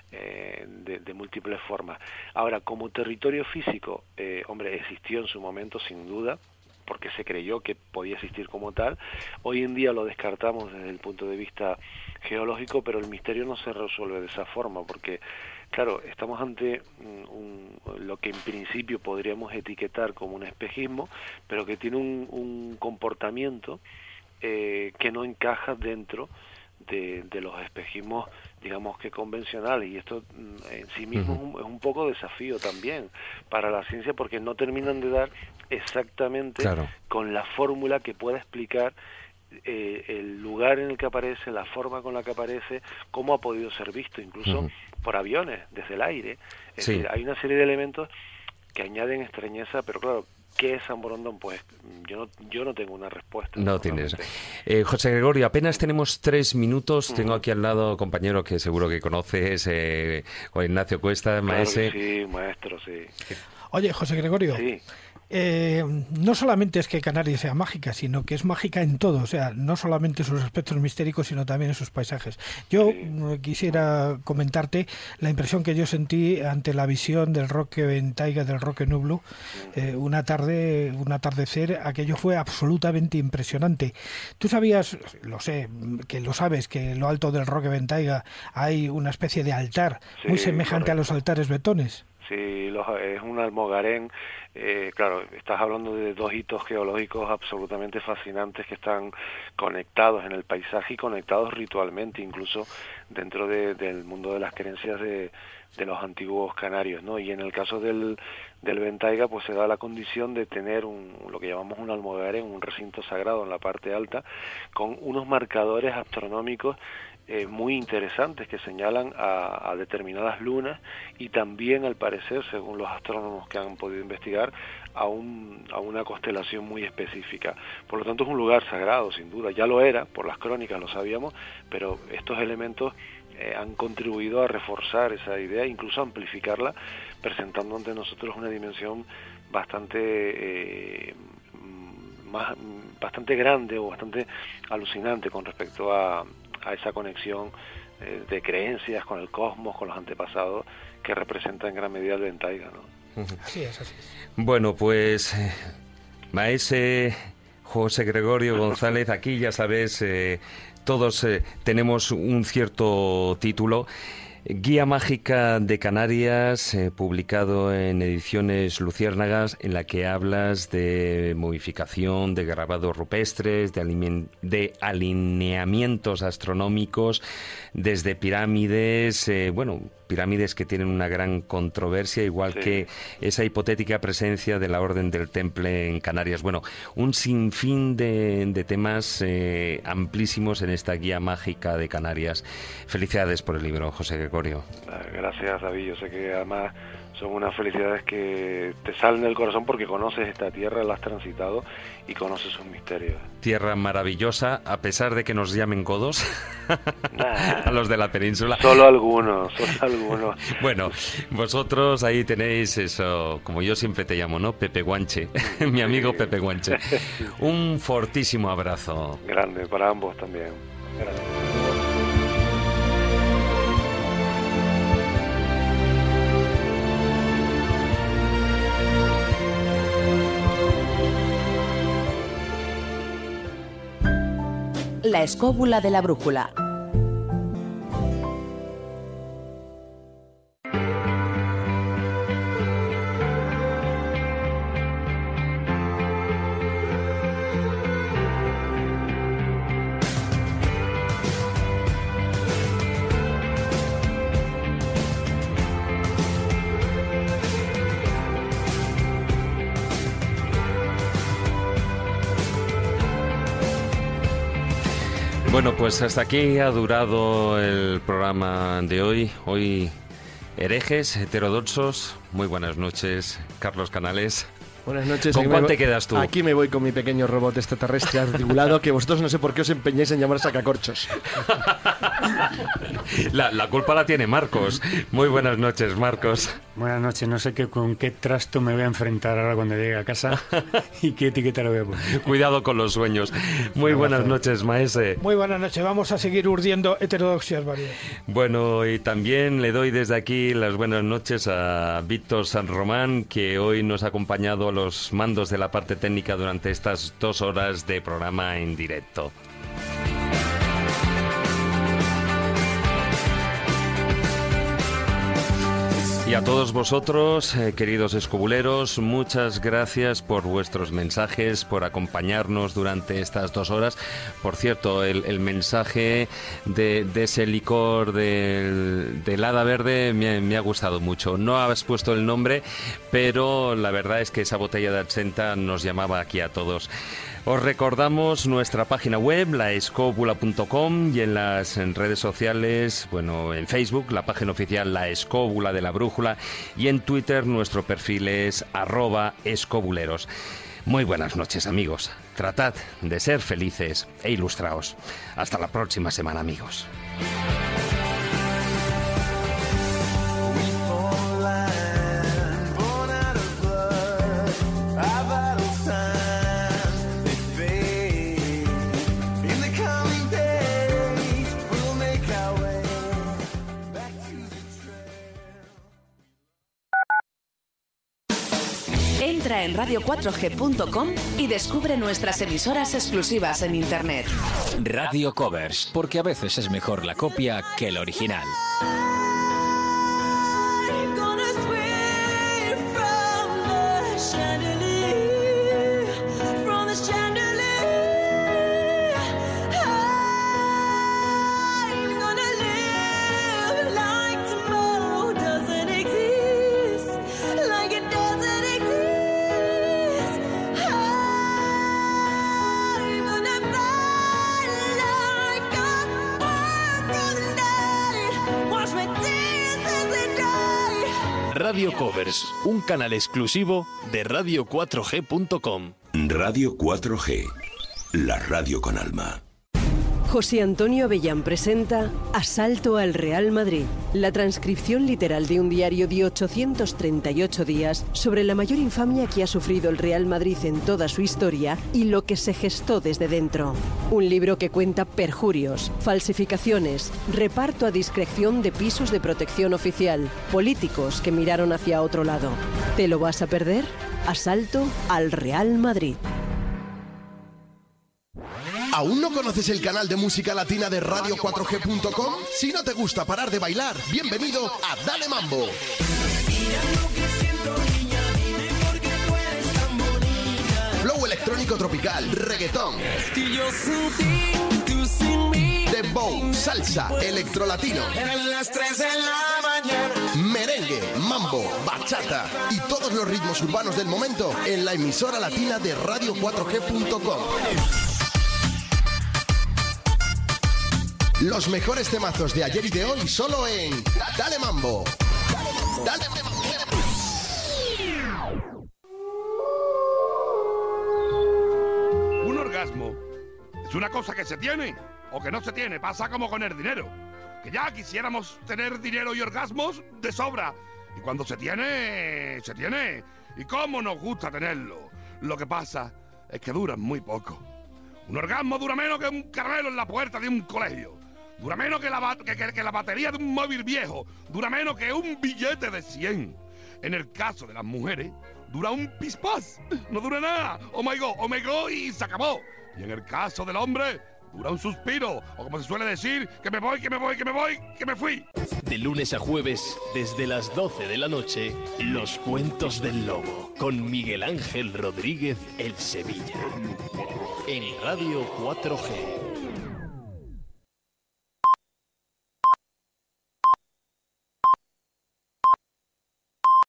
de múltiples formas. Ahora, como territorio físico, hombre, existió en su momento sin duda, porque se creyó que podía existir como tal. Hoy en día lo descartamos desde el punto de vista geológico, pero el misterio no se resuelve de esa forma, porque claro, estamos ante lo que en principio podríamos etiquetar como un espejismo, pero que tiene un comportamiento que no encaja dentro de los espejismos, digamos que convencionales, y esto en sí mismo es un poco desafío también para la ciencia, porque no terminan de dar exactamente con la fórmula que pueda explicar el lugar en el que aparece, la forma con la que aparece, cómo ha podido ser visto, incluso por aviones, desde el aire. Es decir, hay una serie de elementos que añaden extrañeza, pero claro, ¿qué es San Borondón? Pues yo no tengo una respuesta. No tienes. José Gregorio, apenas tenemos 3 minutos. Tengo aquí al lado compañero que seguro que conoces, Juan Ignacio Cuesta, maese. Claro que sí, maestro, sí. Oye, José Gregorio. Sí. No solamente es que Canarias sea mágica, sino que es mágica en todo, o sea, no solamente sus aspectos mistéricos, sino también en sus paisajes. Yo quisiera comentarte la impresión que yo sentí ante la visión del Roque Ventaiga, del Roque Nublu, un atardecer, aquello fue absolutamente impresionante. Tú sabías, lo sé, que lo sabes, que en lo alto del Roque Ventaiga hay una especie de altar muy semejante a los altares betones. es un almogarén. Claro, estás hablando de dos hitos geológicos absolutamente fascinantes que están conectados en el paisaje y conectados ritualmente, incluso dentro del mundo de las creencias de los antiguos canarios, ¿no? Y en el caso del Ventaiga, pues se da la condición de tener lo que llamamos un almogarén, un recinto sagrado en la parte alta, con unos marcadores astronómicos muy interesantes que señalan a determinadas lunas y también, al parecer, según los astrónomos que han podido investigar, a una constelación muy específica. Por lo tanto, es un lugar sagrado, sin duda. Ya lo era, por las crónicas lo sabíamos, pero estos elementos han contribuido a reforzar esa idea, incluso a amplificarla, presentando ante nosotros una dimensión bastante grande o bastante alucinante con respecto a esa conexión de creencias con el cosmos, con los antepasados, que representa en gran medida el Ventaiga, ¿no? Así es. Bueno, pues maese José Gregorio González, aquí ya sabes, todos tenemos un cierto título. Guía Mágica de Canarias, publicado en Ediciones Luciérnagas, en la que hablas de momificación, de grabados rupestres, de alineamientos astronómicos, desde pirámides, pirámides que tienen una gran controversia, igual que esa hipotética presencia de la Orden del Temple en Canarias. Bueno, un sinfín de temas amplísimos en esta Guía Mágica de Canarias. Felicidades por el libro, José Gregorio. Gracias, David. Yo sé que además son unas felicidades que te salen del corazón porque conoces esta tierra, la has transitado y conoces sus misterios. Tierra maravillosa, a pesar de que nos llamen godos a los de la península. Solo algunos. Bueno, vosotros ahí tenéis eso, como yo siempre te llamo, ¿no? Pepe Guanche, mi amigo Pepe Guanche. Un fortísimo abrazo. Grande, para ambos también. Gracias. La escóbula de la brújula. Bueno, pues hasta aquí ha durado el programa de hoy. Hoy, herejes, heterodoxos. Muy buenas noches, Carlos Canales. Buenas noches. ¿Con cuál te quedas tú? Aquí me voy con mi pequeño robot extraterrestre articulado, que vosotros no sé por qué os empeñáis en llamar sacacorchos. La culpa la tiene Marcos. Muy buenas noches, Marcos. Buenas noches. No sé con qué trasto me voy a enfrentar ahora cuando llegue a casa y qué etiqueta le voy a poner. Cuidado con los sueños. Muy buenas noches, maese. Muy buenas noches. Vamos a seguir urdiendo heterodoxias varias. Bueno, y también le doy desde aquí las buenas noches a Víctor San Román, que hoy nos ha acompañado a los mandos de la parte técnica durante estas 2 horas de programa en directo. Y a todos vosotros, queridos escobuleros, muchas gracias por vuestros mensajes, por acompañarnos durante estas 2 horas. Por cierto, el mensaje de ese licor del hada verde me ha gustado mucho. No has puesto el nombre, pero la verdad es que esa botella de absenta nos llamaba aquí a todos. Os recordamos nuestra página web, laescóbula.com, y en las redes sociales, en Facebook, la página oficial La Escóbula de la Brújula, y en Twitter nuestro perfil es @escobuleros. Muy buenas noches, amigos. Tratad de ser felices e ilustraos. Hasta la próxima semana, amigos. Entra en radio4g.com y descubre nuestras emisoras exclusivas en Internet. Radio Covers, porque a veces es mejor la copia que el original. Gonna swim Radio Covers, un canal exclusivo de radio4g.com. Radio 4G, la radio con alma. José Antonio Avellán presenta Asalto al Real Madrid, la transcripción literal de un diario de 838 días sobre la mayor infamia que ha sufrido el Real Madrid en toda su historia y lo que se gestó desde dentro. Un libro que cuenta perjurios, falsificaciones, reparto a discreción de pisos de protección oficial, políticos que miraron hacia otro lado. ¿Te lo vas a perder? Asalto al Real Madrid. ¿Aún no conoces el canal de música latina de radio4g.com? Si no te gusta parar de bailar, bienvenido a Dale Mambo. Flow electrónico tropical, reggaetón, dembow, salsa, electrolatino, merengue, mambo, bachata y todos los ritmos urbanos del momento en la emisora latina de radio4g.com. Los mejores temazos de ayer y de hoy solo en Dale Mambo. Dale Mambo. Un orgasmo es una cosa que se tiene o que no se tiene. Pasa como con el dinero. Que ya quisiéramos tener dinero y orgasmos de sobra. Y cuando se tiene, se tiene. Y cómo nos gusta tenerlo. Lo que pasa es que duran muy poco. Un orgasmo dura menos que un caramelo en la puerta de un colegio. Dura menos que la batería de un móvil viejo. Dura menos que un billete de 100. En el caso de las mujeres, dura un pispás. No dura nada. Oh my God, y se acabó. Y en el caso del hombre, dura un suspiro. O como se suele decir, que me voy, que me fui. De lunes a jueves, desde las 12 de la noche, Los Cuentos del Lobo, con Miguel Ángel Rodríguez, el Sevilla. En Radio 4G.